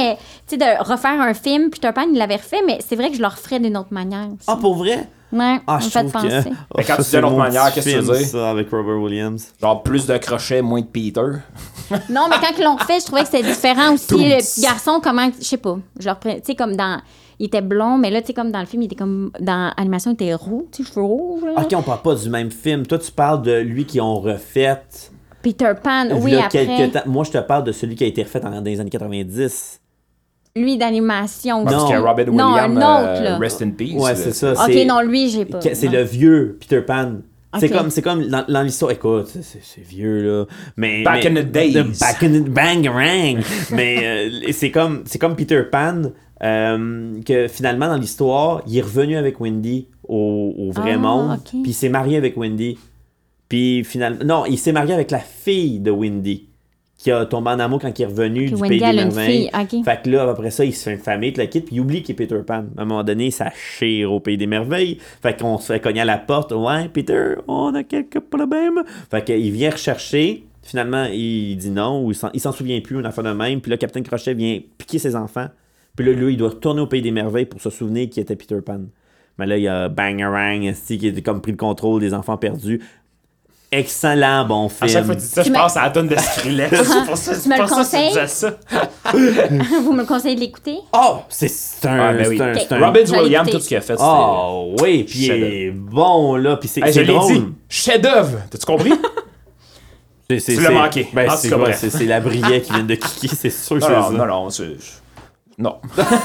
sais, de refaire un film, Peter Pan, il l'avait refait, mais c'est vrai que je le referais d'une autre manière aussi. Ah, pour vrai? Ouais, Ah, on je me fait trouve penser. que... Mais quand tu dis d'une autre manière, qu'est-ce que tu veux dire? ça, avec Robert Williams. Genre plus de crochets, moins de Peter. Non, mais quand ils l'ont refait, je trouvais que c'était différent aussi. Toons. Le petit garçon, comment, je sais pas, je le reprenais, tu sais, comme dans... Il était blond, mais là, tu sais, comme dans le film, il était comme... Dans l'animation, il était roux, tu sais, cheveux rouges. là. OK, on parle pas du même film. Toi, tu parles de lui qui ont refait... Peter Pan, oui, il y a après. quelques temps. Moi, je te parle de celui qui a été refait dans, dans les années quatre-vingt-dix. Lui, d'animation. Parce Non. que Robin Non, Williams, un autre, euh, là. Rest in Peace. Ouais, là. c'est ça. OK, c'est- non, lui, j'ai pas. que- C'est non. le vieux Peter Pan. C'est Ok. comme, c'est comme dans, dans l'histoire. Écoute, c'est, c'est- c'est vieux, là. Mais, Back mais- in the days. the Back in the bang rang. Mais euh, c'est, comme, c'est comme Peter Pan, euh, que finalement, dans l'histoire, il est revenu avec Wendy au, au vrai Ah, monde. ok. Puis il s'est marié avec Wendy. Puis finalement. Non, il s'est marié avec la fille de Wendy, qui a tombé en amour quand il est revenu Puis du Wendy, Pays elle des a une Merveilles. fille, ok. Fait que là, après ça, il se fait une famille, tout le kit, puis il oublie qu'il est Peter Pan. À un moment donné, ça chire au Pays des Merveilles. Fait qu'on se fait cogner à la porte. Ouais, Peter, on a quelques problèmes. Fait qu'il vient rechercher. Finalement, il dit non, ou il s'en, il s'en souvient plus, une affaire de même. Puis là, Capitaine Crochet vient piquer ses enfants. Puis là, lui, il doit retourner au Pays des Merveilles pour se souvenir qu'il était Peter Pan. Mais là, il y a Bangarang, esti, qui a comme pris le contrôle des enfants perdus. Excellent bon film. À chaque fois que tu dis ça, Tu je me- pense à la tonne de Skrillex. C'est pour ça Tu me le pour ça que tu conseilles? disais ça. Vous me le conseillez de l'écouter? Oh, c'est, c'est un... Ah, ben oui. c'est un, Ok. c'est un- Robin Je vais Williams, l'écouter. tout ce qu'il a fait, c'était... Oh, oui, puis il est bon, là. Puis c'est, Hey, je c'est l'ai drôle. dit, chef-d'œuvre. T'as-tu compris? C'est, c'est, Tu l'as c'est- manqué. Ben, En c'est, tout cas, ouais, bref. c'est, c'est la brillette qui vient de kicker, c'est sûr que Non, c'est non, ça. non, non, c'est... Non.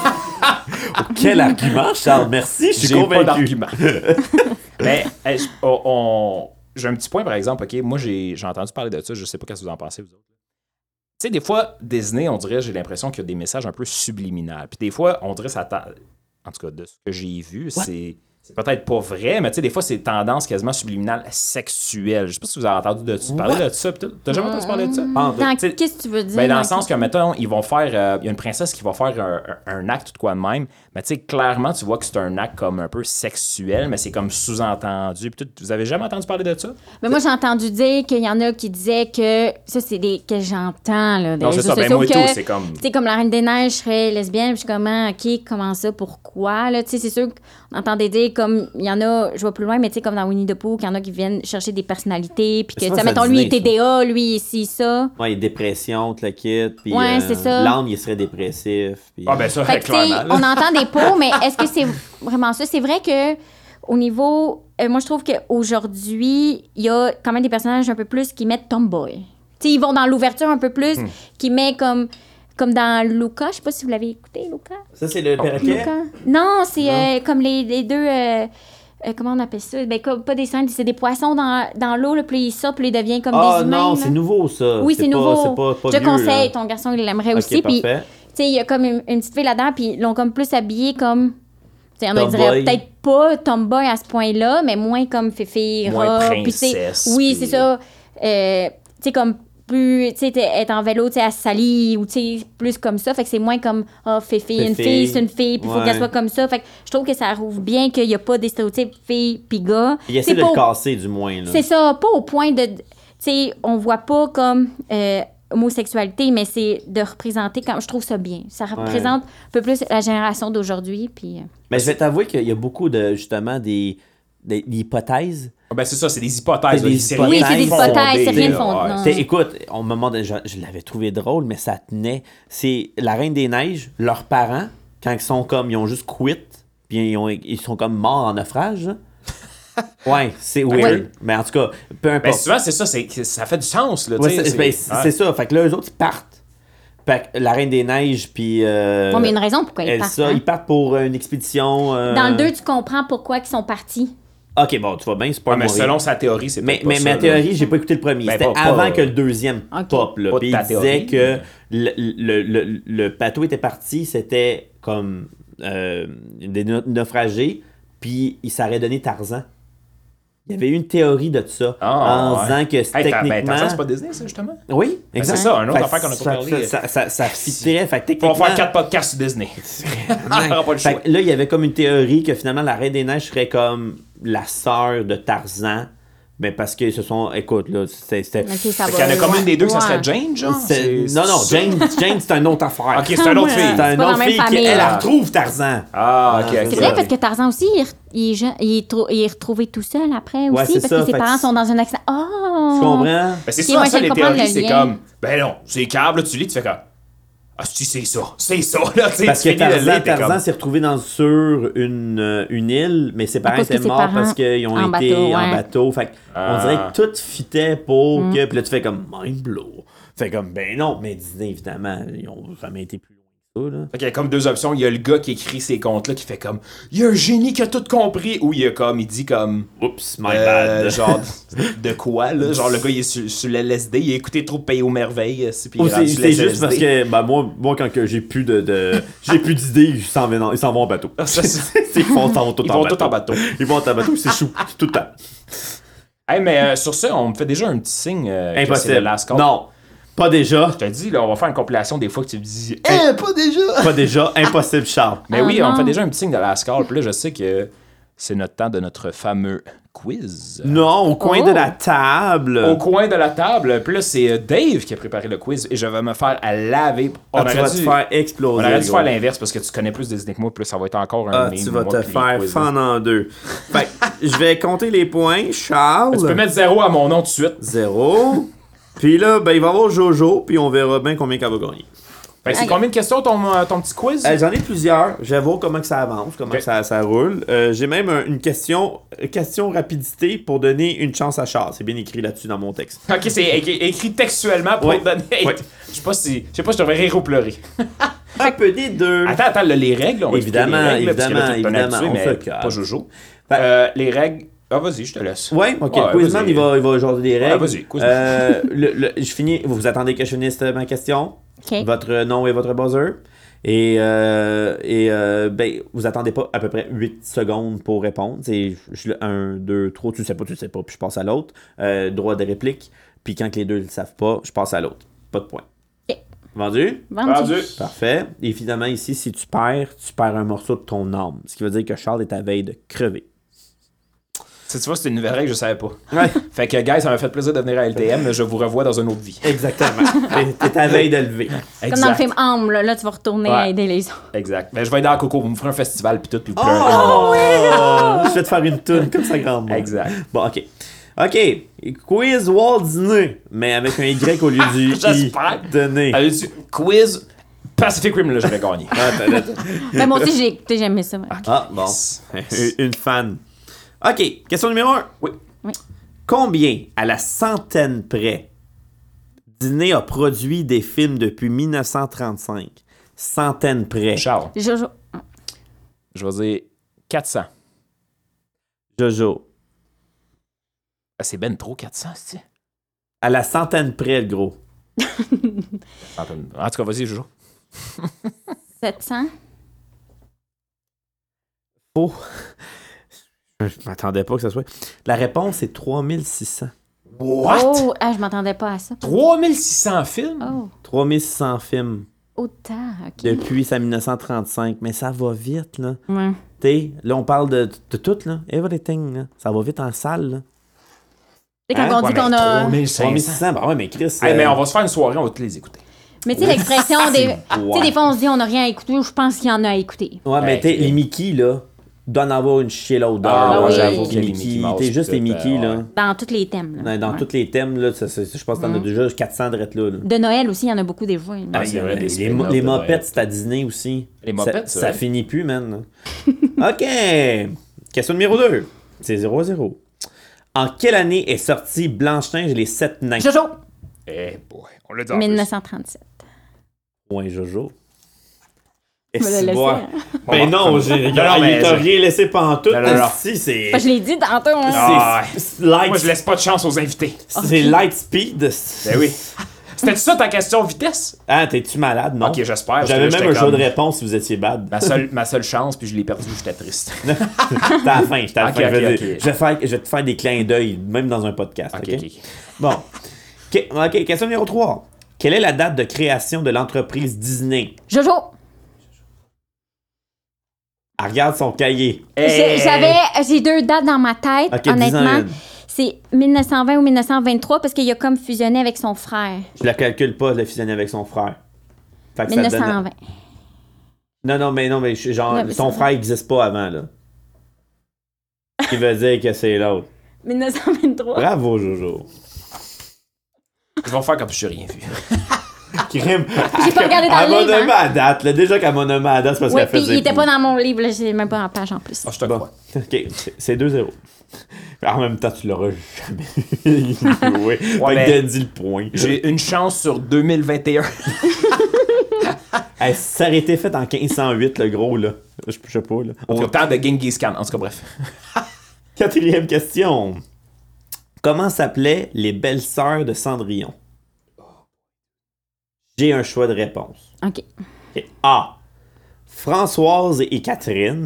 Quel argument, Charles, merci, je suis J'ai pas convaincu. d'argument. Mais hey, je- on- on- j'ai un petit point, par exemple. OK, moi, j'ai, j'ai entendu parler de ça. Je sais pas ce que vous en pensez, vous autres. Tu sais, des fois, Disney, on dirait, j'ai l'impression qu'il y a des messages un peu subliminaux. Puis des fois, on dirait ça... t'a- En tout cas, de ce que j'ai vu, c'est... C'est peut-être pas vrai, mais tu sais, des fois, c'est tendance quasiment subliminale sexuelle. Je sais pas si vous avez entendu de ça, parler de ça. peut-être. T'as jamais entendu parler de ça? Pas en tout. Dans, T'sais, qu'est-ce que tu veux dire? Ben, dans le dans sens que, quel- mettons, ils vont faire. euh, Il y a une princesse qui va faire un, un- un acte ou de quoi de même. Mais tu sais, clairement, tu vois que c'est un acte comme un peu sexuel, mais c'est comme sous-entendu. Puis tout, vous avez jamais entendu parler de ça? Mais moi, j'ai entendu dire qu'il y en a qui disaient que... Ça, c'est des... que j'entends, là. des Non, c'est réseaux ça. Ben, sociaux, moi et que, tout, c'est comme. Tu sais, comme la Reine des Neiges serait lesbienne, puis je suis comme, ah, OK, comment ça, pourquoi, là? Tu sais, c'est sûr qu'on entendait dire, comme, il y en a, je vais plus loin, mais tu sais, comme dans Winnie the Pooh, qu'il y en a qui viennent chercher des personnalités, puis que, C'est tu pas sais, ça, mettons, lui, il est Disney, T D A, lui, ici, ça. Ouais, dépression, tout le kit. Puis, Ouais, euh, c'est ça. L'âne, il serait dépressif. Puis, Ah, ben ça, Fait que, tu sais, clairement. on là. entend des pots, mais est-ce que c'est vraiment ça? C'est vrai que au niveau... euh, moi, je trouve qu'aujourd'hui, il y a quand même des personnages un peu plus qui mettent tomboy. Tu sais, ils vont dans l'ouverture un peu plus, qui met comme... Comme dans Luca, je sais pas si vous l'avez écouté, Luca. Ça, c'est le perroquet? Luca? Non, c'est euh, comme les, les deux... euh, euh, comment on appelle ça? Ben, comme, pas des singes, c'est des poissons dans, dans l'eau, là, puis ils sortent, puis ils deviennent comme Ah des humains. non, là. c'est nouveau, ça. Oui, c'est, pas- nouveau. C'est pas, pas je vieux, conseille, là. ton garçon, il l'aimerait Ok, aussi. Puis, tu parfait. sais, il y a comme une, une petite fille là-dedans, puis ils l'ont comme plus habillée comme... Tu sais, on Tomboy. dirait peut-être pas tomboy à ce point-là, mais moins comme Fifi, Moins robe, puis tu sais, princesse, oui, puis- c'est ça. Euh, tu sais, comme plus, tu sais, t'es- être en vélo, tu sais, à Sally, ou tu sais, plus comme ça. Fait que c'est moins comme, ah, oh, Fifi, une Fifi. fille, c'est une fille, puis il faut Ouais. qu'elle soit comme ça. Fait que je trouve que ça rouvre bien qu'il y a pas des stéréotypes fille puis gars. Il essaie C'est de pas le au- casser, du moins. Là. c'est ça, pas au point de... Tu sais, on voit pas comme euh, homosexualité, mais c'est de représenter... Quand, je trouve ça bien. Ça représente un peu plus la génération d'aujourd'hui, puis... euh, Mais je vais t'avouer qu'il y a beaucoup de, justement, des, des, des hypothèses. Ah, ben c'est ça, c'est des hypothèses. C'est là. des C'est hypothèses. rien Oui, c'est des fondé, hypothèses, c'est rien là, fondé, ouais. non. T'sais, écoute, on me demande, je, je l'avais trouvé drôle, mais ça tenait. C'est la Reine des Neiges, leurs parents, quand ils sont comme, ils ont juste quit, puis ils, ont- ils sont comme morts en naufrage. là. Ouais, c'est weird. Mais en tout cas, peu Ben importe. souvent, c'est ça, c'est, ça fait du sens. Là, Ouais, tu sais, c'est, ben, c'est- c'est ça. Fait que là, eux autres, ils partent. Fait que la Reine des Neiges, puis. Euh, Bon, mais il y a une raison pourquoi ils Elsa, partent. hein. ils partent pour euh, une expédition. euh, Dans le deux, tu comprends pourquoi ils sont partis. Ok, bon, tu vas bien, c'est pas Ouais, mais moi. selon sa théorie, c'est Mais, peut-être mais pas ma ça, théorie, là. j'ai pas écouté le premier. Ben, C'était pas- pas- avant que le deuxième Ok. pop. Là. Pas de Puis ta il disait théorie, que le, le, le, le bateau était parti, c'était comme euh, des nau- naufragés, puis il s'aurait donné Tarzan. Il y avait eu une théorie de ça, Ah, en ouais. disant que Hey, t'as- techniquement... ben, Tarzan, c'est pas Disney, ça, justement? Oui, Ben, exact. c'est ça, un autre Fait affaire qu'on a pas ça- parlé. Ça, ça, ça, ça fitterait. Fait que On techniquement... va faire quatre podcasts sur Disney. On n'aura pas le choix. Fait que là, il y avait comme une théorie que finalement, la Reine des Neiges serait comme la sœur de Tarzan, Ben parce qu'ils se sont... Écoute, là, c'était... c'était... Ok, ça Fait va. qu'il y en a combien des deux que ça Ouais. serait Jane, genre? c'est- C'est- Non, non, c'est- Jane, Jane c'est une autre affaire. Ok, c'est un autre Ouais. fille. C'est C'est une pas dans autre la même fille qui, famille. elle, Ah. elle retrouve Tarzan. Ah, ok, C'est ok. C'est vrai, parce que Tarzan aussi, il, re- il est, jeune- il, est trou- il est retrouvé tout seul après Ouais, aussi, c'est parce ça, que ses fait parents que- sont dans un accident. Oh! Tu comprends? Ben, c'est Ok, ça, ouais, ça, je les comprends théories, le c'est lien. comme, ben non, c'est câble, là, tu lis, tu fais comme, ah, si, c'est ça, c'est ça, là, tu sais, Parce tu que finis le Tarzan, lire, t'es Tarzan comme, s'est retrouvé dans, sur une, euh, une île, mais ses parents cause que étaient ses morts parents parce qu'ils ont en été bateau, en ouais. bateau. Fait Ah. on dirait que tout fitait pour Mm. que... Puis là, tu fais comme mind blow. Fait comme, ben non, mais Disney, évidemment, ils ont jamais été plus loin que ça, là. Fait qu'il y a comme deux options. Il y a le gars qui écrit ces contes-là qui fait comme, il y a un génie qui a tout compris, ou il y a comme, il dit comme, Oups, my euh, bad. genre, de quoi, là? Genre, le gars, il est sur, sur l'L S D, il a écouté trop de Pays aux merveilles, euh, puis il Ou est c'est rendu sur c'est le juste parce que bah, moi, moi, quand que j'ai plus de, de j'ai plus d'idées, ils s'en vont, ils s'en vont en bateau. Ah, ça, c'est- ils vont, ils vont tout Ils en vont bateau. tout en bateau. Ils vont en bateau, c'est chou, tout le temps. Hey, mais euh, sur ça, on me fait déjà un petit signe euh, que c'est le Impossible. last call. Non, pas déjà. Je te dis, là, on va faire une compilation des fois que tu me dis, eh, pas déjà! Pas déjà. Impossible, Charles. Mais Ah, oui, on non. fait déjà un petit signe de last call, puis là, je sais que c'est notre temps de notre fameux quiz. Non, au coin Oh. de la table. Au coin de la table, puis là, c'est euh, Dave qui a préparé le quiz et je vais me faire à laver. On Ah, tu aurait vas dû, te faire on exploser. aurait dû gros. faire l'inverse parce que tu connais plus Disney que moi, puis là, ça va être encore un Ah, meme, tu vas moi, te puis les faire quiz, là. fendre en deux. Fait que, je vais compter les points. Charles. Tu peux mettre zéro à mon nom tout de suite. Zéro. Puis là, ben, il va y avoir Jojo, puis on verra bien combien qu'elle va gagner. Fait que c'est Ok. combien de questions ton, euh, ton petit quiz? Euh, J'en ai plusieurs. Je vais voir comment que ça avance, comment Ok. ça, ça roule. Euh, J'ai même un- une question, question rapidité pour donner une chance à Charles. C'est bien écrit là-dessus dans mon texte. Ok, c'est écrit, écrit textuellement pour Ouais. te donner. Ouais. Je sais pas si. Je sais pas si je devrais rire ou pleurer. Un peu des deux. Attends, attends, là, les règles, on va expliquer Évidemment, les règles, là, parce que là, évidemment, t'es un évidemment, habitué, on mais se calme. pas Jojo. Fait- Euh, les règles. Ah, vas-y, je te laisse. Ouais, ok. Ouais, Quizman, vas-y. il va, il va jaser des règles. Ouais, vas-y, Quizman. Euh, le, le- je finis. Vous attendez que je finisse ma question? OK. Votre nom et votre buzzer. Et, euh, et euh, ben, vous attendez pas à peu près huit secondes pour répondre. C'est un, deux, trois, tu sais pas, tu sais pas, puis je passe à l'autre. Euh, droit de réplique. Puis quand les deux ne le savent pas, je passe à l'autre. Pas de point. Ok. Vendu? Vendu. Vendu. Parfait. Et finalement, ici, si tu perds, tu perds un morceau de ton âme. Ce qui veut dire que Charles est à veille de crever. Tu vois, c'est une nouvelle règle que je savais pas. Ouais. Fait que, guys, ça m'a fait plaisir de venir à L T M. Je vous revois dans une autre vie. Exactement. T'es- T'es à veille de lever. Comme dans le film Âme, là, là, tu vas retourner Ouais. à aider les autres. Exact. Ben, je vais être dans Coco. Vous me ferez un festival puis tout, puis vous Oh! pleurez. Je vais te faire une toune comme sa grand-mère. Exact. Bon, ok. Ok. Quiz Walt Disney, mais avec un Y au lieu du I. J'espère. Donné. Allez dessus. Quiz Pacific Rim, là, j'avais gagné. Attends, attends. Ben, moi aussi, j'ai écouté, j'aimais ça. ouais. Ah, bon. Yes. Une fan. Ok. Question numéro un. Oui. Oui. Combien, à la centaine près, Disney a produit des films depuis mille neuf cent trente-cinq? Centaine près. Charles, Jojo. je vais dire quatre cents. Jojo. Ah, c'est ben trop quatre cents, c'est À la centaine près, le gros. En tout cas, vas-y, Jojo. sept cents. Oh. Je m'attendais pas que ça soit. La réponse est trois mille six cents. What? Oh, ah, je m'attendais pas à ça. trois mille six cents films? Oh, trois mille six cents films autant, OK. depuis sa mille neuf cent trente-cinq. Mais ça va vite, là. Ouais. T'sais, là, on parle de, de tout, là. Everything, là. Ça va vite en salle, là. Tu sais, quand Hein? on dit Ouais, qu'on mais a... trois mille trois mille six cinq cents. cents, bah ouais, mais Chris. Hey, euh, mais on va se faire une soirée, on va tous les écouter. Mais tu sais, l'expression des... Tu Ouais. sais, des fois, on se dit on n'a rien à écouter, ou je pense qu'il y en a à écouter. Ouais, mais Hey, t'sais, hey. les Mickey, là, doit en avoir une shitload d'heures. Ah, là. ouais, j'avoue que que les Mickey, Mickey Mouse. t'sais, juste tout, les Mickey, euh, là. ouais. Dans tous les thèmes. Là. Dans, dans Ouais. tous les thèmes, là, ça, c'est- je pense que t'en as Mm. déjà quatre cents drettes là. là. De Noël aussi, il y en a beaucoup des fois. là. Ah, Ouais, c'est vrai, des les, spin-offs les de mopettes, Noël. c'est à Disney aussi. Les Ça- mopettes, ça, c'est vrai. finit plus, man. OK. Question numéro deux. C'est zéro à zéro. En quelle année est sorti Blanche-Neige et les sept nains? Jojo! Eh boy, on l'a dit en mille plus. neuf cent trente-sept. Point Jojo. Je me Et l'ai si laissé, bois. hein. Ben non, j'ai, Non, non, il mais t'a je- rien laissé pantoute. Non, non, non. Si, c'est... Ben, je l'ai dit tantôt. hein. Ah, c'est, c'est light, Moi, je laisse pas de chance aux invités. c'est light speed. Ben oui. C'était ça ta question vitesse? Ah, t'es-tu malade, non? Ok, j'espère. parce J'avais que là, même un j'étais jeu de comme- réponse si vous étiez bad. Ma seule, ma seule chance, puis je l'ai perdu, j'étais triste. J'étais à la fin, j'étais à la Ok, fin. ok, je, vais, ok. je vais faire, je vais te faire des clins d'œil, même dans un podcast. Ok, ok? ok. Bon. Ok, ok, question numéro trois. Quelle est la date de création de l'entreprise Disney? Jojo! Elle regarde son cahier. J'ai- J'avais... J'ai deux dates dans ma tête, Ok, dis-en honnêtement. une. C'est mille neuf cent vingt ou mille neuf cent vingt-trois parce qu'il a comme fusionné avec son frère. Je la calcule pas, je l'ai fusionné avec son frère. Fait que ça mille neuf cent vingt. donne... Non, non, mais non, mais genre, Ouais, mais son ça- frère n'existe pas avant, là. Ce qui veut dire que c'est l'autre. mille neuf cent vingt-trois. Bravo, Jojo. Ils vont faire comme si j'ai rien vu. Crime. J'ai pas regardé dans Elle le m'a livre, nommé hein. à date, là. Déjà qu'elle m'a nommé à date, c'est parce Ouais, qu'elle puis faisait il était plus. pas dans mon livre, là, j'ai même pas en page en plus. Ah, je te Bon. crois. Ok, c'est- c'est deux zéro. En même temps, tu l'auras jamais vu. Oui. Fait mais- que dit le point. J'ai une chance sur deux mille vingt et un. Hey, ça aurait été fait en quinze cent huit, le gros, là. Je je sais pas, là. En tout Au cas, temps de Genghis Khan. En tout cas, bref. quatrième question. Comment s'appelaient les belles-sœurs de Cendrillon? J'ai un choix de réponse. OK. Ok. A. Françoise et Catherine.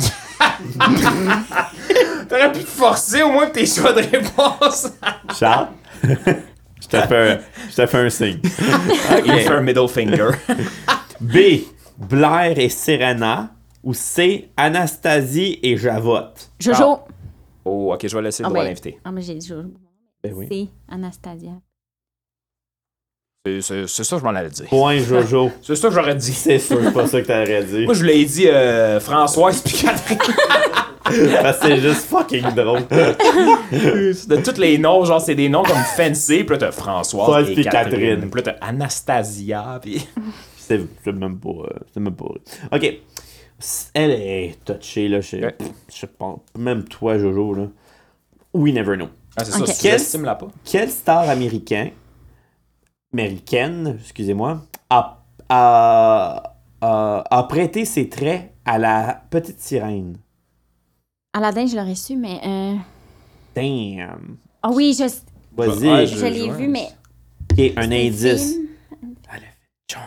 T'aurais pu te forcer au moins tes choix de réponse. Charles? Je te fais un, je te fais un signe. Il fait un middle finger. B. Blair et Serena. Ou C. Anastasie et Javotte. Jojo. Oh, ok, je vais laisser le Ah, droit à ben- l'invité. Ah, mais j'ai dit Jojo. Ben oui. C'est Anastasia. C'est, c'est, c'est ça que je m'en allais dire. Point Jojo. C'est ça que j'aurais dit. C'est sûr, c'est pas ça que t'aurais dit. Moi, je l'ai dit euh, Françoise puis Catherine. Parce que c'est juste fucking drôle. De tous les noms, genre, c'est des noms comme fancy. Puis là, t'as Françoise Françoise et puis Catherine. Catherine. Puis là, t'as Anastasia. Puis... C'est c'est même pas. euh, C'est même pas. Ok. Elle est touchée, là. Je Ouais. je sais pas. Même toi, Jojo, là. We never know. Ah, c'est ça, Ok. sous-estime-la pas. Quel star américain, américaine, excusez-moi, a, a, a, a prêté ses traits à la petite sirène? Aladdin, je l'aurais su, mais. Euh... Damn. Ah oui, je, Vas-y. Ouais, je je- l'ai je- vu, mais. Ok, un c'est indice. film. Elle a fait Charm.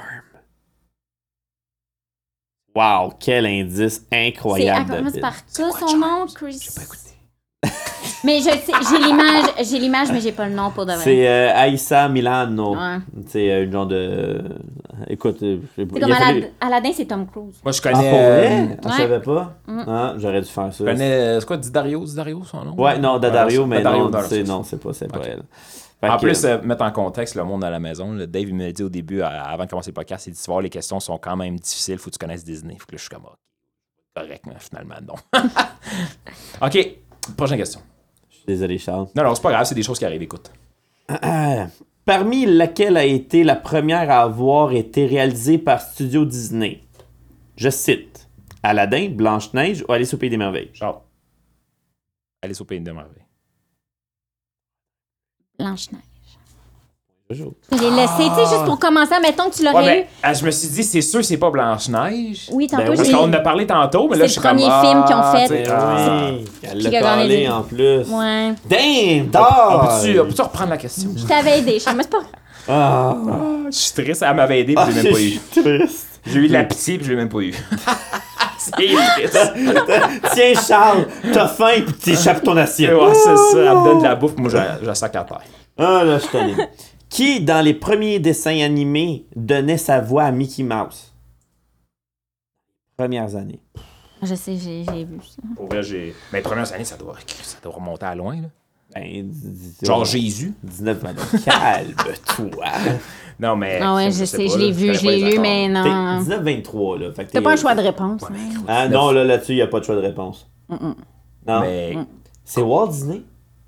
Wow, quel indice C'est incroyable. à commence David. par C'est quoi quoi, son Charles? nom, Chris? J'ai pas écouté. Mais je sais, j'ai l'image, j'ai l'image, mais j'ai pas le nom pour de vrai. C'est euh, Aïssa Milano. Ouais. C'est euh, une genre de. Écoute, euh, je sais pas. C'est il a comme fallu- Alad- Aladdin, c'est Tom Cruise. Moi, je Ah, connais. pour vrai? euh, On Ouais. savait pas? Mm. Ah, j'aurais dû faire ça. Je connais. euh, C'est quoi, Didario? Didario, son nom? Ouais, non, Dadario, Ouais, mais Dadario, non, Dadario, c'est, c'est non, ça. c'est pas, c'est pas Ok. elle. Fait En que, plus, euh, mettre en contexte le monde à la maison, là, Dave il me l'a dit au début, à- avant de commencer le podcast, il dit, tu vois, les questions sont quand même difficiles, faut que tu connaisses Disney. Faut que là, je suis comme, ok, correct, mais finalement, non. OK, prochaine question. je suis désolé, Charles. Non, non, c'est pas grave, c'est des choses qui arrivent, écoute. Ah, parmi laquelle a été la première à avoir été réalisée par Studio Disney. Je cite Aladdin, Blanche-Neige ou Alice au Pays des Merveilles. Charles. Alice au Pays des Merveilles. Blanche-Neige. Toujours. Je l'ai laissé, tu sais, juste pour commencer, mettons que tu l'aurais Ouais, eu. mais ah, je me suis dit, c'est sûr, c'est pas Blanche-Neige. Oui, tantôt, Ben oui. Parce j'ai... qu'on en a parlé tantôt, mais là, C'est je suis le comme. premier ah, film qu'ils ont fait. tu sais, ah. Oui, elle Qui l'a a gagné parlé les- en plus. Ouais. Damn, On dog! peut-tu, on peut-tu reprendre la question? Je t'avais aidé, je sais, mais c'est pas... Ah, Ah, je suis triste, elle m'avait aidé, puis ah, je l'ai même pas je eu. suis triste. J'ai eu de la pitié, puis je l'ai même pas eu. C'est triste. Tiens, Charles, t'as faim pis t'échappes ton assiette. Ouais, c'est ça, elle me donne de la bouffe, moi, je, je la sac à terre. Ah, là, je t'en ai. Qui, dans les premiers dessins animés, donnait sa voix à Mickey Mouse? Premières années. Je sais, j'ai, j'ai vu ça. Pour vrai, j'ai. Mais les premières années, ça doit, ça doit remonter à loin, là. Ben, d- d- Genre Jésus. dix-neuf ans. Calme-toi. Non, mais. Ah ouais, je sais, je l'ai vu, je l'ai lu, mais T'es non. dix-neuf vingt-trois, là. Fait que T'as t'es- pas un choix de réponse. Ouais, hein. mais- Ah non, là, là-dessus, il n'y a pas de choix de réponse. Mm-mm. Non. Mais. C'est Walt Disney.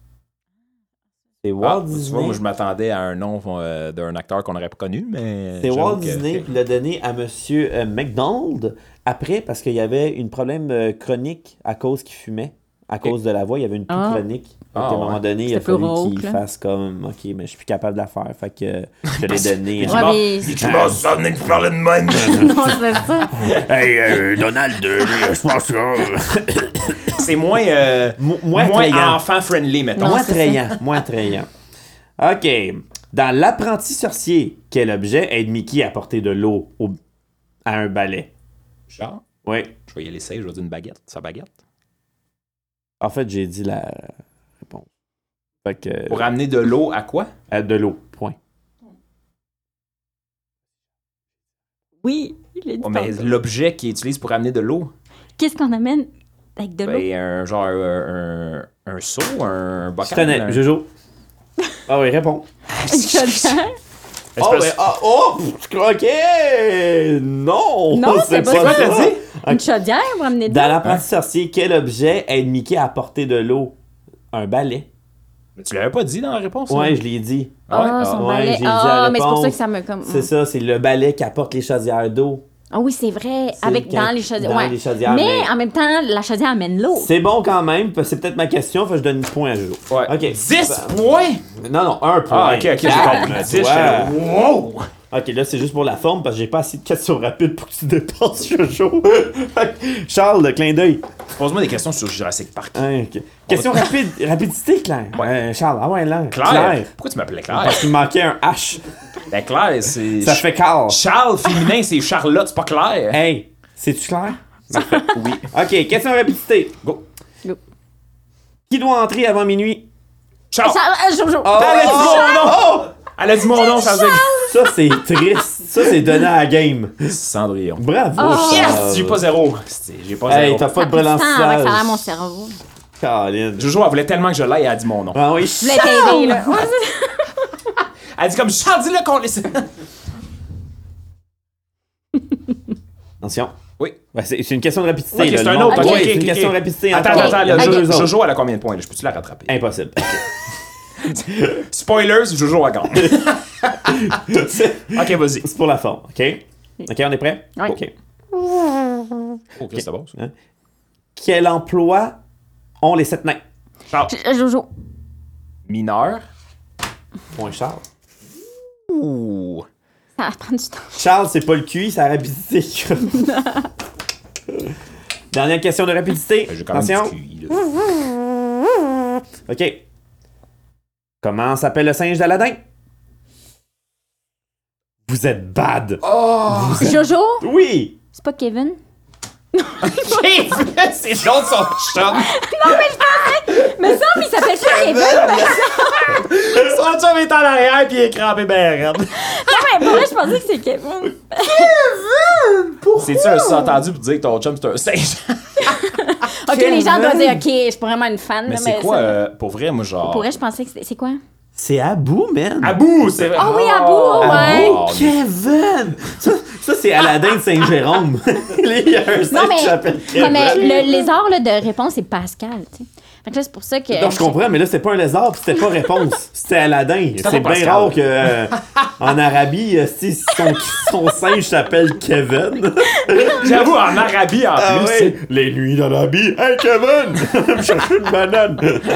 C'est Ah, Walt tu vois, Disney. moi, je m'attendais à un nom euh, d'un acteur qu'on n'aurait pas connu, mais. C'est j'avoue Walt que- Disney ok. qui l'a donné à Monsieur euh, McDonald après parce qu'il y avait un problème euh, chronique à cause qu'il fumait. À cause de la voix, il y avait une toux Ah. chronique. Fait Ah, qu'à un moment ouais. donné, il a C'était plus fallu rauque, qu'il là. fasse comme OK, mais je suis plus capable de la faire. Fait que euh, je l'ai donné. Tu Ouais, m'as- mais- tu m'as sonné que tu parlais de même. Non, c'est ça. Hey, euh, Donald, euh, je pense que. C'est moins. euh, Mo- moins moins attrayant. enfant-friendly, mettons. Non, Moins c'est attrayant. Moins attrayant. OK. Dans L'apprenti sorcier, quel objet aide Mickey à porter de l'eau au- à un balai? Genre, Oui. je vais y aller safe, je vais dire une baguette. Sa baguette. En fait, j'ai dit la réponse. Fait que. Pour amener de l'eau à quoi? euh, de l'eau. Point. Oui, il est dit Oh, mais tantôt. l'objet qu'il utilise pour amener de l'eau. Qu'est-ce qu'on amène Avec de l'eau. Ben, un genre un, un, un seau, un bocal. Je connais, un... Jojo. Ah oui, réponds. Une chaudière. Oh, mais, ah, oh, pff, ok! Non! Non, c'est pas ça. ça. Une chaudière, vous ramenez de Dans l'eau. l'apprenti sorcier, quel objet aide Mickey à apporter de l'eau? Un balai. Mais tu l'avais pas dit dans la réponse? Ouais, là? je l'ai dit. Ah, Ah ouais? son ouais, balai. j'ai dit la Ah, mais c'est pour réponse. ça que ça me comme. C'est ça, c'est le balai qui apporte les chaudières d'eau. Ah oui, c'est vrai. C'est Avec quand- dans les chaudières. dans ouais. les chaudières, mais, mais- en même temps, la chaudière amène l'eau. C'est bon quand même, parce que c'est peut-être ma question, faut que je donne une point à Jojo. Ouais. Ok. dix points! Non, non, un point. Ah, ok, ok, j'ai Calme, compris. tu dix, vois. j'étais là, wow! Ok, là, c'est juste pour la forme, parce que j'ai pas assez de questions rapides pour que tu dépasses Jojo. Charles, le clin d'œil. Pose-moi des questions sur Jurassic Park. Hein, ok. Question rapide, rapidité, Claire. Ouais. Charles, ah ouais, là. Claire? Pourquoi tu m'appelais Claire? Parce qu'il manquait un H. Ben Claire, c'est... Ça fait Carl. Charles féminin, c'est Charlotte, c'est pas Claire. Hey, c'est-tu clair? Parfait. Oui. Ok, question rapidité. Go. Go. Qui doit entrer avant minuit? Charles! Ça, ah, Jojo. Oh, Elle a dit oh, mon nom! oh! Elle a dit mon nom, ça veut dire... Ça, c'est triste. Ça, c'est donné à la game. Cendrillon. Bravo, Oh. Yes! Charles. J'ai pas zéro. C'est- J'ai pas Hey, zéro. t'as pas Ça de a pris du temps avant que ça aille à balançage. mon cerveau. Caroline. Jojo, elle voulait tellement que je l'aille, elle a dit mon nom. Ah oui, Je voulais t'aider, là. Elle a dit comme Charles, dis-le qu'on laisse. Attention. Oui. Ouais, c'est c'est une question de rapidité. Ok, là, c'est le un nom. autre. Ouais, Ok, c'est ok, une ok. question de rapidité. Attends, encore. attends, attends. Il y a là, deux Jo- autres. Jojo, elle a combien de points? Là? Je peux-tu la rattraper? Impossible. Spoilers, Jojo a gagné. c'est Ok, vas-y. c'est pour la forme, OK? OK, on est prêt? Oui. OK. Ok, c'est bon. ça. Hein? Quel emploi ont les sept nains? Charles. Jojo. Mineur. Point Charles. Ouh. Ça va prendre du temps. Charles, c'est pas le Q I, c'est la rapidité. Dernière question de rapidité. Ben, J'ai quand même Attention. du Q I, là. OK. Comment s'appelle le singe d'Aladin? Vous êtes bad. Jojo? Oui. C'est pas Kevin? C'est l'autre son chum. Mais ça, mais il s'appelle pas Kevin. Son chum est en arrière puis il est crampé ben raide. Non, mais pour vrai, je pensais que c'est Kevin. C'est-tu un sous-entendu pour dire que ton chum c'est un singe? Ok, les gens doivent dire, ok, je suis pas vraiment une fan. Mais là, c'est quoi, ça- euh, pour vrai, moi, genre... Pour vrai, je pensais que c'était. C'est quoi? C'est Abou, man. Abou, c'est vrai. Ah oui, Abou, ouais. Oh, Kevin! Ça, ça, c'est Aladdin de Saint-Jérôme. Il y a un Non, singe mais, qui s'appelle Kevin. comme, euh, le lézard là, de réponse, c'est Pascal, tu sais. Fait que là, c'est pour ça que. Donc, je comprends, mais là, c'était pas un lézard, pis c'était pas réponse. C'était Aladdin. pas C'est bien Pascal. rare que, euh, en Arabie, euh, si son, son singe s'appelle Kevin. J'avoue, en Arabie, en Ah plus. ouais. c'est- Les nuits d'Arabie. Hey, Kevin! Me chercher une banane.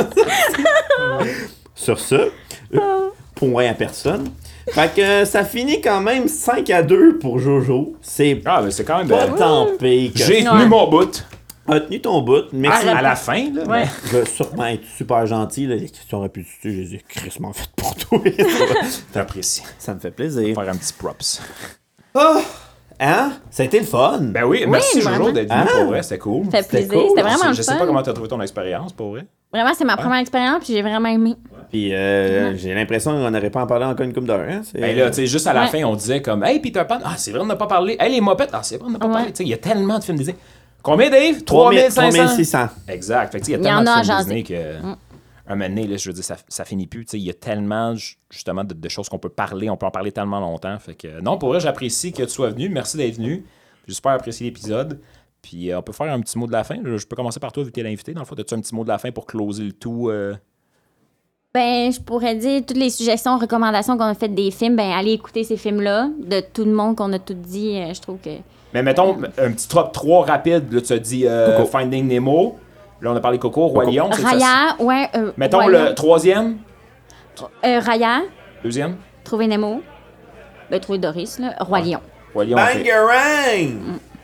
Sur ce, euh, point à personne. Fait que euh, ça finit quand même cinq à deux pour Jojo. C'est Ah, mais c'est quand même... pas euh, tant pire que J'ai Ouais. tenu mon bout. a tenu ton bout. Merci. À, à la fin, là. Ouais. Je vais sûrement être super gentil. Là. Les questions rapides, je les ai crissement faites pour toi. J'apprécie. Ça me fait plaisir. Faire un petit props. Oh! Hein? Ça a été le fun. Ben oui, merci vraiment. Jojo d'être venu, Ah. pour vrai, c'était cool. Ça fait C'était plaisir. cool. C'était vraiment je, le je sais fun. pas comment t'as trouvé ton expérience, pour vrai. Vraiment, c'est ma première expérience, puis j'ai vraiment aimé. Puis euh, j'ai l'impression qu'on n'aurait pas en parlé encore une couple d'heures. Hein? C'est- Ben là, tu sais, juste à la Ouais. fin, on disait comme, hey, Peter Pan, ah, c'est vrai, on n'a pas parlé. Hey, les mopettes, ah, c'est vrai, on n'a pas Ouais. parlé. Tu sais, il y a tellement de films Disney. Combien, Dave? trois mille trois mille cinq cents? six cents. Exact. Fait que, tu sais, il y a Il y tellement en a à de films jaser. Disney que. Un moment donné, là, je veux dire, ça, ça finit plus. Tu sais, il y a tellement, ju- justement, de, de choses qu'on peut parler. On peut en parler tellement longtemps. Fait que, non, pour vrai, j'apprécie que tu sois venu. Merci d'être venu. J'ai super apprécié l'épisode. Puis, euh, on peut faire un petit mot de la fin. Je, je peux commencer par toi, vu que t'es l'invité. Dans le fond, as-tu un petit mot de la fin pour closer le tout? euh? Ben, je pourrais dire toutes les suggestions, recommandations qu'on a faites des films, ben, allez écouter ces films-là. De tout le monde qu'on a tout dit, euh, je trouve que. Mais mettons, un petit top trois rapide. Là, tu as dit euh, Coco. Finding Nemo. Là, on a parlé Coco, Roi Coco. Lion. c'est ça? Raya, ouais. Euh, Mettons Roi le Lion. troisième, Euh, Raya, deuxième. Trouver Nemo. Ben, Trouver Doris, là. Roi Lion. Roi Lion. ok. Bangarang!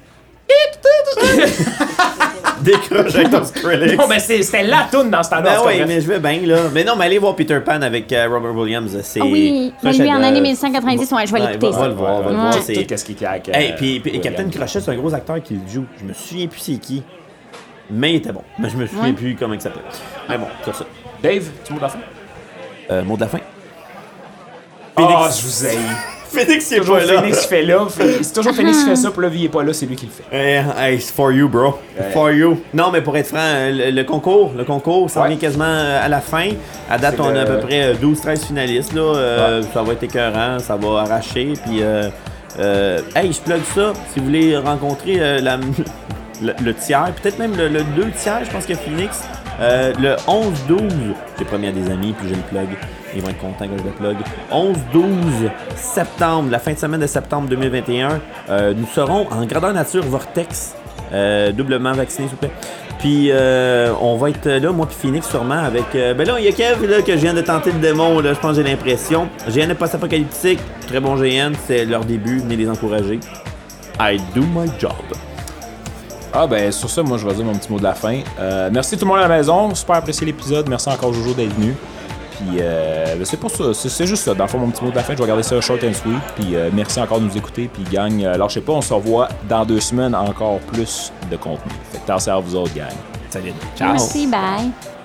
Décroche avec ton Skrillex. Non, mais c'est- c'était la toune dans ce temps-là. Ben en tout cas, oui, bref. mais je vais bien, là. Mais non, mais allez voir Peter Pan avec euh, Robert Williams. C'est Ah oui, c'est un mais lui, en chef-d'œuvre. année mille neuf cent quatre-vingt-dix, ouais, je vais Ouais, l'écouter, va- ça. Va le voir, va le Ouais. voir. Tout c'est- qu'est-ce qui claque. Hey, euh, puis, puis William. Captain Crochet, c'est un gros acteur qui le joue. Je me souviens plus c'est qui. Mais il était bon. Mais je me souviens Ouais. plus comment il s'appelle. Mais bon, c'est ça. Dave, tu mot de la fin? Euh, mot de la fin. Ah, Phoenix. je vous haïs. Phoenix, il est toujours pas là. Phoenix qui fait là. Fait- C'est toujours Phoenix qui fait ça, puis là, vu il est pas là, c'est lui qui le fait. Eh, hey, it's for you, bro. For you. Non, mais pour être franc, le, le concours, le concours, ça Ouais. vient quasiment à la fin. À date, C'est on a à le- peu près douze treize finalistes. Là. Euh, Ça va être écœurant, ça va arracher. Puis, euh, euh, hey, je plug ça. Si vous voulez rencontrer euh, la, le, le tiers, peut-être même le, le deux tiers, je pense qu'il y a Phoenix. Euh, le onze douze, j'ai promis à des amis, puis je le plug. Ils vont être contents que je le plug. onze douze septembre, la fin de semaine de septembre deux mille vingt et un, euh, nous serons en grandeur nature Vortex, euh, doublement vacciné, s'il vous plaît. Puis euh, on va être là, moi puis Phoenix sûrement, avec... Euh, ben là, il y a Kev là, que je viens de tenter le démon, là, je pense que j'ai l'impression. G N post-apocalyptique, très bon G N, c'est leur début, venez les encourager. I do my job. Ah ben sur ça, moi je vais dire mon petit mot de la fin. Euh, merci tout le monde à la maison, super apprécié l'épisode, merci encore Jojo d'être venu. Puis euh, ben, c'est pour ça, c'est, c'est juste ça. Dans le fond, mon petit mot de la fin, je vais garder ça short and sweet. Puis euh, merci encore de nous écouter. Puis gang, euh, lâchez pas, on se revoit dans deux semaines encore plus de contenu. Fait que t'en à vous autres, gang. Salut. Ciao. Merci, bye.